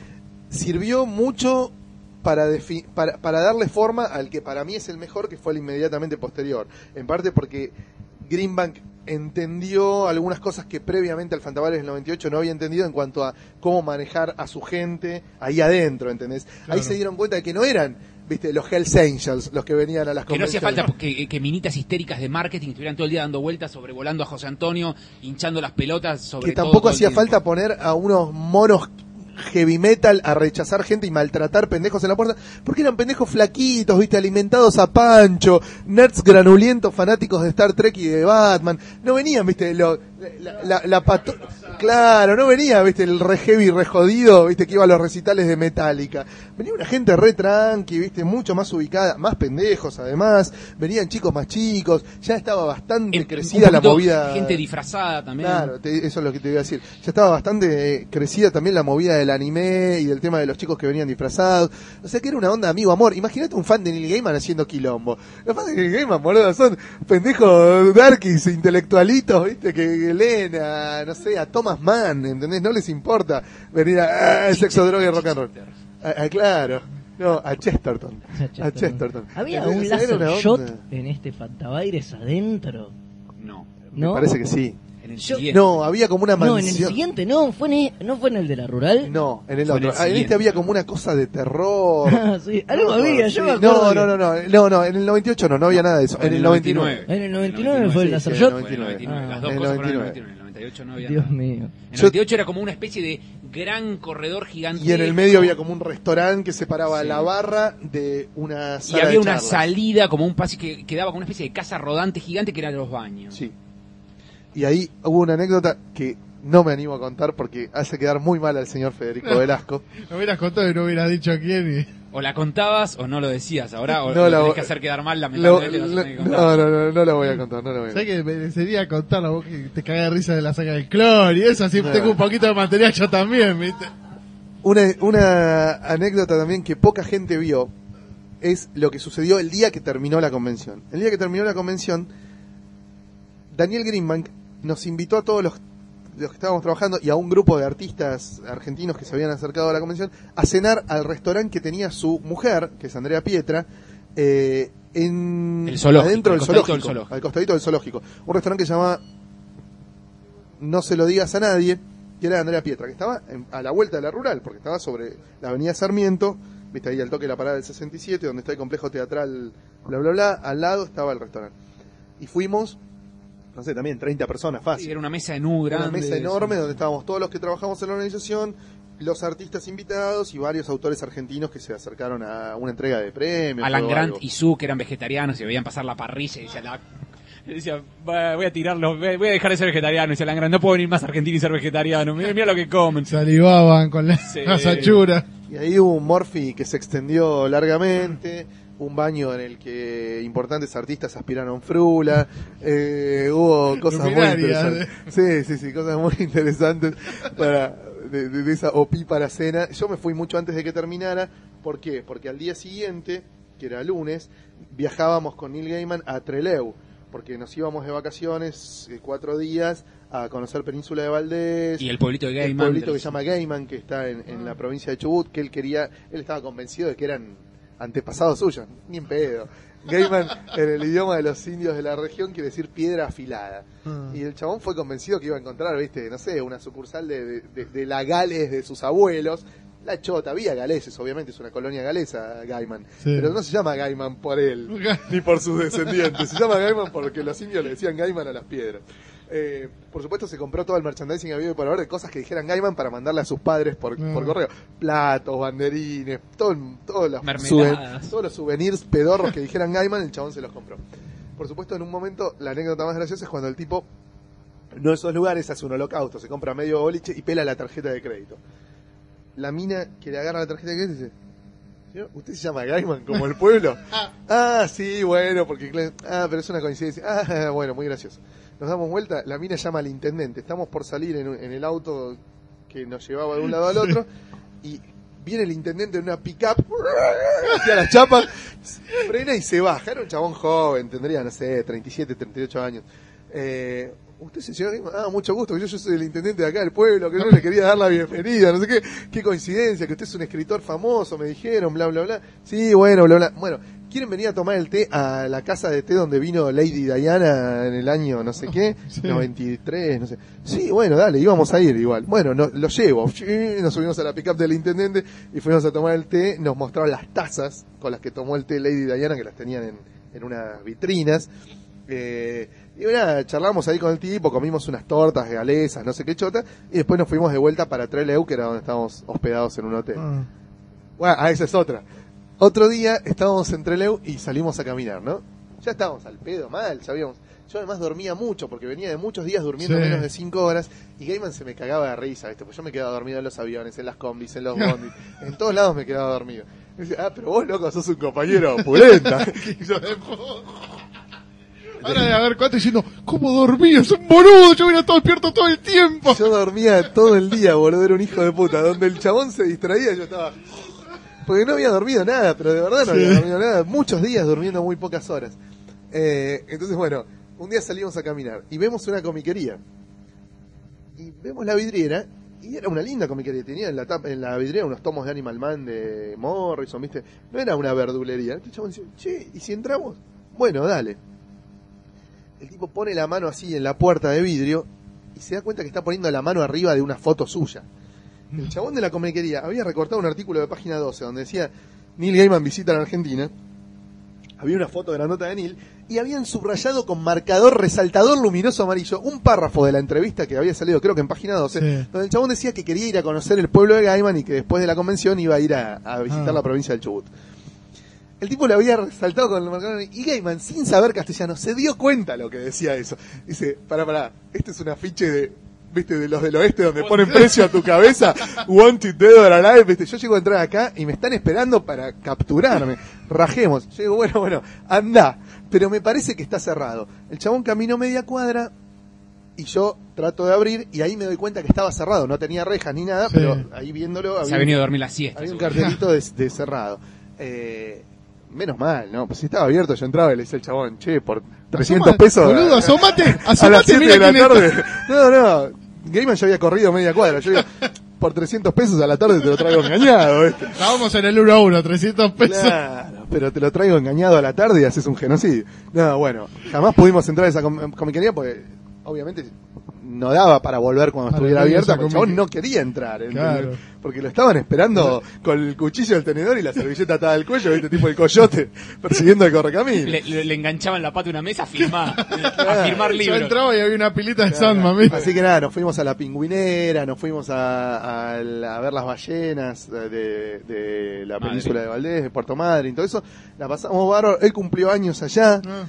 sirvió mucho para, defi- para, para darle forma al que para mí es el mejor, que fue el inmediatamente posterior. En parte porque Greenbank entendió algunas cosas que previamente al Fantabares del noventa y ocho no había entendido en cuanto a cómo manejar a su gente ahí adentro, ¿entendés? Claro. Ahí se dieron cuenta de que no eran, viste, los Hells Angels los que venían a las que no hacía convenciones. falta que, que minitas histéricas de marketing estuvieran todo el día dando vueltas, sobrevolando a José Antonio, hinchando las pelotas sobre que todo, tampoco todo el hacía tiempo. falta poner a unos monos heavy metal a rechazar gente y maltratar pendejos en la puerta, porque eran pendejos flaquitos, viste, alimentados a pancho, nerds granulientos, fanáticos de Star Trek y de Batman. No venían, viste, lo, la, la, la pato... Claro, no venía, viste, el re heavy, re jodido, viste, que iba a los recitales de Metallica. Venía una gente re tranqui, viste, mucho más ubicada, más pendejos además, venían chicos más chicos, ya estaba bastante En- crecida un la poquito movida. gente disfrazada también. Claro, te- eso es lo que te iba a decir. Ya estaba bastante eh, crecida también la movida del anime y del tema de los chicos que venían disfrazados. O sea que era una onda amigo-amor. Imagínate un fan de Neil Gaiman haciendo quilombo. Los fans de Neil Gaiman, boludo, son pendejos darkies, intelectualitos, viste, que, que leen a, no sé, a Thomas Mann, ¿entendés? No les importa venir a, a sexo, droga y rock and roll. A- a- claro. No, a Chesterton. A Chesterton. ¿Había Entonces, un era láser una onda. shot en este Fantabaires adentro? No. Me ¿No? parece que sí. En el Yo- siguiente. No, había como una No, en el mansión. siguiente no, fue en el, no fue en el de la rural. No, en el Fue en otro. el Ah, en este siguiente. había como una cosa de terror. Ah, sí, algo No, había, sí. yo me acuerdo. No, que- no, no, no, no, no, en el noventa y ocho no, no había nada de eso. En el noventa y nueve. En el noventa y nueve fue el sí, láser sí, shot. en el Fue en el noventa y nueve. Ah. Las dos En el cosas fueron en el noventa y noventa y nueve. En el noventa y ocho no había Dios nada. mío. En el noventa y ocho era como una especie de gran corredor gigante. Y en el medio había como un restaurante que separaba la barra de una Y sala había de una charlas. salida, como un pase que quedaba como una especie de casa rodante gigante que eran los baños. Sí. Y ahí hubo una anécdota que no me animo a contar porque hace quedar muy mal al señor Federico Velasco. No hubieras contado y no hubieras dicho a quién. Y... O la contabas o no lo decías. Ahora o No lo la tenés voy- que hacer quedar mal, Lo- lamentablemente. lo lo- vas a tener que contar. no, no, no, no la voy a contar, no la voy a ¿Sabes contar. que merecería contarlo vos que te cagás de risa de la saga del clon y eso? Así No. tengo un poquito de material yo también, ¿viste? Una, una anécdota también que poca gente vio es lo que sucedió el día que terminó la convención. El día que terminó la convención, Daniel Greenbank nos invitó a todos los, los que estábamos trabajando y a un grupo de artistas argentinos que se habían acercado a la convención a cenar al restaurante que tenía su mujer, que es Andrea Pietra, eh, en El zoológico, adentro al del costadito zoológico, del zoológico. al costadito del zoológico. Un restaurante que se llama No se lo digas a nadie, que era de Andrea Pietra, que estaba en- a la vuelta de la rural, porque estaba sobre la avenida Sarmiento, viste ahí al toque de la parada del sesenta y siete, donde está el complejo teatral, bla, bla, bla, al lado estaba el restaurante. Y fuimos, no sé, también treinta personas, fácil. Sí, era una mesa en U grande. Una mesa enorme sí. donde estábamos todos los que trabajamos en la organización, los artistas invitados y varios autores argentinos que se acercaron a una entrega de premios. Alan o Grant algo. y Sue, que eran vegetarianos y veían pasar la parrilla y decían, "La-". Y decía, "Va, voy a tirarlo, voy voy a dejar de ser vegetariano". Y decía Alan Grant, no puedo venir más a Argentina y ser vegetariano, mira, mira lo que comen. Salivaban con la Sí. las achuras. Y ahí hubo un Morphy que se extendió largamente, un baño en el que importantes artistas aspiraron frula, eh, hubo cosas muy Luminarias, interesantes. Sí, sí, sí, cosas muy interesantes para de, de- de esa opípara cena. Yo me fui mucho antes de que terminara. ¿Por qué? Porque al día siguiente, que era lunes, viajábamos con Neil Gaiman a Trelew, porque nos íbamos de vacaciones eh, cuatro días a conocer Península de Valdés. Y el pueblito de El Gaiman. pueblito que se llama Gaiman, que está en, en la provincia de Chubut, que él quería, él estaba convencido de que eran antepasados suyos, ni en pedo. Gaiman, en el idioma de los indios de la región, quiere decir piedra afilada. Y el chabón fue convencido que iba a encontrar, viste, no sé, una sucursal de, de, de- de la Gales de sus abuelos. La chota, había galeses, obviamente es una colonia galesa, Gaiman. Sí. Pero no se llama Gaiman por él, ni por sus descendientes. Se llama Gaiman porque los indios le decían Gaiman a las piedras. Eh, por supuesto se compró todo el merchandising habido y por haber de cosas que dijeran Gaiman para mandarle a sus padres por, Mm. por correo. Platos, banderines, todo, todos, los Mermeladas. suven- todos los souvenirs pedorros que dijeran Gaiman, el chabón se los compró. Por supuesto, en un momento, la anécdota más graciosa es cuando el tipo, no en esos lugares, hace un holocausto, se compra medio boliche y pela la tarjeta de crédito. La mina que le agarra la tarjeta de crédito dice: "Señor, ¿usted se llama Gaiman como el pueblo?" Ah, sí, bueno, porque... cl- Ah, pero es una coincidencia. Ah, bueno, muy gracioso. Nos damos vuelta, la mina llama al intendente. Estamos por salir en, un- en el auto que nos llevaba de un lado al otro y viene el intendente en una pick-up hacia las chapas, frena y se baja. Era un chabón joven, tendría, no sé, treinta y siete, treinta y ocho años. Eh, ¿usted es el señor Gaiman? Ah, mucho gusto, yo, yo soy el intendente de acá del pueblo, que yo le quería dar la bienvenida, no sé qué, qué coincidencia, que usted es un escritor famoso, me dijeron, bla, bla, bla. Sí, bueno, bla, bla. Bueno, ¿quieren venir a tomar el té a la casa de té donde vino Lady Diana en el año no sé qué? Sí. noventa y tres, no sé. Sí, bueno, dale, íbamos a ir igual. Bueno, no, lo llevo. Nos subimos a la pick-up del intendente y fuimos a tomar el té. Nos mostraron las tazas con las que tomó el té Lady Diana, que las tenían en, en unas vitrinas. Eh, y nada, charlamos ahí con el tipo, comimos unas tortas galesas, no sé qué chota, y después nos fuimos de vuelta para Trelew, que era donde estábamos hospedados en un hotel. Ah. Bueno, ah, esa es otra. Otro día estábamos en Trelew y salimos a caminar, ¿no? Ya estábamos al pedo, mal, sabíamos. Yo además dormía mucho, porque venía de muchos días durmiendo sí. menos de cinco horas, y Gaiman se me cagaba de risa, ¿viste? Pues yo me quedaba dormido en los aviones, en las combis, en los bondis, en todos lados me quedaba dormido. Y decía, ah, pero vos, loco, sos un compañero pulenta. Y yo, ahora de haber cuánto diciendo, ¿cómo dormía? Es un boludo, yo venía todo despierto todo el tiempo. Yo dormía todo el día, boludo, era un hijo de puta. Donde el chabón se distraía, yo estaba... Porque no había dormido nada, pero de verdad no sí. había dormido nada. Muchos días durmiendo muy pocas horas. Eh, entonces, bueno, un día salimos a caminar y vemos una comiquería. Y vemos la vidriera, y era una linda comiquería. Tenía en la, tapa, en la vidriera unos tomos de Animal Man de Morrison, ¿viste? No era una verdulería. Este chabón decía, che, ¿y si entramos? Bueno, dale. El tipo pone la mano así en la puerta de vidrio y se da cuenta que está poniendo la mano arriba de una foto suya. El chabón de la comiquería había recortado un artículo de página doce donde decía Neil Gaiman visita la Argentina. Había una foto grandota de Neil y habían subrayado con marcador resaltador luminoso amarillo un párrafo de la entrevista que había salido creo que en página doce, sí. donde el chabón decía que quería ir a conocer el pueblo de Gaiman y que después de la convención iba a ir a, a visitar ah. la provincia del Chubut. El tipo le había resaltado con el marcador y Gaiman, sin saber castellano, se dio cuenta lo que decía eso. Dice, pará, pará, este es un afiche de, viste, de los del oeste donde ponen precio a tu cabeza, Wanted Dead or Alive, viste, yo llego a entrar acá y me están esperando para capturarme, rajemos. Yo digo, bueno, bueno, anda, pero me parece que está cerrado. El chabón caminó media cuadra y yo trato de abrir y ahí me doy cuenta que estaba cerrado, no tenía rejas ni nada, sí. pero ahí viéndolo... Se había, ha venido a dormir la siesta. Había un cartelito de, de cerrado. Eh... Menos mal, ¿no? Pues si estaba abierto yo entraba y le decía al chabón, che, por trescientos pesos... Boludo, asomate, asomate, a las siete de la tarde. No, no, Gaiman ya había corrido media cuadra. Yo digo, por trescientos pesos a la tarde te lo traigo engañado, ¿viste? Estábamos en el uno a uno, trescientos pesos. Claro, pero te lo traigo engañado a la tarde y haces un genocidio. No, bueno, jamás pudimos entrar a esa com- comiquería porque, obviamente... no daba para volver cuando para estuviera abierta, porque el chabón no quería entrar, claro. porque lo estaban esperando con el cuchillo, el tenedor y la servilleta atada al cuello, ¿viste? Tipo el coyote persiguiendo el correcamino. Le, le, le enganchaban la pata de una mesa a firmar, claro. a firmar libros. Yo entraba y había una pilita de claro. Sandman, ¿viste? Así que nada, nos fuimos a la Pingüinera, nos fuimos a, a, a ver las ballenas de, de la Madre. península de Valdés, de Puerto Madryn, todo eso. La pasamos bárbaro, él cumplió años allá. Ah.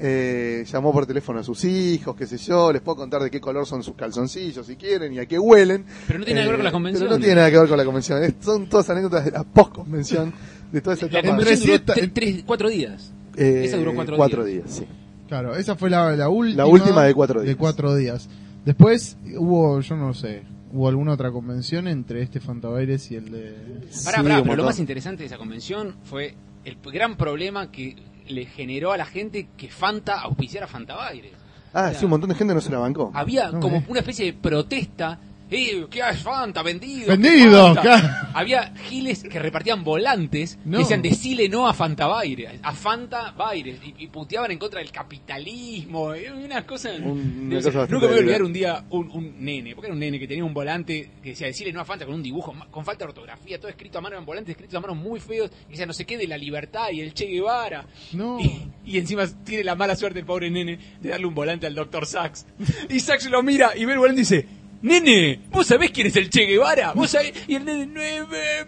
Eh, llamó por teléfono a sus hijos, qué sé yo, les puedo contar de qué color son sus calzoncillos si quieren y a qué huelen. Pero no tiene eh, nada que ver con la convención. Pero no tiene nada que ver con la convención, es, son todas anécdotas de la post-convención, de toda esa etapa. La convención duró t- tres, cuatro días. Eh, esa duró cuatro, cuatro días. días, sí. Claro, esa fue la, la última. La última de cuatro días. De cuatro días. Después hubo, yo no sé, ¿hubo alguna otra convención entre este Fantabaires y el de...? Pará, sí, pará, pero lo más interesante de esa convención fue el gran problema que le generó a la gente que Fanta auspiciara Fantabaires. Ah, o sea, sí, un montón de gente no se la bancó. Había no, como eh. una especie de protesta. ¡Eh, qué hay Fanta, vendido! ¡Vendido! Claro. Había giles que repartían volantes no. que decían decile no a Fantabaires, a Fantabaires, y, y puteaban en contra del capitalismo, unas cosas... Un, no una sé, cosa nunca me voy a olvidar un día un, un nene, porque era un nene que tenía un volante que decía decile no a Fanta con un dibujo, con falta de ortografía, todo escrito a mano, en volantes escritos a mano muy feos, y decía no sé qué de la libertad y el Che Guevara. No. Y, y encima tiene la mala suerte el pobre nene de darle un volante al doctor Sachs. Y Sachs lo mira y ve el volante y dice... Nene, ¿vos sabés quién es el Che Guevara? ¿Vos sabés? Y el nene, nueve,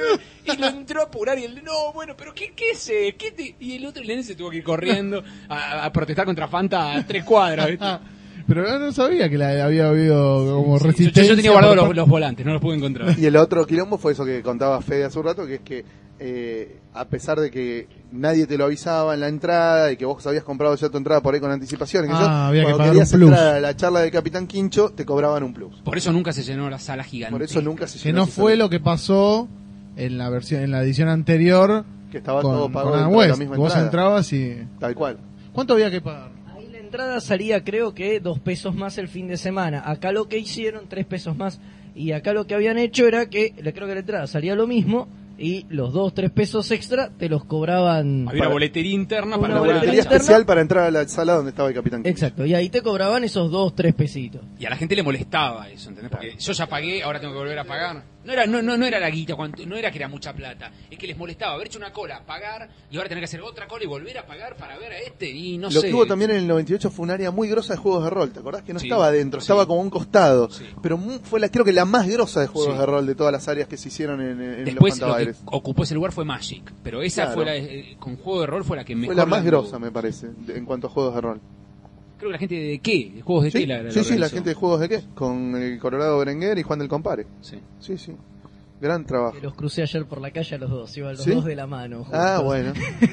y lo entró a apurar y el no, bueno, pero ¿qué, qué es? ¿Qué te? Y el otro el nene se tuvo que ir corriendo a, a protestar contra Fanta a tres cuadras, ¿viste? Pero no sabía que la había habido como sí, resistencia. Yo, yo tenía guardados los, los volantes, no los pude encontrar. Y el otro quilombo fue eso que contaba Fede hace un rato, que es que eh, a pesar de que nadie te lo avisaba en la entrada y que vos habías comprado ya tu entrada por ahí con anticipación, y que ah, yo, había cuando que querías un plus. entrar a la charla del Capitán Quincho, te cobraban un plus. Por eso nunca se llenó la sala gigante. Por eso nunca se que llenó. no fue sala. Lo que pasó en la versión, en la edición anterior, que estaba con, todo pagado con la West. misma Vos entrada. entrabas y... Tal cual. ¿Cuánto había que pagar? Ahí la entrada salía creo que dos pesos más el fin de semana. Acá lo que hicieron, tres pesos más. Y acá lo que habían hecho era que, le creo que la entrada salía lo mismo, y los dos, tres pesos extra te los cobraban. Había una boletería interna para Una entrar. boletería interna. especial para entrar a la sala donde estaba el Capitán Kirk. Exacto, y ahí te cobraban esos dos, tres pesitos. Y a la gente le molestaba eso, ¿entendés? Porque yo ya pagué, ahora tengo que volver a pagar. No era no no, no era la guita, cuanto- no era que era mucha plata. Es que les molestaba haber hecho una cola, pagar, y ahora tener que hacer otra cola y volver a pagar para ver a este. Y no Lo sé. que hubo también en el noventa y ocho fue un área muy grosa de juegos de rol, ¿te acordás? Que no Sí. estaba adentro, Sí. estaba como a un costado. Sí. Pero mu- fue la, creo que la más grosa de juegos Sí. de rol de todas las áreas que se hicieron en, en Después los lo que Fantabaires. ocupó ese lugar fue Magic, pero esa Claro. fue la, eh, con juego de rol fue la que mejor. Fue la más la- grosa, me parece, de- en cuanto a juegos de rol. Creo que la gente de qué, de juegos de Sí, qué la, la sí, sí, la organizó. gente de juegos de qué, con el Colorado Berenguer y Juan del Compare. Sí. Sí, sí. Gran trabajo. Que los crucé ayer por la calle a los dos, iban los ¿Sí? dos de la mano. Ah, juntos. bueno.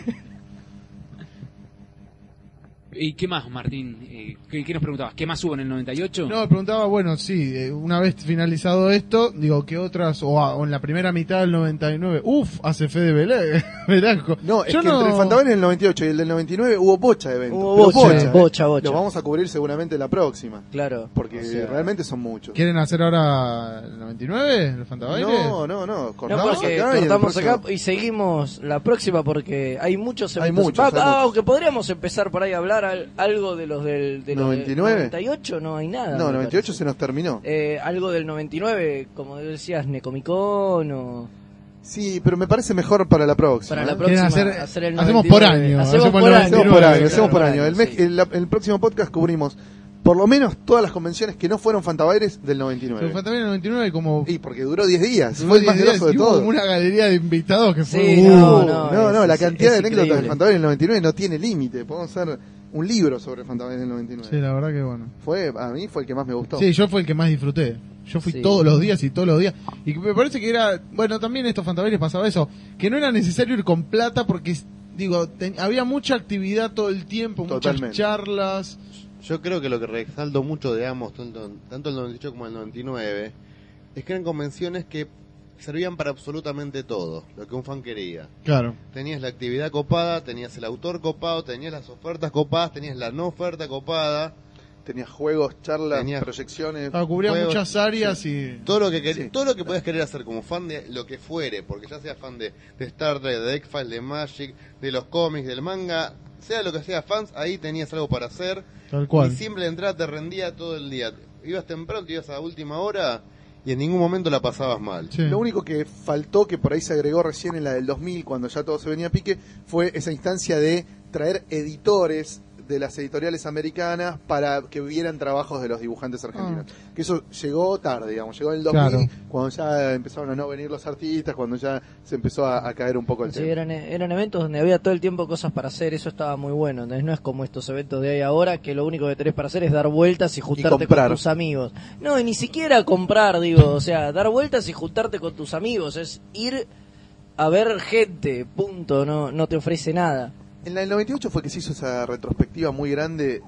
¿Y qué más, Martín? Eh, ¿qué, qué nos preguntabas? ¿Qué más hubo en el noventa y ocho? No, preguntaba, bueno, sí, eh, una vez finalizado esto, digo, ¿qué otras, o, a- o en la primera mitad del noventa y nueve, uf, hace Fede Belé, Velasco. No, es Yo que entre el Fantabaires del noventa y ocho y el del noventa y nueve hubo bocha de eventos. Hubo pero bocha, bocha, bocha. Los vamos a cubrir seguramente la próxima. Claro. Porque O sea, realmente son muchos. ¿Quieren hacer ahora el noventa y nueve, el Fantabaires? No, no, no. No, Cortamos porque acá y el cortamos próximo- acá y seguimos la próxima porque hay muchos Hay eventos. muchos, Ah, hay ah, muchos. aunque podríamos empezar por ahí a hablar al- algo de los del de los del ¿noventa y nueve? noventa y ocho, no hay nada. No, me noventa y ocho parece. se nos terminó. Eh, algo del noventa y nueve, como decías, Necomicon o... Sí, pero me parece mejor para la próxima. Para la ¿eh? próxima, Quieren hacer- hacer el hacemos noventa y por nueve. año, Hacemos, hacemos por el año. Hacemos por año, hacemos por Claro, año. El, mes- sí. el, el próximo podcast cubrimos por lo menos todas las convenciones que no fueron Fantabaires del noventa y El nueve. Fantabaires del noventa y nueve como... Y porque duró diez días. duró Fue el más diez días grosso de y hubo todo. como una galería de invitados que fue... Sí, uh, no, No, no, no, es- la es- cantidad es de anécdotas del increíble. Fantabaires del noventa y nueve no tiene límite. Podemos hacer un libro sobre Fantabaires del noventa y nueve. Sí, la verdad que bueno. Fue, a mí fue el que más me gustó. Sí, yo fue el que más disfruté. Yo fui Sí. todos los días y todos los días. Y me parece que era, bueno, también estos Fantabaires pasaba eso, que no era necesario ir con plata porque, digo, ten- había mucha actividad todo el tiempo, Totalmente. muchas charlas. Yo creo que lo que resalto mucho de ambos, tanto, tanto el noventa y ocho como el noventa y nueve, es que eran convenciones que servían para absolutamente todo, lo que un fan quería. Claro. Tenías la actividad copada, tenías el autor copado, tenías las ofertas copadas, tenías la no oferta copada, Tenías juegos, charlas, Tenías- proyecciones. Ah, cubría Juegos, muchas áreas y... todo lo que quer- Sí. todo lo que podías querer hacer como fan de lo que fuere, porque ya seas fan de, de Star Trek, de X-Files, de Magic, de los cómics, del manga, sea lo que sea fans, ahí tenías algo para hacer. Tal cual. Y siempre la entrada te rendía todo el día. Ibas temprano, te ibas a última hora y en ningún momento la pasabas mal. Sí. Lo único que faltó, que por ahí se agregó recién en la del dos mil, cuando ya todo se venía a pique, fue esa instancia de traer editores de las editoriales americanas para que vieran trabajos de los dibujantes argentinos. Que eso llegó tarde, digamos, llegó en el dos mil, Claro. cuando ya empezaron a no venir los artistas, cuando ya se empezó a, a caer un poco el Sí, tema. eran, eran eventos donde había todo el tiempo cosas para hacer, eso estaba muy bueno. ¿Entendés? No es como estos eventos de ahí ahora que lo único que tenés para hacer es dar vueltas y juntarte comprar. con tus amigos. No, y ni siquiera comprar, digo, o sea, dar vueltas y juntarte con tus amigos, es ir a ver gente, punto, no, no te ofrece nada. En la del noventa y ocho fue que se hizo esa retrospectiva muy grande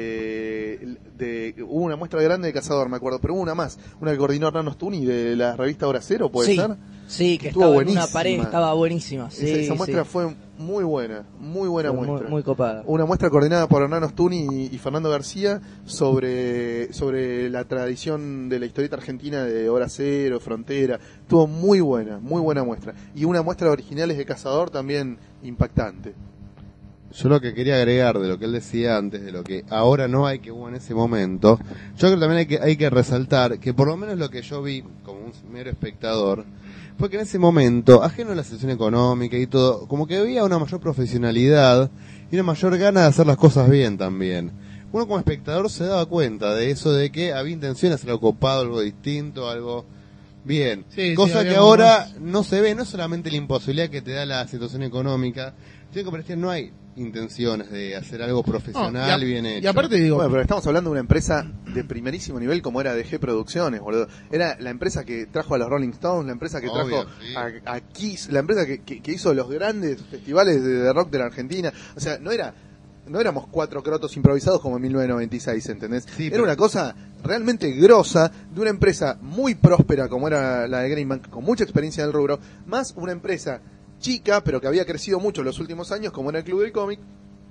de, de... Hubo una muestra grande de Cazador, me acuerdo, pero hubo una más, una que coordinó Hernán Ostuni de la revista Hora Cero, ¿puede Sí, ser? sí, que Estuvo estaba en buenísima. una pared, estaba buenísima. Sí, esa, esa muestra sí. fue muy buena, muy buena Fue muy- muestra. muy copada. Una muestra coordinada por Hernán Ostuni y, y Fernando García sobre, sobre la tradición de la historieta argentina de Hora Cero, Frontera. Estuvo muy buena, muy buena muestra. Y una muestra de originales de Cazador también impactante. Yo lo que quería agregar de lo que él decía antes, de lo que ahora no hay que hubo en ese momento, yo creo que también hay que, hay que resaltar que por lo menos lo que yo vi como un mero espectador, fue que en ese momento, ajeno a la situación económica y todo, como que había una mayor profesionalidad y una mayor gana de hacer las cosas bien también. Uno como espectador se daba cuenta de eso, de que había intención de hacer algo copado, algo distinto, algo bien. Sí, sí, Cosa había que ahora más- no se ve, no es solamente la imposibilidad que te da la situación económica, sino que parecía no hay intenciones de hacer algo profesional, No, y a- bien hecho. Y aparte digo, Bueno, pero estamos hablando de una empresa de primerísimo nivel como era D G Producciones, boludo. Era la empresa que trajo a los Rolling Stones, la empresa que Obvio, trajo sí. a, a Kiss, la empresa que, que, que hizo los grandes festivales de, de rock de la Argentina. O sea, no era no éramos cuatro crotos improvisados como en mil novecientos noventa y seis, ¿entendés? Sí, era pero- una cosa realmente grosa de una empresa muy próspera como era la de Greenbank, con mucha experiencia en el rubro, más una empresa chica, pero que había crecido mucho en los últimos años, como era el Club del Cómic,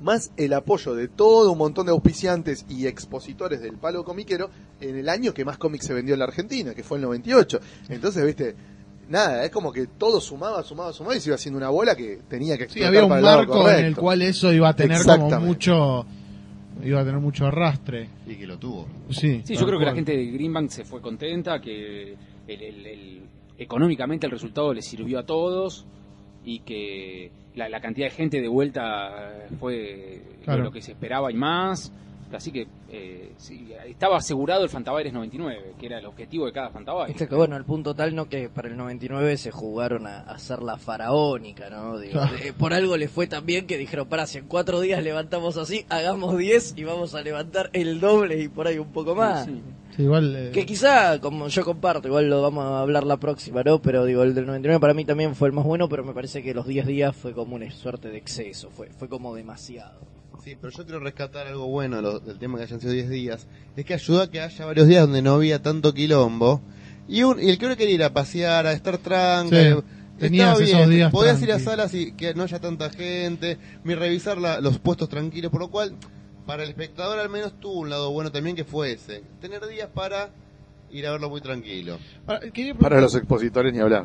más el apoyo de todo un montón de auspiciantes y expositores del palo comiquero en el año que más cómics se vendió en la Argentina, que fue el noventa y ocho. Entonces, viste, nada, es como que todo sumaba, sumaba, sumaba y se iba haciendo una bola que tenía que explotar. Sí, había un para el lado marco en correcto. el cual eso iba a tener como mucho, iba a tener mucho arrastre. Y que lo tuvo. Sí, Sí, yo creo que la gente de Greenbank se fue contenta, que el, el, el, económicamente el resultado les sirvió a todos y que la, la cantidad de gente de vuelta fue Claro. lo que se esperaba y más. Así que eh, sí, estaba asegurado el Fantabaires noventa y nueve, que era el objetivo de cada Fantabaires. Este que bueno, al punto tal no que para el noventa y nueve se jugaron a, a hacer la faraónica, ¿no? Digo, Claro. de- por algo les fue tan bien que dijeron, pará, si en cuatro días levantamos así, hagamos diez y vamos a levantar el doble y por ahí un poco más. Sí. Sí, igual, eh, Que quizá, como yo comparto, igual lo vamos a hablar la próxima, ¿no? Pero digo, el del noventa y nueve para mí también fue el más bueno, pero me parece que los diez días fue como una suerte de exceso, fue, fue como demasiado. Sí, pero yo quiero rescatar algo bueno de lo- del tema que hayan sido diez días. Es que ayuda a que haya varios días donde no había tanto quilombo. Y, un, y el que uno quería ir a pasear, a estar tranquilo. Sí, tenías esos días Podías ir a tranqui. salas y que no haya tanta gente, ni revisar la- los puestos tranquilos, por lo cual, para el espectador al menos tuvo un lado bueno también que fue ese. Tener días para ir a verlo muy tranquilo. ahora, quería Para preguntar- los expositores ni hablar.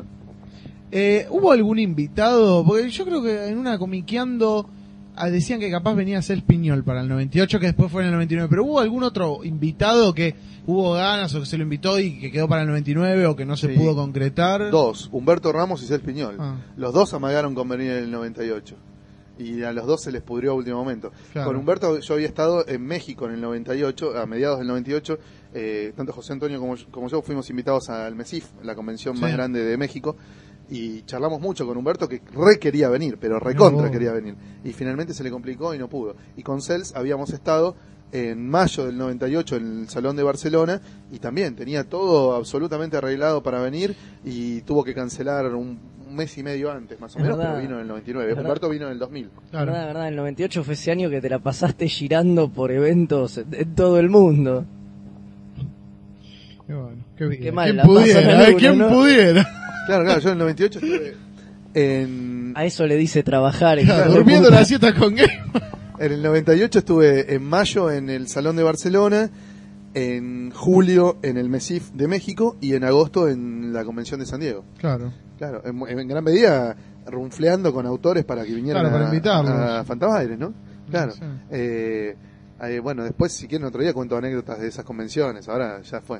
Eh, ¿Hubo algún invitado? Porque yo creo que en una comiqueando ah, decían que capaz venía a ser Piñol para el noventa y ocho, que después fue en el noventa y nueve. Pero ¿hubo algún otro invitado que hubo ganas o que se lo invitó y que quedó para el noventa y nueve o que no se Sí. pudo concretar? Dos, Humberto Ramos y Cel Piñol. Ah. Los dos amagaron con venir en el noventa y ocho. Y a los dos se les pudrió a último momento. Claro. Con Humberto yo había estado en México en el noventa y ocho, a mediados del noventa y ocho. Eh, tanto José Antonio como, como yo fuimos invitados al MESIF, la convención Sí. más grande de México. Y charlamos mucho con Humberto, que re quería venir, pero recontra No. quería venir. Y finalmente se le complicó y no pudo. Y con Cels habíamos estado en mayo del noventa y ocho en el Salón de Barcelona y también tenía todo absolutamente arreglado para venir y tuvo que cancelar un, un mes y medio antes más o Es menos, verdad. pero vino en el noventa y nueve. Es verdad. Humberto vino en el dos mil. Claro. Verdad, verdad, el noventa y ocho fue ese año que te la pasaste girando por eventos en, en todo el mundo. Qué bueno, qué bien. Qué mal ¿Quién la pasan pudiera? algunos, ¿eh? ¿Quién no? pudiera? Claro, claro, yo en el noventa y ocho estuve en... A eso le dice trabajar. Claro, hijo de durmiendo puta. la siesta con Game. En el noventa y ocho estuve en mayo en el Salón de Barcelona, en julio en el MESIF de México y en agosto en la Convención de San Diego. Claro. Claro, en, en gran medida runfleando con autores para que vinieran Claro, para a, invitarlos. a Fantabaires, ¿no? Claro. Sí. Eh, eh, bueno, después si quieren otro día cuento anécdotas de esas convenciones, ahora ya fue.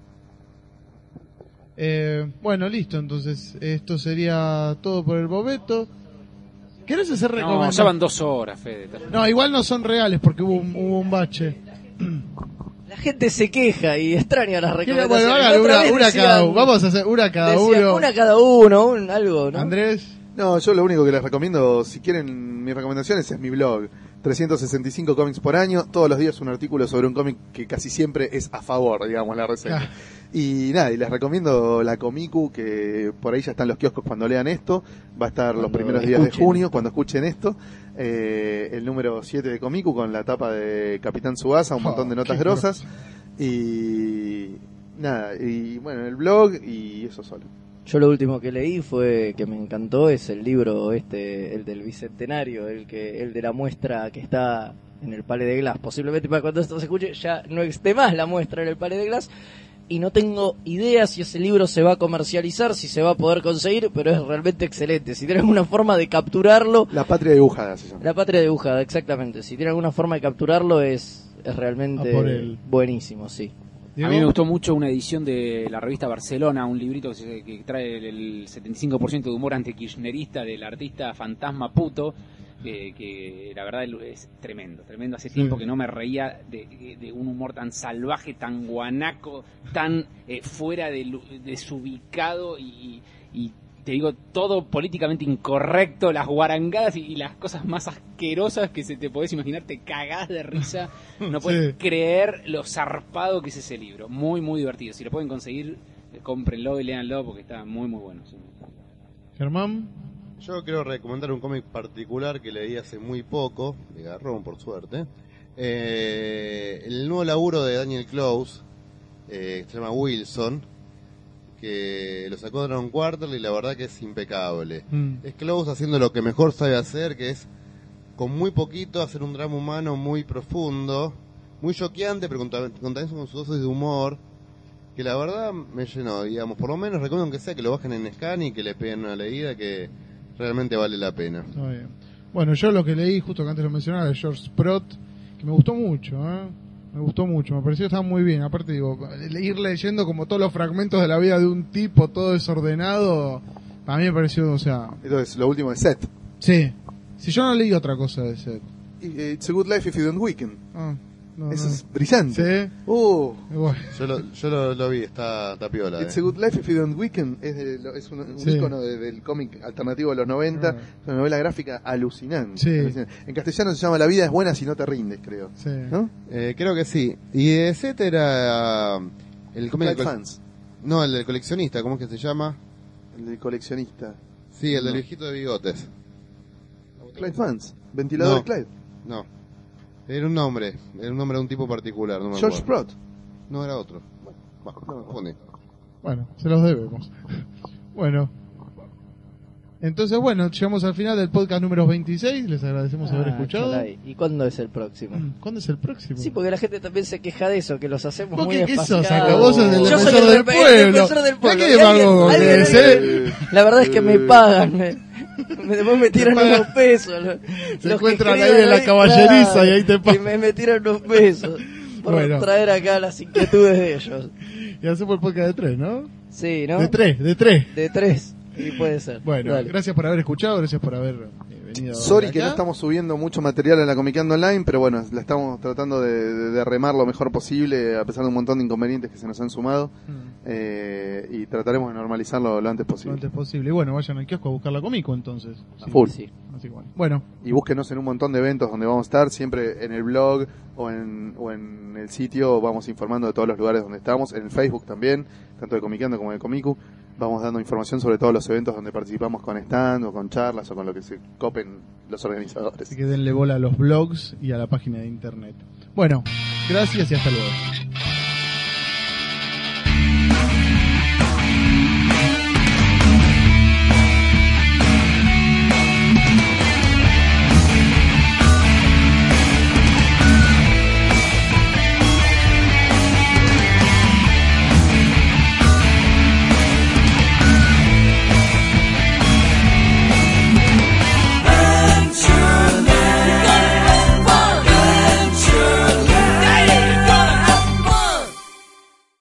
Eh, bueno, listo, entonces esto sería todo por el Bobeto. ¿Querés hacer No, recomendaciones? ya van dos horas, Fede. No, igual no son reales porque hubo un, hubo un bache. La gente se queja y extraña las ¿Quiere- recomendaciones. Bueno, La hagan otra una, vez una decían- cada uno. Vamos a hacer una cada decían, uno. Una cada uno, un, algo, ¿no? Andrés. No, yo lo único que les recomiendo, si quieren mis recomendaciones, es mi blog. trescientos sesenta y cinco cómics por año, todos los días un artículo sobre un cómic que casi siempre es a favor, digamos, la reseña. Ah. Y nada, y les recomiendo la Comicu, que por ahí ya están los kioscos cuando lean esto, va a estar los Cuando primeros días de escuchen. junio, cuando escuchen esto, eh, el número siete de Comicu con la tapa de Capitán Tsubasa, un Oh, montón de notas qué grosas, y nada, y bueno, el blog y eso solo. Yo lo último que leí fue que me encantó es el libro este, el del bicentenario, el que el de la muestra que está en el Palais de Glass. Posiblemente para cuando esto se escuche ya no esté más la muestra en el Palais de Glass. Y no tengo idea si ese libro se va a comercializar, si se va a poder conseguir, pero es realmente excelente. Si tiene alguna forma de capturarlo, La Patria Dibujada se llama. la patria dibujada, exactamente. Si tiene alguna forma de capturarlo es, es realmente A por él. buenísimo, sí. A mí me gustó mucho una edición de la revista Barcelona, un librito que, se- que trae el, el setenta y cinco por ciento de humor antikirchnerista del artista Fantasma Puto, eh, que la verdad es tremendo, tremendo. Hace tiempo que no me reía de, de un humor tan salvaje, tan guanaco, tan eh, fuera de lu- desubicado y, y te digo, todo políticamente incorrecto, las guarangadas y, y las cosas más asquerosas que se te podés imaginar, te cagás de risa, no puedes Sí. creer lo zarpado que es ese libro, muy muy divertido. Si lo pueden conseguir, eh, cómprenlo y léanlo porque está muy muy bueno. Sí. Germán. Yo quiero recomendar un cómic particular que leí hace muy poco, de Garrón por suerte. Eh, el nuevo laburo de Daniel Close, eh, se llama Wilson, que lo sacó de Dragon Quarterly y la verdad que es impecable. Mm. Es Close haciendo lo que mejor sabe hacer, que es con muy poquito hacer un drama humano muy profundo, muy choqueante, pero con, con también con sus dosis de humor, que la verdad me llenó, digamos. Por lo menos recomiendo que sea que lo bajen en Scan y que le peguen una leída, que realmente vale la pena. Muy bien. Bueno, yo lo que leí, justo que antes lo mencionaba, de George Sprott, que me gustó mucho, ¿eh? Me gustó mucho, me pareció que estaba muy bien. Aparte, digo, ir leyendo como todos los fragmentos de la vida de un tipo, todo desordenado, a mí me pareció, o sea... Esto es lo último de Seth. Sí. Si yo no leí otra cosa de Seth. It's a Good Life If You Don't Weaken. Ah, no, Eso no. es brillante. Sí. Uh. Bueno. Yo lo, yo lo, lo vi, está, está piola. It's eh. a Good Life If You Don't Weaken es, de, lo- es un, un Sí. ícono de- del cómic alternativo de los noventa, Ah. es una novela gráfica alucinante. Sí. alucinante. En castellano se llama La vida es buena si no te rindes, creo. Sí. ¿No? Eh, creo que sí. Y de Seth era uh, el cómic Clyde del col- Fans, No, el del coleccionista, ¿cómo es que se llama? el del coleccionista. Sí, el del No. viejito de bigotes. Clyde Fans, ventilador No. Clyde. No. Era un nombre, era un nombre de un tipo particular, no me George acuerdo. Sprott. No, era otro. Bueno, No. pone. Bueno, se los debemos. Bueno. Entonces, bueno, llegamos al final del podcast número veintiséis. Les agradecemos haber Ah, escuchado. caray. ¿Y cuándo es el próximo? Mm, ¿Cuándo es el próximo? Sí, porque la gente también se queja de eso, que los hacemos ¿Vos muy qué, qué sos? espaciados. Acá vos sos el Yo soy defensor el del repe- el pueblo. defensor del pueblo. Mirá qué Y alguien- demagogo que alguien- es, alguien- ¿eh? La verdad es que me pagan. Me, me- después me tiran Te pagan. unos pesos. Los, Se los que encuentran ahí escriben en la caballeriza claro, y ahí te Y pagan. me, me tiran unos pesos por Bueno. traer acá las inquietudes de ellos. Y hacemos el podcast de tres, ¿no? Sí, ¿no? De tres, de tres. De tres. Y puede ser. Bueno, Dale. gracias por haber escuchado, gracias por haber eh, venido. Sorry acá. que no estamos subiendo mucho material en la Comiqueando Online, pero bueno, la estamos tratando de, de- de remar lo mejor posible, a pesar de un montón de inconvenientes que se nos han sumado, Mm, eh, y trataremos de normalizarlo lo antes lo posible. antes posible. Y bueno, vayan al kiosco a buscar la Comico entonces. A Sí. full. Sí. Así que bueno. Bueno, Y búsquenos en un montón de eventos donde vamos a estar, siempre en el blog o en, o en el sitio vamos informando de todos los lugares donde estamos, en el Facebook también, tanto de Comiqueando como de Comicu, vamos dando información sobre todos los eventos donde participamos con stand o con charlas o con lo que se copen los organizadores. así que denle bola a los blogs y a la página de internet. Bueno, gracias y hasta luego.